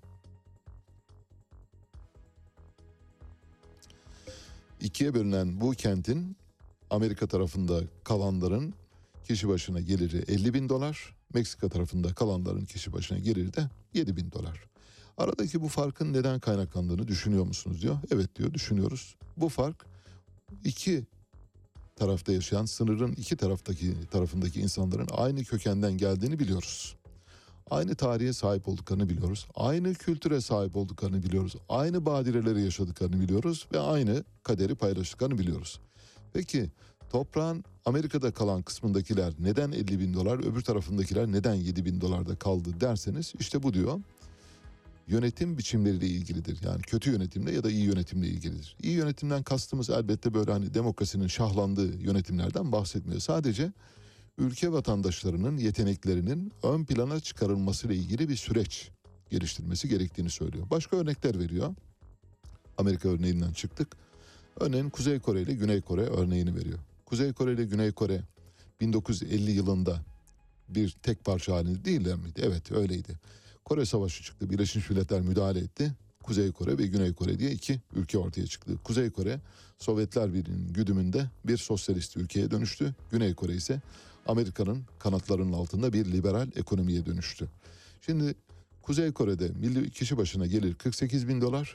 B: bölünen bu kentin Amerika tarafında kalanların kişi başına geliri 50 bin dolar, Meksika tarafında kalanların kişi başına geliri de 7 bin dolar. Aradaki bu farkın neden kaynaklandığını düşünüyor musunuz diyor. Evet diyor, düşünüyoruz. Bu fark iki tarafta yaşayan, sınırın iki tarafındaki insanların aynı kökenden geldiğini biliyoruz. Aynı tarihe sahip olduklarını biliyoruz. Aynı kültüre sahip olduklarını biliyoruz. Aynı badireleri yaşadıklarını biliyoruz ve aynı kaderi paylaştıklarını biliyoruz. Peki toprağın Amerika'da kalan kısmındakiler neden 50 bin dolar, öbür tarafındakiler neden 7 bin dolarda kaldı derseniz, işte bu diyor yönetim biçimleriyle ilgilidir. Yani kötü yönetimle ya da iyi yönetimle ilgilidir. İyi yönetimden kastımız elbette böyle hani demokrasinin şahlandığı yönetimlerden bahsetmiyor. Sadece ülke vatandaşlarının yeteneklerinin ön plana çıkarılmasıyla ilgili bir süreç geliştirmesi gerektiğini söylüyor. Başka örnekler veriyor. Amerika örneğinden çıktık. Örneğin Kuzey Kore ile Güney Kore örneğini veriyor. Kuzey Kore ile Güney Kore 1950 yılında bir tek parça halinde değiller miydi? Evet, öyleydi. Kore Savaşı çıktı. Birleşmiş Milletler müdahale etti. Kuzey Kore ve Güney Kore diye iki ülke ortaya çıktı. Kuzey Kore Sovyetler Birliği'nin güdümünde bir sosyalist ülkeye dönüştü. Güney Kore ise Amerika'nın kanatlarının altında bir liberal ekonomiye dönüştü. Şimdi Kuzey Kore'de milli kişi başına gelir 48 bin dolar.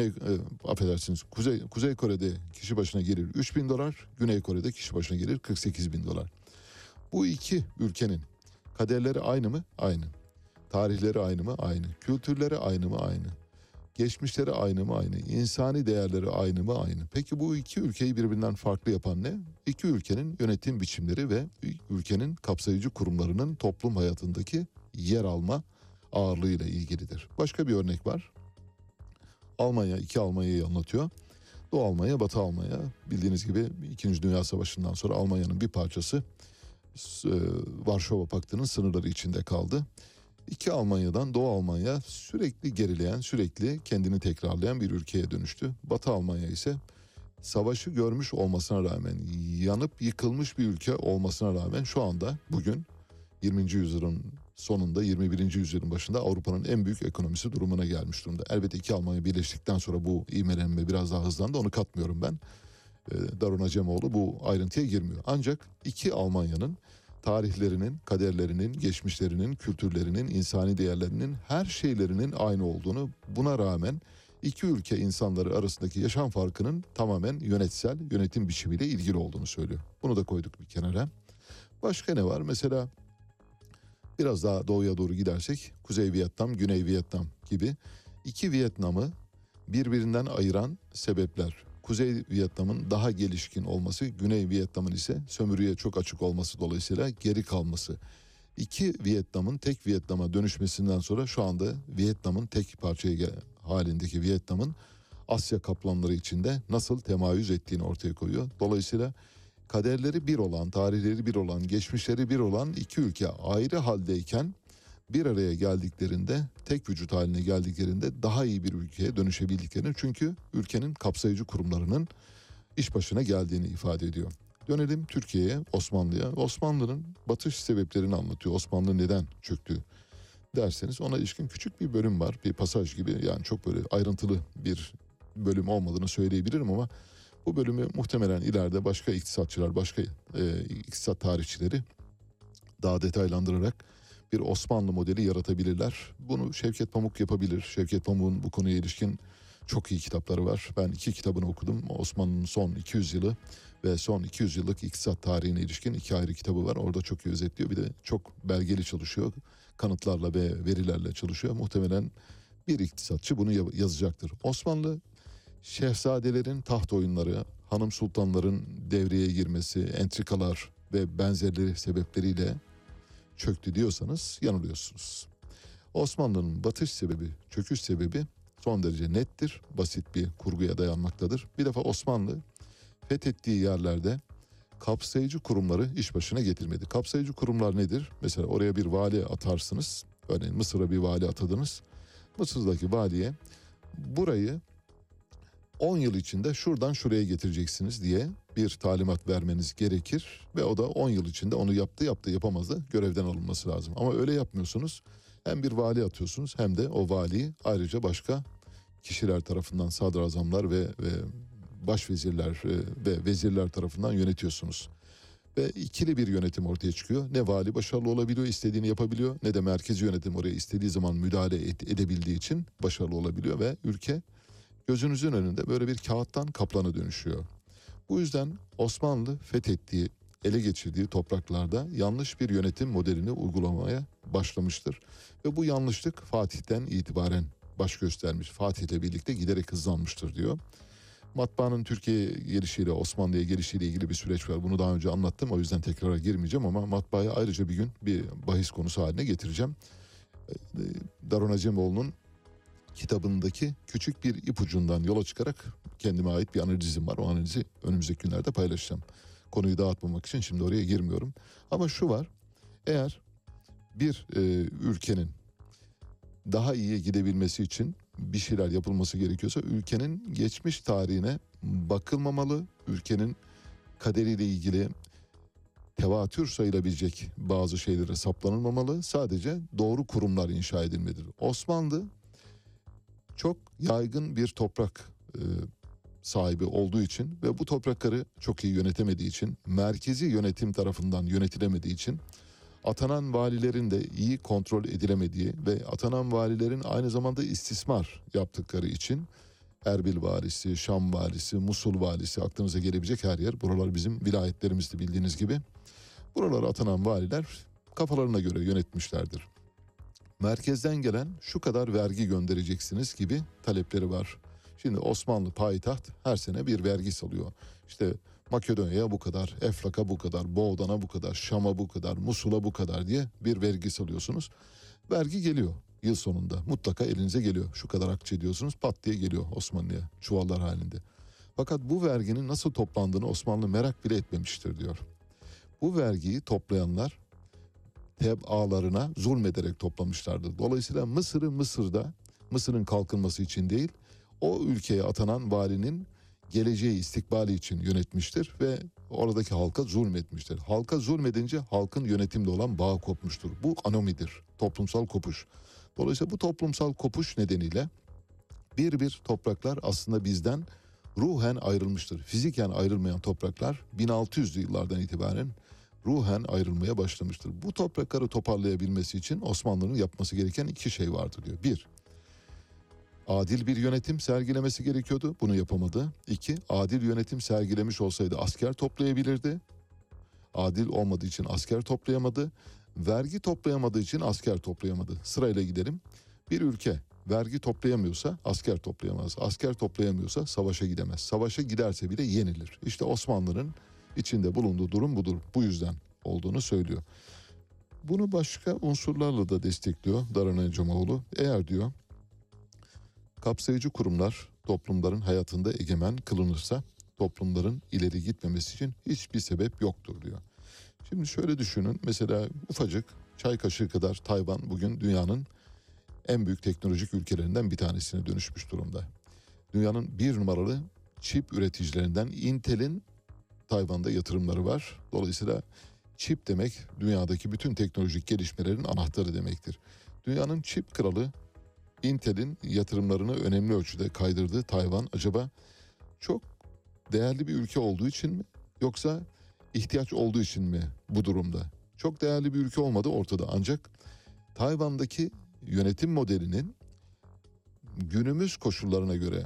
B: Kuzey Kore'de kişi başına gelir 3 bin dolar. Güney Kore'de kişi başına gelir 48 bin dolar. Bu iki ülkenin kaderleri aynı mı? Aynı. Tarihleri aynı mı? Aynı. Kültürleri aynı mı? Aynı. Geçmişleri aynı mı aynı? İnsani değerleri aynı mı aynı? Peki bu iki ülkeyi birbirinden farklı yapan ne? İki ülkenin yönetim biçimleri ve ülkenin kapsayıcı kurumlarının toplum hayatındaki yer alma ağırlığıyla ilgilidir. Başka bir örnek var. Almanya, iki Almanya'yı anlatıyor. Doğu Almanya, Batı Almanya. Bildiğiniz gibi 2. Dünya Savaşı'ndan sonra Almanya'nın bir parçası Varşova Paktı'nın sınırları içinde kaldı. İki Almanya'dan Doğu Almanya sürekli gerileyen, sürekli kendini tekrarlayan bir ülkeye dönüştü. Batı Almanya ise savaşı görmüş olmasına rağmen, yanıp yıkılmış bir ülke olmasına rağmen şu anda bugün 20. yüzyılın sonunda 21. yüzyılın başında Avrupa'nın en büyük ekonomisi durumuna gelmiş durumda. Elbette iki Almanya birleştikten sonra bu ivmelenme biraz daha hızlandı, onu katmıyorum ben. Darun Acemoğlu bu ayrıntıya girmiyor. Ancak iki Almanya'nın tarihlerinin, kaderlerinin, geçmişlerinin, kültürlerinin, insani değerlerinin, her şeylerinin aynı olduğunu, buna rağmen iki ülke insanları arasındaki yaşam farkının tamamen yönetsel, yönetim biçimiyle ilgili olduğunu söylüyor. Bunu da koyduk bir kenara. Başka ne var? Mesela biraz daha doğuya doğru gidersek Kuzey Vietnam, Güney Vietnam gibi iki Vietnam'ı birbirinden ayıran sebepler. Kuzey Vietnam'ın daha gelişkin olması, Güney Vietnam'ın ise sömürüye çok açık olması dolayısıyla geri kalması. İki Vietnam'ın tek Vietnam'a dönüşmesinden sonra şu anda Vietnam'ın tek parçaya halindeki Vietnam'ın Asya kaplanları içinde nasıl temayüz ettiğini ortaya koyuyor. Dolayısıyla kaderleri bir olan, tarihleri bir olan, geçmişleri bir olan iki ülke ayrı haldeyken bir araya geldiklerinde, tek vücut haline geldiklerinde daha iyi bir ülkeye dönüşebildiklerini, çünkü ülkenin kapsayıcı kurumlarının iş başına geldiğini ifade ediyor. Dönelim Türkiye'ye, Osmanlı'ya. Osmanlı'nın batış sebeplerini anlatıyor. Osmanlı neden çöktü derseniz ona ilişkin küçük bir bölüm var. Bir pasaj gibi, yani çok böyle ayrıntılı bir bölüm olmadığını söyleyebilirim ama bu bölümü muhtemelen ileride başka iktisatçılar, başka iktisat tarihçileri daha detaylandırarak bir Osmanlı modeli yaratabilirler. Bunu Şevket Pamuk yapabilir. Şevket Pamuk'un bu konuya ilişkin çok iyi kitapları var. Ben 2 kitabını okudum. Osmanlı'nın son 200 yılı ve son 200 yıllık iktisat tarihine ilişkin 2 ayrı kitabı var. Orada çok iyi özetliyor. Bir de çok belgeli çalışıyor. Kanıtlarla ve verilerle çalışıyor. Muhtemelen bir iktisatçı bunu yazacaktır. Osmanlı, şehzadelerin taht oyunları, hanım sultanların devreye girmesi, entrikalar ve benzerleri sebepleriyle çöktü diyorsanız yanılıyorsunuz. Osmanlı'nın batış sebebi, çöküş sebebi son derece nettir, basit bir kurguya dayanmaktadır. Bir defa Osmanlı fethettiği yerlerde kapsayıcı kurumları iş başına getirmedi. Kapsayıcı kurumlar nedir? Mesela oraya bir vali atarsınız. Örneğin Mısır'a bir vali atadınız. Mısır'daki valiye burayı 10 yıl içinde şuradan şuraya getireceksiniz diye bir talimat vermeniz gerekir ve o da 10 yıl içinde onu yaptı yapamazdı, görevden alınması lazım. Ama öyle yapmıyorsunuz. Hem bir vali atıyorsunuz hem de o valiyi ayrıca başka kişiler tarafından, sadrazamlar ve başvezirler ve vezirler tarafından yönetiyorsunuz. Ve ikili bir yönetim ortaya çıkıyor. Ne vali başarılı olabiliyor, istediğini yapabiliyor, ne de merkezi yönetim oraya istediği zaman müdahale edebildiği için başarılı olabiliyor ve ülke gözünüzün önünde böyle bir kağıttan kaplana dönüşüyor. Bu yüzden Osmanlı fethettiği, ele geçirdiği topraklarda yanlış bir yönetim modelini uygulamaya başlamıştır. Ve bu yanlışlık Fatih'ten itibaren baş göstermiş. Fatih'le birlikte giderek hızlanmıştır diyor. Matbaanın Türkiye'ye gelişiyle, Osmanlı'ya gelişiyle ilgili bir süreç var. Bunu daha önce anlattım, o yüzden tekrara girmeyeceğim ama matbaayı ayrıca bir gün bir bahis konusu haline getireceğim. Darun Acemoğlu'nun kitabındaki küçük bir ipucundan yola çıkarak kendime ait bir analizim var. O analizi önümüzdeki günlerde paylaşacağım. Konuyu dağıtmamak için şimdi oraya girmiyorum. Ama şu var, eğer bir ülkenin daha iyiye gidebilmesi için bir şeyler yapılması gerekiyorsa ülkenin geçmiş tarihine bakılmamalı. Ülkenin kaderiyle ilgili tevatür sayılabilecek bazı şeylere saplanılmamalı. Sadece doğru kurumlar inşa edilmelidir. Osmanlı çok yaygın bir toprak sahibi olduğu için ve bu toprakları çok iyi yönetemediği için, merkezi yönetim tarafından yönetilemediği için, atanan valilerin de iyi kontrol edilemediği ve atanan valilerin aynı zamanda istismar yaptıkları için Erbil valisi, Şam valisi, Musul valisi, aklınıza gelebilecek her yer, buralar bizim vilayetlerimizdi bildiğiniz gibi. Buralara atanan valiler kafalarına göre yönetmişlerdir. merkezden gelen şu kadar vergi göndereceksiniz gibi talepleri var. Şimdi Osmanlı payitaht her sene bir vergi salıyor. İşte Makedonya'ya bu kadar, Eflak'a bu kadar, Boğdan'a bu kadar, Şam'a bu kadar, Musul'a bu kadar diye bir vergi salıyorsunuz. Vergi geliyor yıl sonunda. Mutlaka elinize geliyor. Şu kadar akçe diyorsunuz, pat diye geliyor Osmanlı'ya çuvallar halinde. Fakat bu verginin nasıl toplandığını Osmanlı merak bile etmemiştir diyor. Bu vergiyi toplayanlar tebaalarına zulmederek toplamışlardır. Dolayısıyla Mısır'ın kalkınması için değil, o ülkeye atanan valinin geleceği, istikbali için yönetmiştir ve oradaki halka zulmetmiştir. Halka zulmedince halkın yönetimde olan bağı kopmuştur. Bu anomidir, toplumsal kopuş. Dolayısıyla bu toplumsal kopuş nedeniyle bir topraklar aslında bizden ruhen ayrılmıştır. Fiziken ayrılmayan topraklar 1600'lü yıllardan itibaren ruhen ayrılmaya başlamıştır. Bu toprakları toparlayabilmesi için Osmanlı'nın yapması gereken iki şey vardı diyor. Bir, adil bir yönetim sergilemesi gerekiyordu. Bunu yapamadı. İki, adil yönetim sergilemiş olsaydı asker toplayabilirdi. Adil olmadığı için asker toplayamadı. Vergi toplayamadığı için asker toplayamadı. Sırayla gidelim. Bir ülke vergi toplayamıyorsa asker toplayamaz. Asker toplayamıyorsa savaşa gidemez. Savaşa giderse bile yenilir. İşte Osmanlı'nın içinde bulunduğu durum budur. Bu yüzden olduğunu söylüyor. Bunu başka unsurlarla da destekliyor Daron Acemoğlu. Eğer diyor kapsayıcı kurumlar toplumların hayatında egemen kılınırsa toplumların ileri gitmemesi için hiçbir sebep yoktur diyor. Şimdi şöyle düşünün, mesela ufacık çay kaşığı kadar Tayvan bugün dünyanın en büyük teknolojik ülkelerinden bir tanesine dönüşmüş durumda. Dünyanın bir numaralı çip üreticilerinden Intel'in Tayvan'da yatırımları var. Dolayısıyla çip demek dünyadaki bütün teknolojik gelişmelerin anahtarı demektir. Dünyanın çip kralı Intel'in yatırımlarını önemli ölçüde kaydırdığı Tayvan acaba çok değerli bir ülke olduğu için mi yoksa ihtiyaç olduğu için mi bu durumda? Çok değerli bir ülke olmadığı ortada, ancak Tayvan'daki yönetim modelinin günümüz koşullarına göre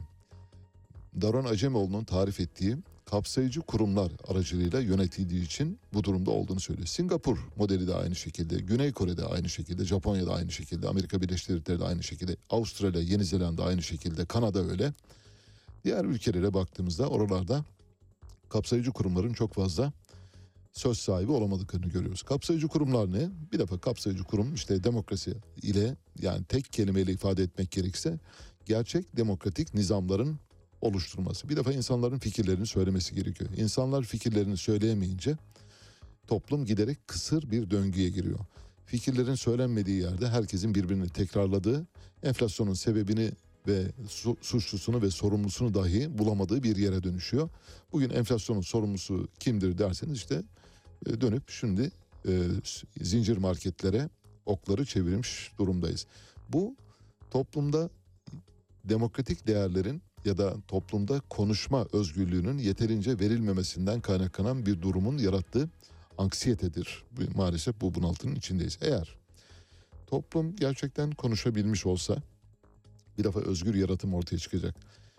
B: Daron Acemoğlu'nun tarif ettiği kapsayıcı kurumlar aracılığıyla yönetildiği için bu durumda olduğunu söylüyor. Singapur modeli de aynı şekilde, Güney Kore'de aynı şekilde, Japonya'da aynı şekilde, Amerika Birleşik Devletleri de aynı şekilde, Avustralya, Yeni Zelanda aynı şekilde, Kanada öyle. Diğer ülkelere baktığımızda oralarda kapsayıcı kurumların çok fazla söz sahibi olamadıklarını görüyoruz. Kapsayıcı kurumlar ne? Bir defa kapsayıcı kurum işte demokrasi ile, yani tek kelimeyle ifade etmek gerekirse gerçek demokratik nizamların oluşturması. Bir defa insanların fikirlerini söylemesi gerekiyor. İnsanlar fikirlerini söyleyemeyince toplum giderek kısır bir döngüye giriyor. Fikirlerin söylenmediği yerde herkesin birbirini tekrarladığı, enflasyonun sebebini ve suçlusunu ve sorumlusunu dahi bulamadığı bir yere dönüşüyor. Bugün enflasyonun sorumlusu kimdir derseniz işte dönüp şimdi zincir marketlere okları çevirmiş durumdayız. Bu toplumda demokratik değerlerin ya da toplumda konuşma özgürlüğünün yeterince verilmemesinden kaynaklanan bir durumun yarattığı anksiyetedir. Maalesef bu bunaltının içindeyiz. Eğer toplum gerçekten konuşabilmiş olsa bir defa özgür yaratım ortaya çıkacak.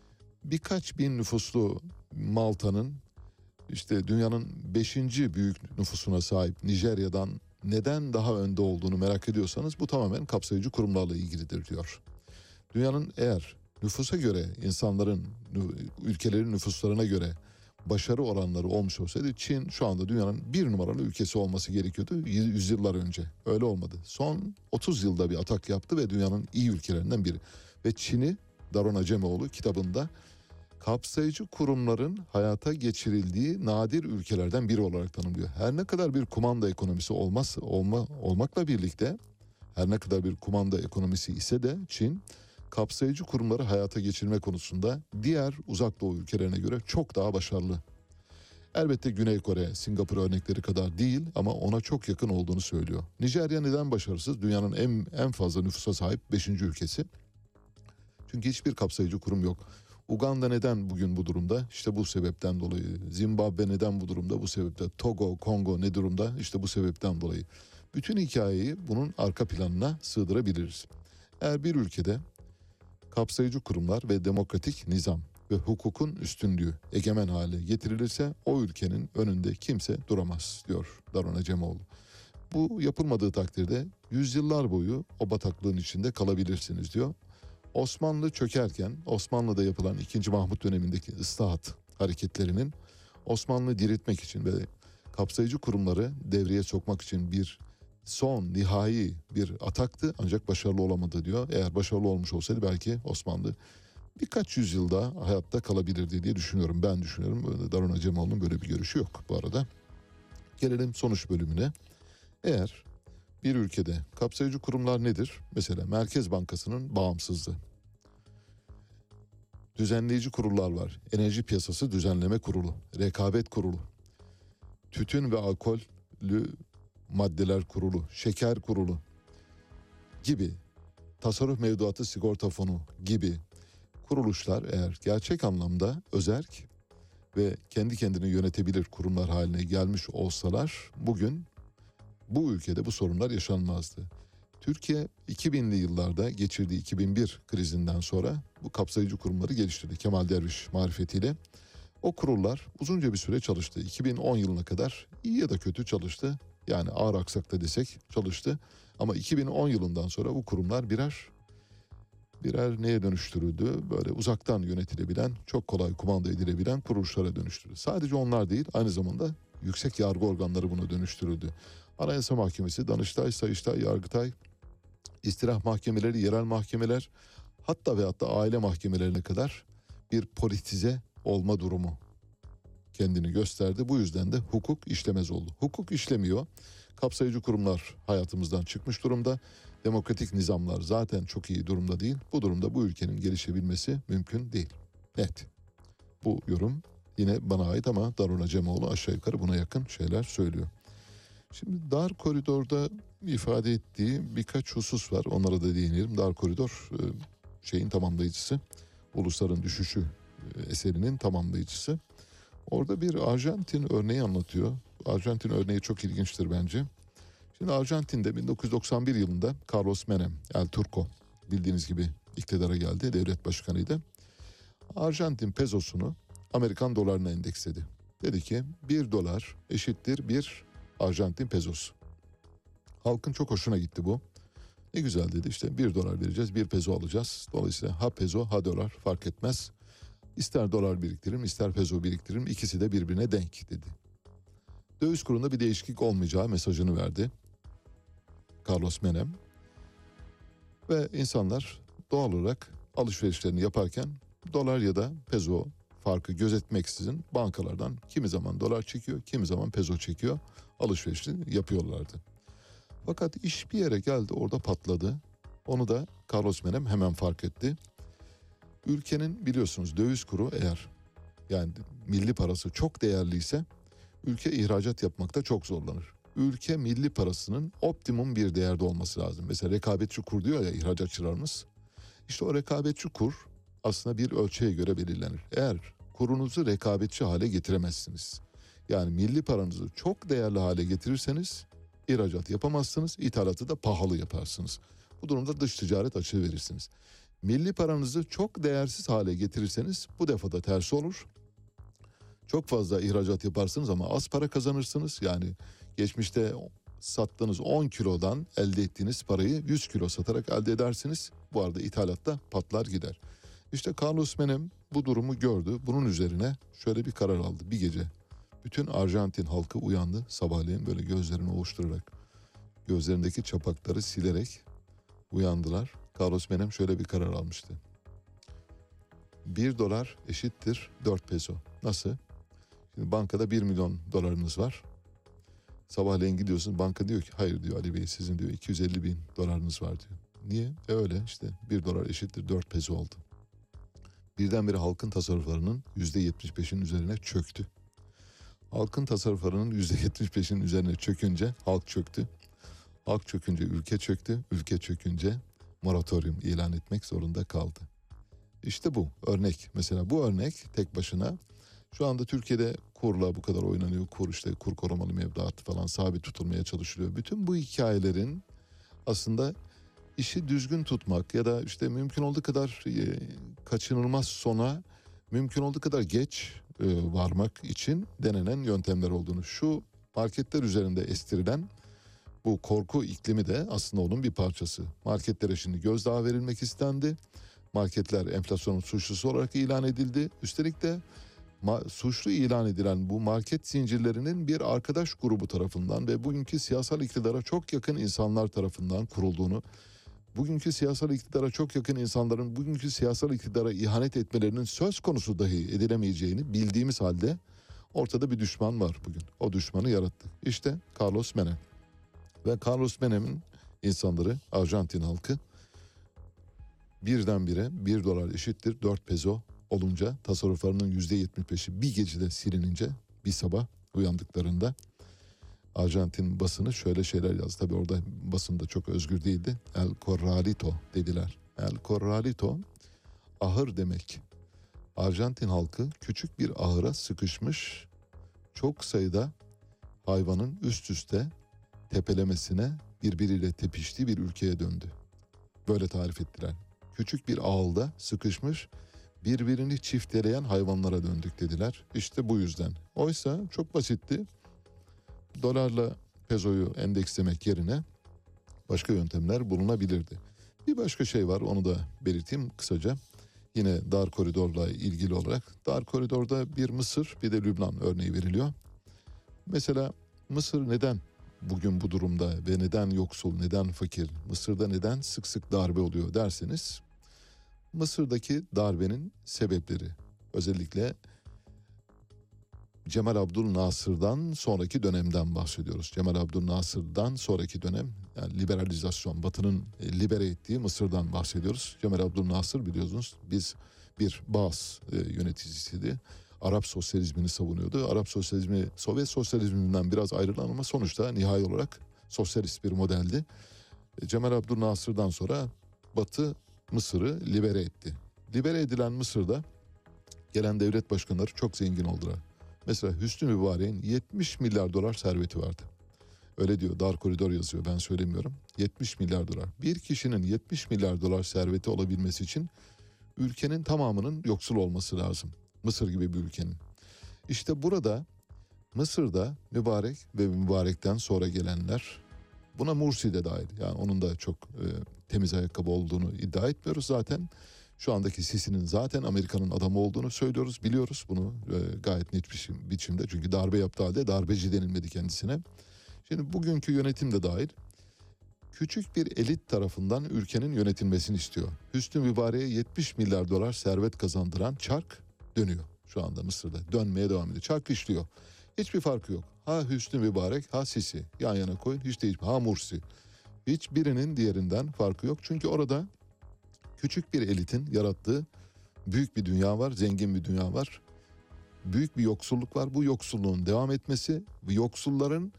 B: Birkaç bin nüfuslu Malta'nın işte dünyanın 5. büyük nüfusuna sahip Nijerya'dan neden daha önde olduğunu merak ediyorsanız bu tamamen kapsayıcı kurumlarla ilgilidir diyor. Dünyanın eğer nüfusa göre insanların, ülkelerin nüfuslarına göre başarı oranları olmuş olsaydı Çin şu anda dünyanın bir numaralı ülkesi olması gerekiyordu yüzyıllar önce. Öyle olmadı. Son 30 yılda bir atak yaptı ve dünyanın iyi ülkelerinden biri. Ve Çin'i Daron Acemoğlu kitabında kapsayıcı kurumların hayata geçirildiği nadir ülkelerden biri olarak tanımlıyor. Her ne kadar bir kumanda ekonomisi olmakla birlikte, her ne kadar bir kumanda ekonomisi ise de Çin kapsayıcı kurumları hayata geçirme konusunda diğer uzak doğu ülkelerine göre çok daha başarılı. Elbette Güney Kore, Singapur örnekleri kadar değil ama ona çok yakın olduğunu söylüyor. Nijerya neden başarısız? Dünyanın en fazla nüfusa sahip 5. ülkesi. Çünkü hiçbir kapsayıcı kurum yok. Uganda neden bugün bu durumda? İşte bu sebepten dolayı. Zimbabwe neden bu durumda? Bu sebepten. Togo, Kongo ne durumda? İşte bu sebepten dolayı. Bütün hikayeyi bunun arka planına sığdırabiliriz. Eğer bir ülkede kapsayıcı kurumlar ve demokratik nizam ve hukukun üstünlüğü egemen hale getirilirse o ülkenin önünde kimse duramaz diyor Daron Acemoğlu. Bu yapılmadığı takdirde yüzyıllar boyu o bataklığın içinde kalabilirsiniz diyor. Osmanlı çökerken Osmanlı'da yapılan 2. Mahmut dönemindeki ıslahat hareketlerinin Osmanlı diriltmek için ve kapsayıcı kurumları devreye sokmak için bir son nihai bir ataktı, ancak başarılı olamadı diyor. Eğer başarılı olmuş olsaydı belki Osmanlı birkaç yüzyıl daha hayatta kalabilirdi diye düşünüyorum. Ben düşünüyorum. Darun Acemoğlu'nun böyle bir görüşü yok bu arada. Gelelim sonuç bölümüne. Eğer bir ülkede kapsayıcı kurumlar nedir? Mesela Merkez Bankası'nın bağımsızlığı. Düzenleyici kurullar var. Enerji Piyasası Düzenleme Kurulu, Rekabet Kurulu, Tütün ve Alkollü Maddeler Kurulu, Şeker Kurulu gibi, Tasarruf Mevduatı Sigorta Fonu gibi kuruluşlar eğer gerçek anlamda özerk ve kendi kendini yönetebilir kurumlar haline gelmiş olsalar bugün bu ülkede bu sorunlar yaşanmazdı. Türkiye 2000'li yıllarda geçirdiği 2001 krizinden sonra bu kapsayıcı kurumları geliştirdi Kemal Derviş marifetiyle. O kurullar uzunca bir süre çalıştı. 2010 yılına kadar iyi ya da kötü çalıştı. Yani ağır aksakta desek çalıştı. Ama 2010 yılından sonra bu kurumlar birer neye dönüştürüldü? Böyle uzaktan yönetilebilen, çok kolay kumanda edilebilen kuruluşlara dönüştürüldü. Sadece onlar değil, aynı zamanda yüksek yargı organları buna dönüştürüldü. Anayasa Mahkemesi, Danıştay, Sayıştay, Yargıtay, İstirah Mahkemeleri, yerel mahkemeler, hatta ve hatta aile mahkemelerine kadar bir politize olma durumu kendini gösterdi. Bu yüzden de hukuk işlemez oldu. Hukuk işlemiyor. Kapsayıcı kurumlar hayatımızdan çıkmış durumda. Demokratik nizamlar zaten çok iyi durumda değil. Bu durumda bu ülkenin gelişebilmesi mümkün değil. Net. Bu yorum yine bana ait ama Darun Acemoğlu aşağı yukarı buna yakın şeyler söylüyor. Şimdi dar koridorda ifade ettiği birkaç husus var. Onlara da değinelim. Dar koridor şeyin tamamlayıcısı. Ulusların Düşüşü eserinin tamamlayıcısı. Orada bir Arjantin örneği anlatıyor. Arjantin örneği çok ilginçtir bence. Şimdi Arjantin'de 1991 yılında Carlos Menem, El Turco bildiğiniz gibi iktidara geldi, devlet başkanıydı. Arjantin pezosunu Amerikan dolarına endeksledi. Dedi ki 1 dolar eşittir 1 Arjantin pezosu. Halkın çok hoşuna gitti bu. Ne güzel dedi, işte 1 dolar vereceğiz, 1 pezo alacağız. Dolayısıyla ha pezo ha dolar fark etmez. İster dolar biriktiririm ister pezo biriktiririm, ikisi de birbirine denk dedi. Döviz kurunda bir değişiklik olmayacağı mesajını verdi Carlos Menem. Ve insanlar doğal olarak alışverişlerini yaparken dolar ya da pezo farkı gözetmeksizin bankalardan kimi zaman dolar çekiyor, kimi zaman pezo çekiyor, alışverişini yapıyorlardı. Fakat iş bir yere geldi, orada patladı. Onu da Carlos Menem hemen fark etti. Ülkenin biliyorsunuz döviz kuru eğer yani milli parası çok değerliyse ülke ihracat yapmakta çok zorlanır. Ülke milli parasının optimum bir değerde olması lazım. Mesela rekabetçi kur diyor ya ihracatçılarımız. İşte o rekabetçi kur aslında bir ölçüye göre belirlenir. Eğer kurunuzu rekabetçi hale getiremezsiniz, yani milli paranızı çok değerli hale getirirseniz ihracat yapamazsınız, ithalatı da pahalı yaparsınız. Bu durumda dış ticaret açığı verirsiniz. Milli paranızı çok değersiz hale getirirseniz bu defa da tersi olur. Çok fazla ihracat yaparsınız ama az para kazanırsınız. Yani geçmişte sattığınız 10 kilodan elde ettiğiniz parayı 100 kilo satarak elde edersiniz. Bu arada ithalatta patlar gider. İşte Carlos Menem bu durumu gördü. Bunun üzerine şöyle bir karar aldı. Bir gece bütün Arjantin halkı uyandı. Sabahleyin böyle gözlerini ovuşturarak, gözlerindeki çapakları silerek uyandılar. Carlos Menem şöyle bir karar almıştı. 1 dolar eşittir 4 peso. Nasıl? Şimdi bankada 1 milyon dolarınız var. Sabahleyin gidiyorsun, banka diyor ki hayır diyor Ali Bey, sizin diyor 250 bin dolarınız var diyor. Niye? Öyle işte 1 dolar eşittir 4 peso oldu. Birdenbire halkın tasarruflarının %75'in üzerine çöktü. Halkın tasarruflarının %75'in üzerine çökünce halk çöktü. Halk çökünce ülke çöktü. Ülke çökünce moratorium ilan etmek zorunda kaldı. İşte bu örnek. Mesela bu örnek tek başına şu anda Türkiye'de kurla bu kadar oynanıyor. Kur işte kur korumalı mevduat falan sabit tutulmaya çalışılıyor. Bütün bu hikayelerin aslında işi düzgün tutmak ya da işte mümkün olduğu kadar kaçınılmaz sona mümkün olduğu kadar geç varmak için denenen yöntemler olduğunu, şu marketler üzerinde estirilen Bu korku iklimi de aslında onun bir parçası. Marketlere şimdi gözdağı verilmek istendi. Marketler enflasyonun suçlusu olarak ilan edildi. Üstelik de suçlu ilan edilen bu market zincirlerinin bir arkadaş grubu tarafından ve bugünkü siyasal iktidara çok yakın insanlar tarafından kurulduğunu, bugünkü siyasal iktidara çok yakın insanların bugünkü siyasal iktidara ihanet etmelerinin söz konusu dahi edilemeyeceğini bildiğimiz halde ortada bir düşman var bugün. O düşmanı yarattık. İşte Carlos Menem. Ve Carlos Menem'in insanları, Arjantin halkı birdenbire 1 dolar eşittir 4 peso olunca, tasarruflarının %75'i bir gecede silinince, bir sabah uyandıklarında Arjantin basını şöyle şeyler yazdı. Tabii orada basın da çok özgür değildi. El Corralito dediler. El Corralito ahır demek. Arjantin halkı küçük bir ahıra sıkışmış, çok sayıda hayvanın üst üste tepelemesine, birbiriyle tepiştiği bir ülkeye döndü. Böyle tarif ettiler. Küçük bir ağılda sıkışmış, birbirini çifteleyen hayvanlara döndük dediler. İşte bu yüzden. Oysa çok basitti. Dolarla pezoyu endekslemek yerine başka yöntemler bulunabilirdi. Bir başka şey var, onu da belirteyim kısaca. Yine dar koridorla ilgili olarak. Dar koridorda bir Mısır, bir de Lübnan örneği veriliyor. Mesela Mısır neden bugün bu durumda ve neden yoksul, neden fakir? Mısır'da neden sık sık darbe oluyor derseniz, Mısır'daki darbenin sebepleri özellikle Cemal Abdülnasır'dan sonraki dönemden bahsediyoruz. Cemal Abdülnasır'dan sonraki dönem, yani liberalizasyon, Batı'nın libere ettiği Mısır'dan bahsediyoruz. Cemal Abdülnasır biliyorsunuz bir Baas yöneticisiydi. Arap sosyalizmini savunuyordu. Arap sosyalizmi Sovyet sosyalizminden biraz ayrılan ama sonuçta nihai olarak sosyalist bir modeldi. Cemal Abdülnasır'dan sonra Batı Mısır'ı libere etti. Libere edilen Mısır'da gelen devlet başkanları çok zengin oldular. Mesela Hüsnü Mübarek'in 70 milyar dolar serveti vardı. Öyle diyor, dar koridor yazıyor, ben söylemiyorum. 70 milyar dolar. Bir kişinin 70 milyar dolar serveti olabilmesi için ülkenin tamamının yoksul olması lazım. Mısır gibi bir ülkenin. İşte burada Mısır'da Mübarek ve Mübarek'ten sonra gelenler, buna Mursi de dahil, yani onun da çok temiz ayakkabı olduğunu iddia etmiyoruz zaten. Şu andaki Sisi'nin zaten Amerika'nın adamı olduğunu söylüyoruz, biliyoruz bunu gayet net bir biçimde. Çünkü darbe yaptığı halde darbeci denilmedi kendisine. Şimdi bugünkü yönetim de dahil küçük bir elit tarafından ülkenin yönetilmesini istiyor. Hüsnü Mübarek'e 70 milyar dolar servet kazandıran çark dönüyor şu anda Mısır'da. Dönmeye devam ediyor. Çark işliyor. Hiçbir farkı yok. Ha Hüsnü Mübarek, ha Sisi. Yan yana koyun, hiç değişmiyor. Ha Mursi. Hiçbirinin diğerinden farkı yok. Çünkü orada küçük bir elitin yarattığı büyük bir dünya var, zengin bir dünya var. Büyük bir yoksulluk var. Bu yoksulluğun devam etmesi, bu yoksulların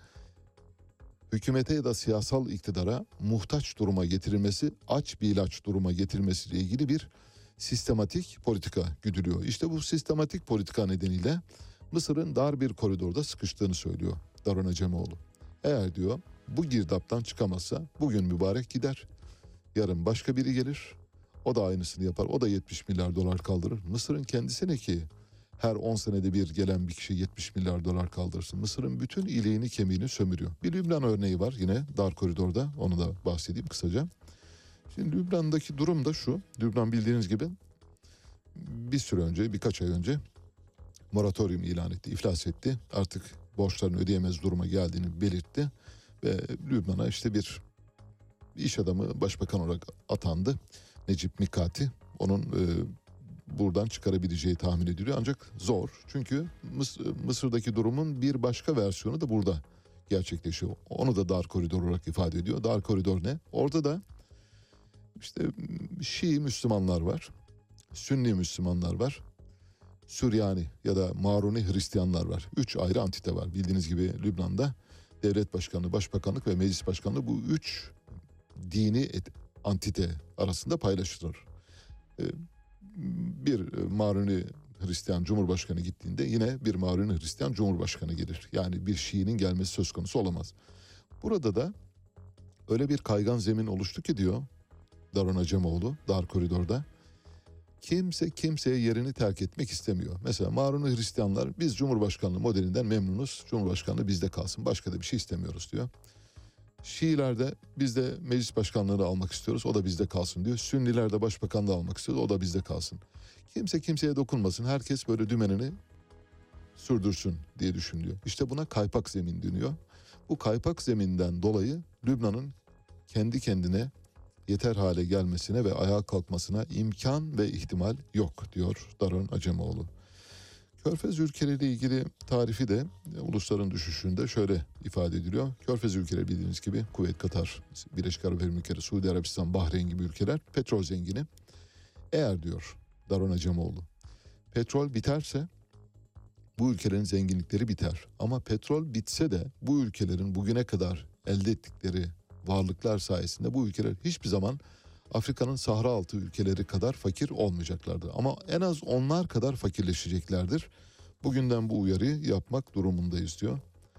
B: hükümete ya da siyasal iktidara muhtaç duruma getirilmesi, aç bir ilaç duruma getirilmesiyle ilgili bir sistematik politika güdülüyor. İşte bu sistematik politika nedeniyle Mısır'ın dar bir koridorda sıkıştığını söylüyor Daron Acemoğlu. Eğer diyor bu girdaptan çıkamazsa bugün Mübarek gider, yarın başka biri gelir, o da aynısını yapar, o da 70 milyar dolar kaldırır. Mısır'ın kendisine ki her 10 senede bir gelen bir kişi 70 milyar dolar kaldırsın. Mısır'ın bütün iliğini kemiğini sömürüyor. Bir Lübnan örneği var yine dar koridorda, onu da bahsedeyim kısaca. Şimdi Lübnan'daki durum da şu. Lübnan bildiğiniz gibi bir süre önce, birkaç ay önce moratorium ilan etti, iflas etti. Artık borçlarını ödeyemez duruma geldiğini belirtti. Ve Lübnan'a işte bir iş adamı başbakan olarak atandı. Necip Mikati. Onun buradan çıkarabileceği tahmin ediliyor. Ancak zor. Çünkü Mısır'daki durumun bir başka versiyonu da burada gerçekleşiyor. Onu da dar koridor olarak ifade ediyor. Dar koridor ne? Orada da işte Şii Müslümanlar var. Sünni Müslümanlar var. Süryani ya da Maruni Hristiyanlar var. 3 ayrı antite var. Bildiğiniz gibi Lübnan'da devlet başkanlığı, başbakanlık ve meclis başkanlığı bu 3 dini antite arasında paylaşılır. Bir Maruni Hristiyan Cumhurbaşkanı gittiğinde yine bir Maruni Hristiyan Cumhurbaşkanı gelir. Yani bir Şii'nin gelmesi söz konusu olamaz. Burada da öyle bir kaygan zemin oluştu ki diyor Daron Acemoğlu dar koridorda. Kimse kimseye yerini terk etmek istemiyor. Mesela Maruni Hristiyanlar biz Cumhurbaşkanlığı modelinden memnunuz. Cumhurbaşkanlığı bizde kalsın. Başka da bir şey istemiyoruz diyor. Şiiler de biz de meclis başkanlığını almak istiyoruz, o da bizde kalsın diyor. Sünniler de başbakanlığı almak istiyor, o da bizde kalsın. Kimse kimseye dokunmasın, herkes böyle dümenini sürdürsün diye düşünüyor. İşte buna kaypak zemin deniyor. Bu kaypak zeminden dolayı Lübnan'ın kendi kendine yeter hale gelmesine ve ayağa kalkmasına imkan ve ihtimal yok diyor Daron Acemoğlu. Körfez ülkeleriyle ilgili tarifi de ulusların düşüşünde şöyle ifade ediliyor. Körfez ülkeleri bildiğiniz gibi Kuveyt, Katar, Birleşik Arap Emirlikleri, Suudi Arabistan, Bahreyn gibi ülkeler petrol zengini. Eğer diyor Daron Acemoğlu, petrol biterse bu ülkelerin zenginlikleri biter. Ama petrol bitse de bu ülkelerin bugüne kadar elde ettikleri varlıklar sayesinde bu ülkeler hiçbir zaman Afrika'nın Sahra altı ülkeleri kadar fakir olmayacaklardır. Ama en az onlar kadar fakirleşeceklerdir. Bugünden bu uyarıyı yapmak durumundayız diyor.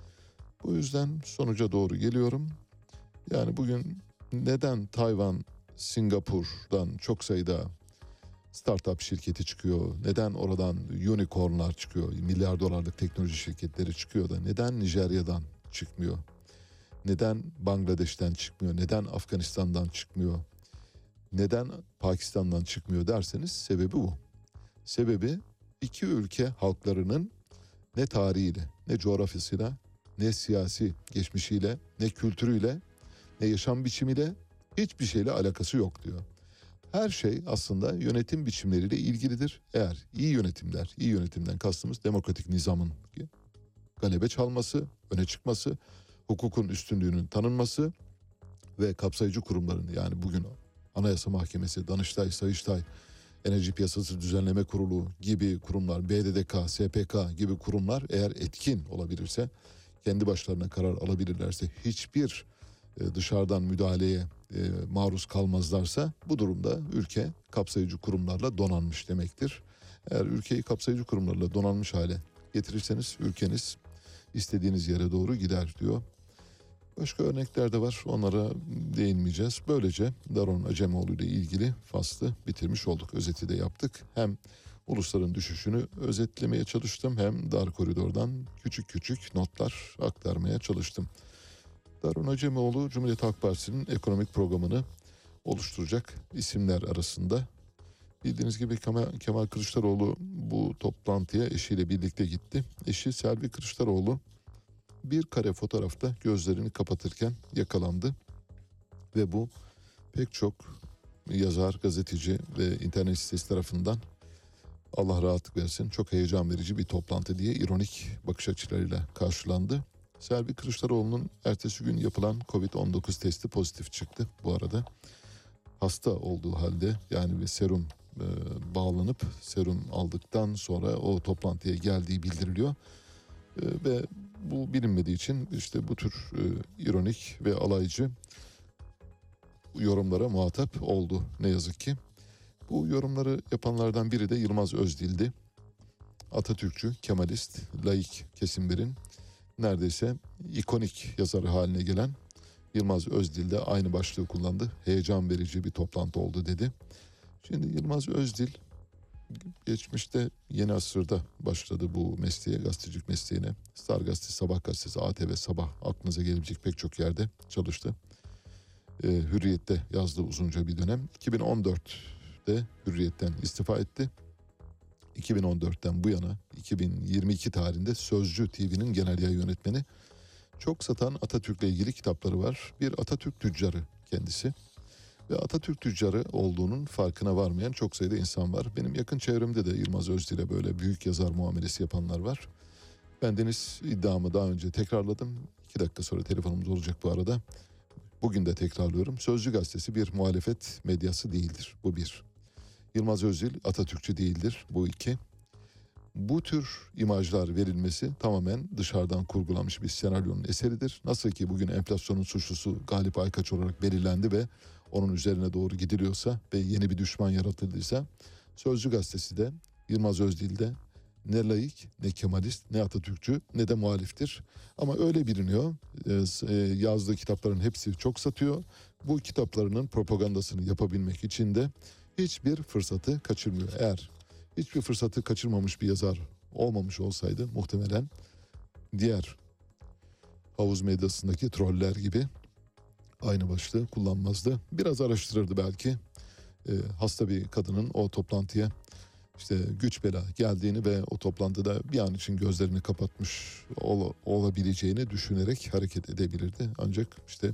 B: Bu yüzden sonuca doğru geliyorum. Yani bugün neden Tayvan, Singapur'dan çok sayıda startup şirketi çıkıyor? Neden oradan unicornlar çıkıyor? Milyar dolarlık teknoloji şirketleri çıkıyor da neden Nijerya'dan çıkmıyor? Neden Bangladeş'ten çıkmıyor? Neden Afganistan'dan çıkmıyor? Neden Pakistan'dan çıkmıyor derseniz sebebi bu. Sebebi iki ülke halklarının ne tarihiyle, ne coğrafyasıyla, ne siyasi geçmişiyle, ne kültürüyle, ne yaşam biçimiyle hiçbir şeyle alakası yok diyor. Her şey aslında yönetim biçimleriyle ilgilidir. Eğer iyi yönetimler, iyi yönetimden kastımız demokratik nizamın galebe çalması, öne çıkması, hukukun üstünlüğünün tanınması ve kapsayıcı kurumların, yani bugün Anayasa Mahkemesi, Danıştay, Sayıştay, Enerji Piyasası Düzenleme Kurulu gibi kurumlar, BDDK, SPK gibi kurumlar eğer etkin olabilirse, kendi başlarına karar alabilirlerse, hiçbir dışarıdan müdahaleye maruz kalmazlarsa bu durumda ülke kapsayıcı kurumlarla donanmış demektir. Eğer ülkeyi kapsayıcı kurumlarla donanmış hale getirirseniz ülkeniz istediğiniz yere doğru gider diyor. Başka örnekler de var, onlara değinmeyeceğiz. Böylece Daron Acemoğlu ile ilgili faslı bitirmiş olduk. Özeti de yaptık. Hem ulusların düşüşünü özetlemeye çalıştım, hem dar koridordan küçük küçük notlar aktarmaya çalıştım. Daron Acemoğlu Cumhuriyet Halk Partisi'nin ekonomik programını oluşturacak isimler arasında. Bildiğiniz gibi Kemal Kılıçdaroğlu bu toplantıya eşiyle birlikte gitti. Eşi Selvi Kılıçdaroğlu bir kare fotoğrafta gözlerini kapatırken yakalandı. Ve bu pek çok yazar, gazeteci ve internet sitesi tarafından, Allah rahatlık versin, çok heyecan verici bir toplantı diye ironik bakış açılarıyla karşılandı. Selvi Kılıçdaroğlu'nun ertesi gün yapılan Covid-19 testi pozitif çıktı bu arada. Hasta olduğu halde, yani bir serum bağlanıp serum aldıktan sonra o toplantıya geldiği bildiriliyor. Ve bu bilinmediği için işte bu tür ironik ve alaycı yorumlara muhatap oldu ne yazık ki. Bu yorumları yapanlardan biri de Yılmaz Özdil'di. Atatürkçü, Kemalist, laik kesimlerin neredeyse ikonik yazarı haline gelen Yılmaz Özdil de aynı başlığı kullandı. Heyecan verici bir toplantı oldu dedi. Şimdi Yılmaz Özdil geçmişte Yeni Asır'da başladı bu mesleğe, gazetecilik mesleğine. Star Gazetesi, Sabah Gazetesi, ATV, Sabah, aklınıza gelebilecek pek çok yerde çalıştı. Hürriyet'te yazdı uzunca bir dönem. 2014'te Hürriyet'ten istifa etti. 2014'ten bu yana 2022 tarihinde Sözcü TV'nin genel yayın yönetmeni. Çok satan Atatürk'le ilgili kitapları var. Bir Atatürk tüccarı kendisi. Ve Atatürk tüccarı olduğunun farkına varmayan çok sayıda insan var. Benim yakın çevremde de Yılmaz Özdil'e böyle büyük yazar muamelesi yapanlar var. Bendeniz iddiamı daha önce tekrarladım. 2 dakika sonra telefonumuz olacak bu arada. Bugün de tekrarlıyorum. Sözcü gazetesi bir muhalefet medyası değildir. Bu bir. Yılmaz Özdil Atatürkçü değildir. Bu iki. Bu tür imajlar verilmesi tamamen dışarıdan kurgulanmış bir senaryonun eseridir. Nasıl ki bugün enflasyonun suçlusu Galip Aykaç olarak belirlendi ve onun üzerine doğru gidiliyorsa ve yeni bir düşman yaratıldıysa, Sözcü gazetesi de Yılmaz Özdil de ne laik, ne Kemalist, ne Atatürkçü, ne de muhaliftir. Ama öyle biliniyor. Yazdığı kitapların hepsi çok satıyor. Bu kitaplarının propagandasını yapabilmek için de hiçbir fırsatı kaçırmıyor. Eğer hiçbir fırsatı kaçırmamış bir yazar olmamış olsaydı muhtemelen diğer havuz medyasındaki troller gibi aynı başlığı kullanmazdı. Biraz araştırırdı belki. Hasta bir kadının o toplantıya işte güç bela geldiğini ve o toplantıda bir an için gözlerini kapatmış olabileceğini düşünerek hareket edebilirdi. Ancak işte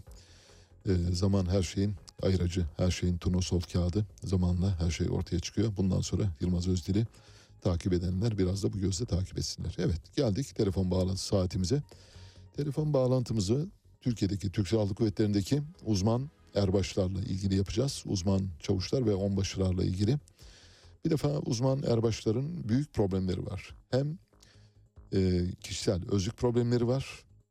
B: zaman her şeyin ayracı, her şeyin turnusol kağıdı. Zamanla her şey ortaya çıkıyor. Bundan sonra Yılmaz Özdil'i takip edenler biraz da bu gözle takip etsinler. Evet, geldik telefon bağlantı saatimize. Telefon bağlantımızı Türkiye'deki Türk Silahlı Kuvvetleri'ndeki uzman erbaşlarla ilgili yapacağız. Uzman çavuşlar ve onbaşılarla ilgili. Bir defa uzman erbaşların büyük problemleri var. Hem kişisel özlük problemleri var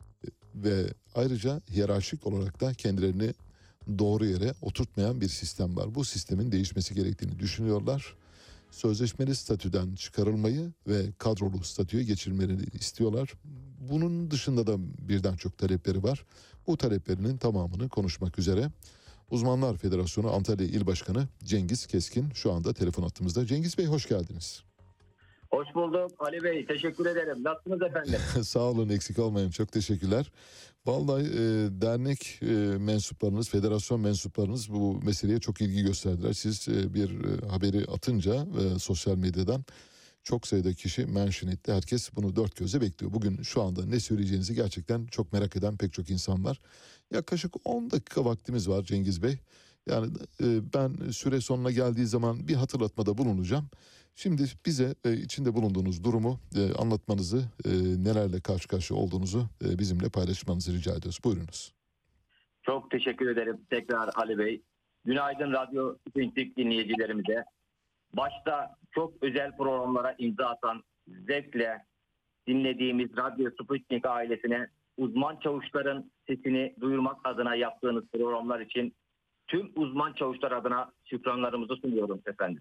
B: ve ayrıca hiyerarşik olarak da kendilerini doğru yere oturtmayan bir sistem var. Bu sistemin değişmesi gerektiğini düşünüyorlar. Sözleşmeli statüden çıkarılmayı ve kadrolu statüye geçirmelerini istiyorlar. Bunun dışında da birden çok talepleri var. Bu taleplerinin tamamını konuşmak üzere Uzmanlar Federasyonu Antalya İl Başkanı Cengiz Keskin şu anda telefon hattımızda. Cengiz Bey, hoş geldiniz.
F: Hoş bulduk Ali Bey. Teşekkür ederim. Nasılsınız efendim?
B: Sağ olun, eksik olmayın. Çok teşekkürler. Vallahi dernek mensuplarınız, federasyon mensuplarınız bu meseleye çok ilgi gösterdiler. Siz bir haberi atınca sosyal medyadan çok sayıda kişi mention etti. Herkes bunu dört gözle bekliyor. Bugün şu anda ne söyleyeceğinizi gerçekten çok merak eden pek çok insan var. Yaklaşık 10 dakika vaktimiz var Cengiz Bey. Yani ben süre sonuna geldiği zaman bir hatırlatmada bulunacağım. Şimdi bize içinde bulunduğunuz durumu anlatmanızı, nelerle karşı karşıya olduğunuzu bizimle paylaşmanızı rica ediyoruz. Buyurunuz.
F: Çok teşekkür ederim tekrar Ali Bey. Günaydın Radyo Sputnik dinleyicilerimize. Başta çok özel programlara imza atan, zevkle dinlediğimiz Radyo Sputnik ailesine, uzman çavuşların sesini duyurmak adına yaptığınız programlar için tüm uzman çavuşlar adına şükranlarımızı sunuyorum efendim.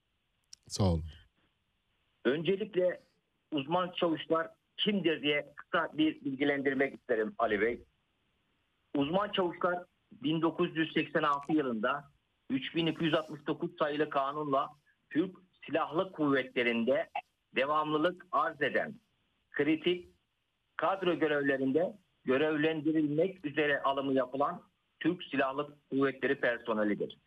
B: Sağ olun.
F: Öncelikle uzman çavuşlar kimdir diye kısa bir bilgilendirmek isterim Ali Bey. Uzman çavuşlar 1986 yılında 3269 sayılı kanunla Türk Silahlı Kuvvetleri'nde devamlılık arz eden kritik kadro görevlerinde görevlendirilmek üzere alımı yapılan Türk Silahlı Kuvvetleri personelidir.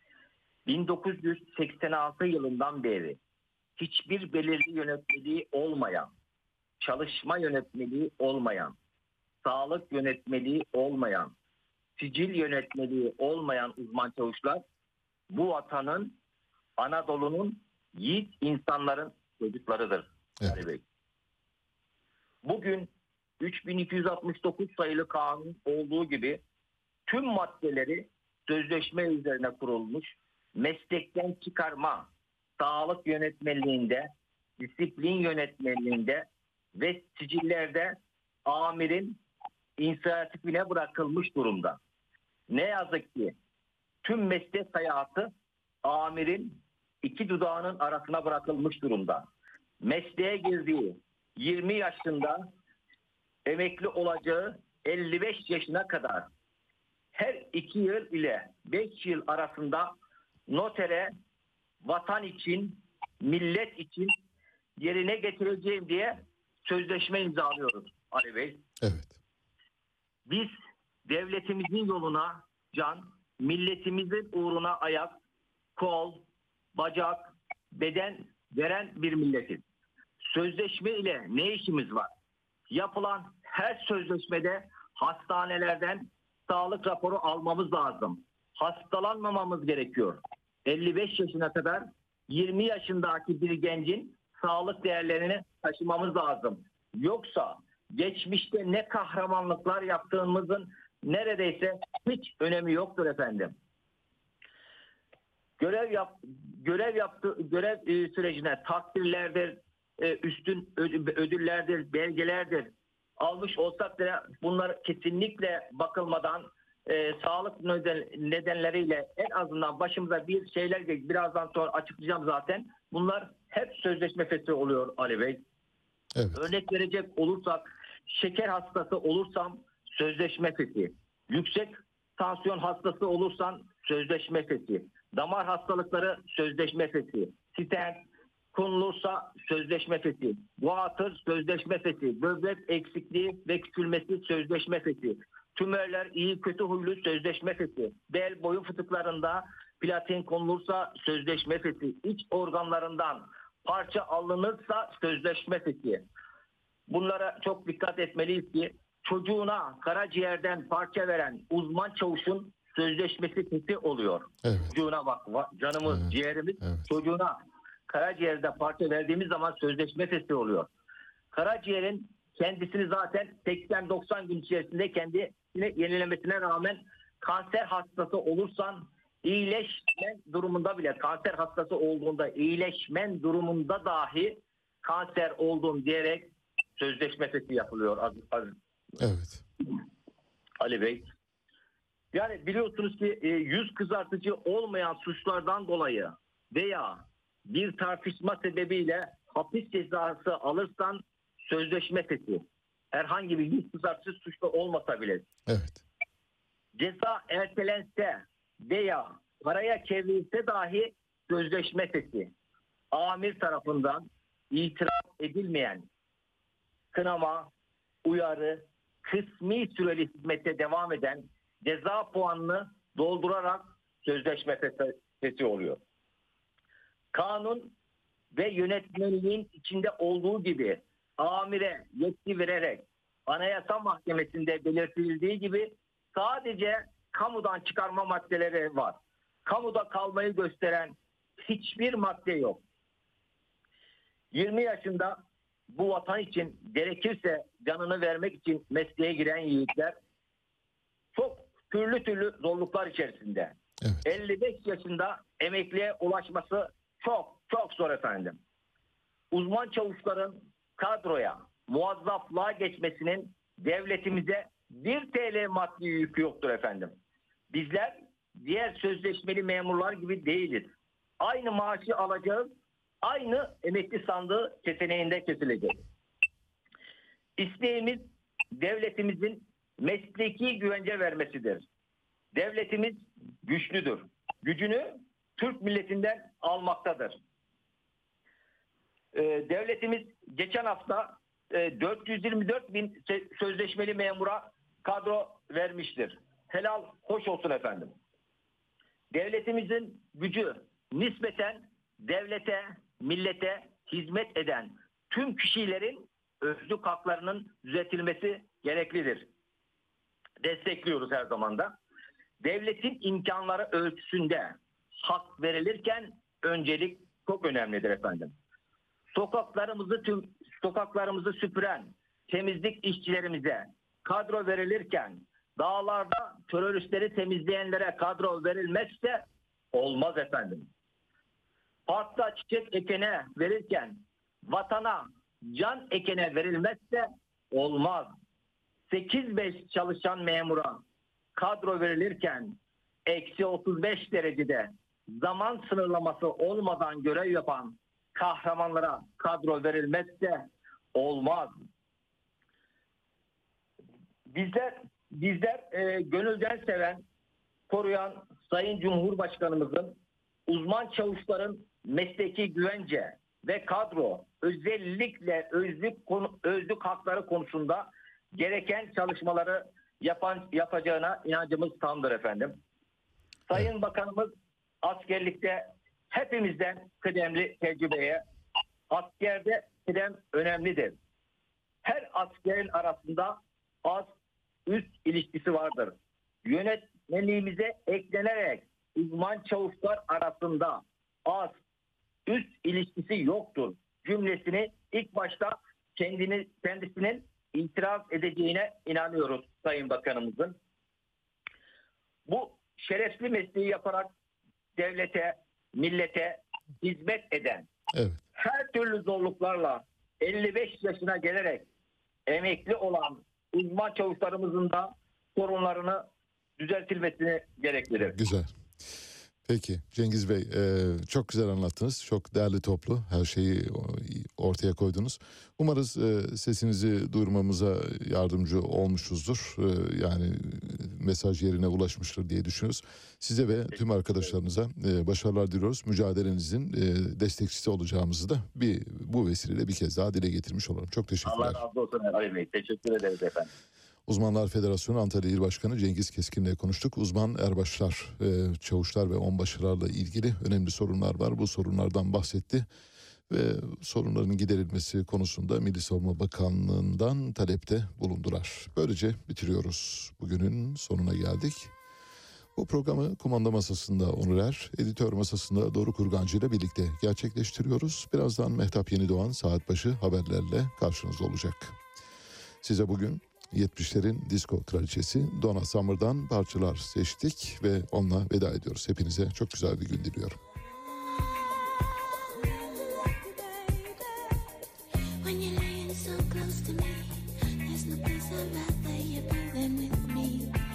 F: 1986 yılından beri hiçbir belirli yönetmeliği olmayan, çalışma yönetmeliği olmayan, sağlık yönetmeliği olmayan, sicil yönetmeliği olmayan uzman çavuşlar bu vatanın, Anadolu'nun yiğit insanların çocuklarıdır.
B: Evet.
F: Bugün 3269 sayılı kanun olduğu gibi tüm maddeleri sözleşme üzerine kurulmuş, meslekten çıkarma, sağlık yönetmeliğinde, disiplin yönetmeliğinde ve sicillerde amirin inisiyatifine bırakılmış durumda. Ne yazık ki tüm meslek hayatı amirin iki dudağının arasına bırakılmış durumda. Mesleğe girdiği 20 yaşında emekli olacağı 55 yaşına kadar her 2 yıl ile 5 yıl arasında notere vatan için, millet için yerine getireceğim diye sözleşme imzalıyoruz Ali Bey.
B: Evet.
F: Biz devletimizin yoluna can, milletimizin uğruna ayak, kol, bacak, beden veren bir milletiz. Sözleşme ile ne işimiz var? Yapılan her sözleşmede hastanelerden sağlık raporu almamız lazım. Hastalanmamamız gerekiyor. 55 yaşına kadar 20 yaşındaki bir gencin sağlık değerlerini taşımamız lazım. Yoksa geçmişte ne kahramanlıklar yaptığımızın neredeyse hiç önemi yoktur efendim. Görev sürecine takdirlerdir, üstün ödüllerdir, belgelerdir almış olsak da bunlar kesinlikle bakılmadan sağlık nedenleriyle en azından başımıza bir şeyler gelecek. Birazdan sonra açıklayacağım zaten. Bunlar hep sözleşme fethi oluyor Ali Bey.
B: Evet.
F: Örnek verecek olursak şeker hastası olursam sözleşme fethi. Yüksek tansiyon hastası olursan sözleşme fethi. Damar hastalıkları sözleşme fethi. Stent konulursa sözleşme fethi. Guatr sözleşme fethi. Böbrek eksikliği ve küçülmesi sözleşme fethi. tümörler, iyi kötü huylu sözleşme fethi. Bel boyu fıtıklarında platin konulursa sözleşme fethi. İç organlarından parça alınırsa sözleşme fethi. Bunlara çok dikkat etmeliyiz ki çocuğuna karaciğerden parça veren uzman çavuşun sözleşmesi fethi oluyor.
B: Evet.
F: Çocuğuna bak, canımız,
B: Evet.
F: ciğerimiz,
B: Evet.
F: çocuğuna karaciğerde parça verdiğimiz zaman sözleşme fethi oluyor. Karaciğerin kendisini zaten 80-90 gün içerisinde kendini yenilemesine rağmen kanser hastası olursan iyileşmen durumunda bile, kanser hastası olduğunda iyileşmen durumunda dahi kanser oldum diyerek sözleşme fethi yapılıyor
B: Evet.
F: Ali Bey. Yani biliyorsunuz ki yüz kızartıcı olmayan suçlardan dolayı veya bir tartışma sebebiyle hapis cezası alırsan sözleşme fethi. Herhangi bir yüz kızartıcı suçlu olmasa bile.
B: Evet.
F: Ceza ertelense veya paraya çevrilse dahi sözleşme fethi. Amir tarafından itiraz edilmeyen kınama, uyarı, kısmi süreli hizmete devam eden ceza puanını doldurarak sözleşme fethi oluyor. Kanun ve yönetmenliğin içinde olduğu gibi amire yetki vererek Anayasa Mahkemesi'nde belirtildiği gibi sadece kamudan çıkarma maddeleri var. Kamuda kalmayı gösteren hiçbir madde yok. 20 yaşında bu vatan için gerekirse canını vermek için mesleğe giren yiğitler çok türlü zorluklar içerisinde.
B: Evet.
F: 55 yaşında emekliye ulaşması çok zor efendim. Uzman çavuşların kadroya, muazzaflığa geçmesinin devletimize 1 TL maddi yükü yoktur efendim. Bizler diğer sözleşmeli memurlar gibi değiliz. Aynı maaşı alacağız, aynı emekli sandığı seçeneğinde kesilecek. İsteğimiz devletimizin mesleki güvence vermesidir. Devletimiz güçlüdür. Gücünü Türk milletinden almaktadır. Devletimiz geçen hafta 424 bin sözleşmeli memura kadro vermiştir. Helal hoş olsun efendim. Devletimizin gücü nispeten devlete, millete hizmet eden tüm kişilerin özlük haklarının düzeltilmesi gereklidir. Destekliyoruz her zaman da. Devletin imkanları ölçüsünde hak verilirken öncelik çok önemlidir efendim. Sokaklarımızı süpüren temizlik işçilerimize kadro verilirken dağlarda teröristleri temizleyenlere kadro verilmezse olmaz efendim. Parkta çiçek ekene verirken vatana can ekene verilmezse olmaz. 8-5 çalışan memura kadro verilirken -35 derecede zaman sınırlaması olmadan görev yapan kahramanlara kadro verilmezse olmaz. Bizler gönülden seven, koruyan Sayın Cumhurbaşkanımızın uzman çavuşların mesleki güvence ve kadro özellikle özlük hakları konusunda gereken çalışmaları yapacağına inancımız tamdır efendim. Sayın Bakanımız askerlikte hepimizden kıdemli tecrübeye, askerde kıdem önemlidir. Her askerin arasında az-üst ilişkisi vardır. Yönetmenliğimize eklenerek uzman çavuşlar arasında az-üst ilişkisi yoktur cümlesini ilk başta kendisinin itiraz edeceğine inanıyoruz Sayın Bakanımızın. Bu şerefli mesleği yaparak devlete, millete hizmet eden,
B: Evet.
F: her türlü zorluklarla 55 yaşına gelerek emekli olan uzman çavuşlarımızın da sorunlarını düzeltilmesini gerektirir.
B: Güzel. Peki Cengiz Bey, çok güzel anlattınız. Çok değerli toplu her şeyi ortaya koydunuz. Umarız sesinizi duyurmamıza yardımcı olmuşuzdur. Yani mesaj yerine ulaşmıştır diye düşünüyoruz. Size ve tüm arkadaşlarınıza başarılar diliyoruz. Mücadelenizin destekçisi olacağımızı da bu vesileyle bir kez daha dile getirmiş olalım. Çok teşekkürler.
F: Allah razı olsun Ali Bey. Teşekkür ederiz efendim.
B: Uzmanlar Federasyonu Antalya İl Başkanı Cengiz Keskin'le konuştuk. Uzman erbaşlar, çavuşlar ve onbaşılarla ilgili önemli sorunlar var. Bu sorunlardan bahsetti ve sorunların giderilmesi konusunda Milli Savunma Bakanlığı'ndan talepte bulundular. Böylece bitiriyoruz. Bugünün sonuna geldik. Bu programı kumanda masasında Onur Er, editör masasında Doruk Urgancı ile birlikte gerçekleştiriyoruz. Birazdan Mehtap Yenidoğan saat başı haberlerle karşınızda olacak. Size bugün 70'lerin disco kraliçesi Donna Summer'dan parçalar seçtik ve onunla veda ediyoruz. Hepinize çok güzel bir gün diliyorum.
C: When you're laying so close to me, there's no place I'd rather you be than with me.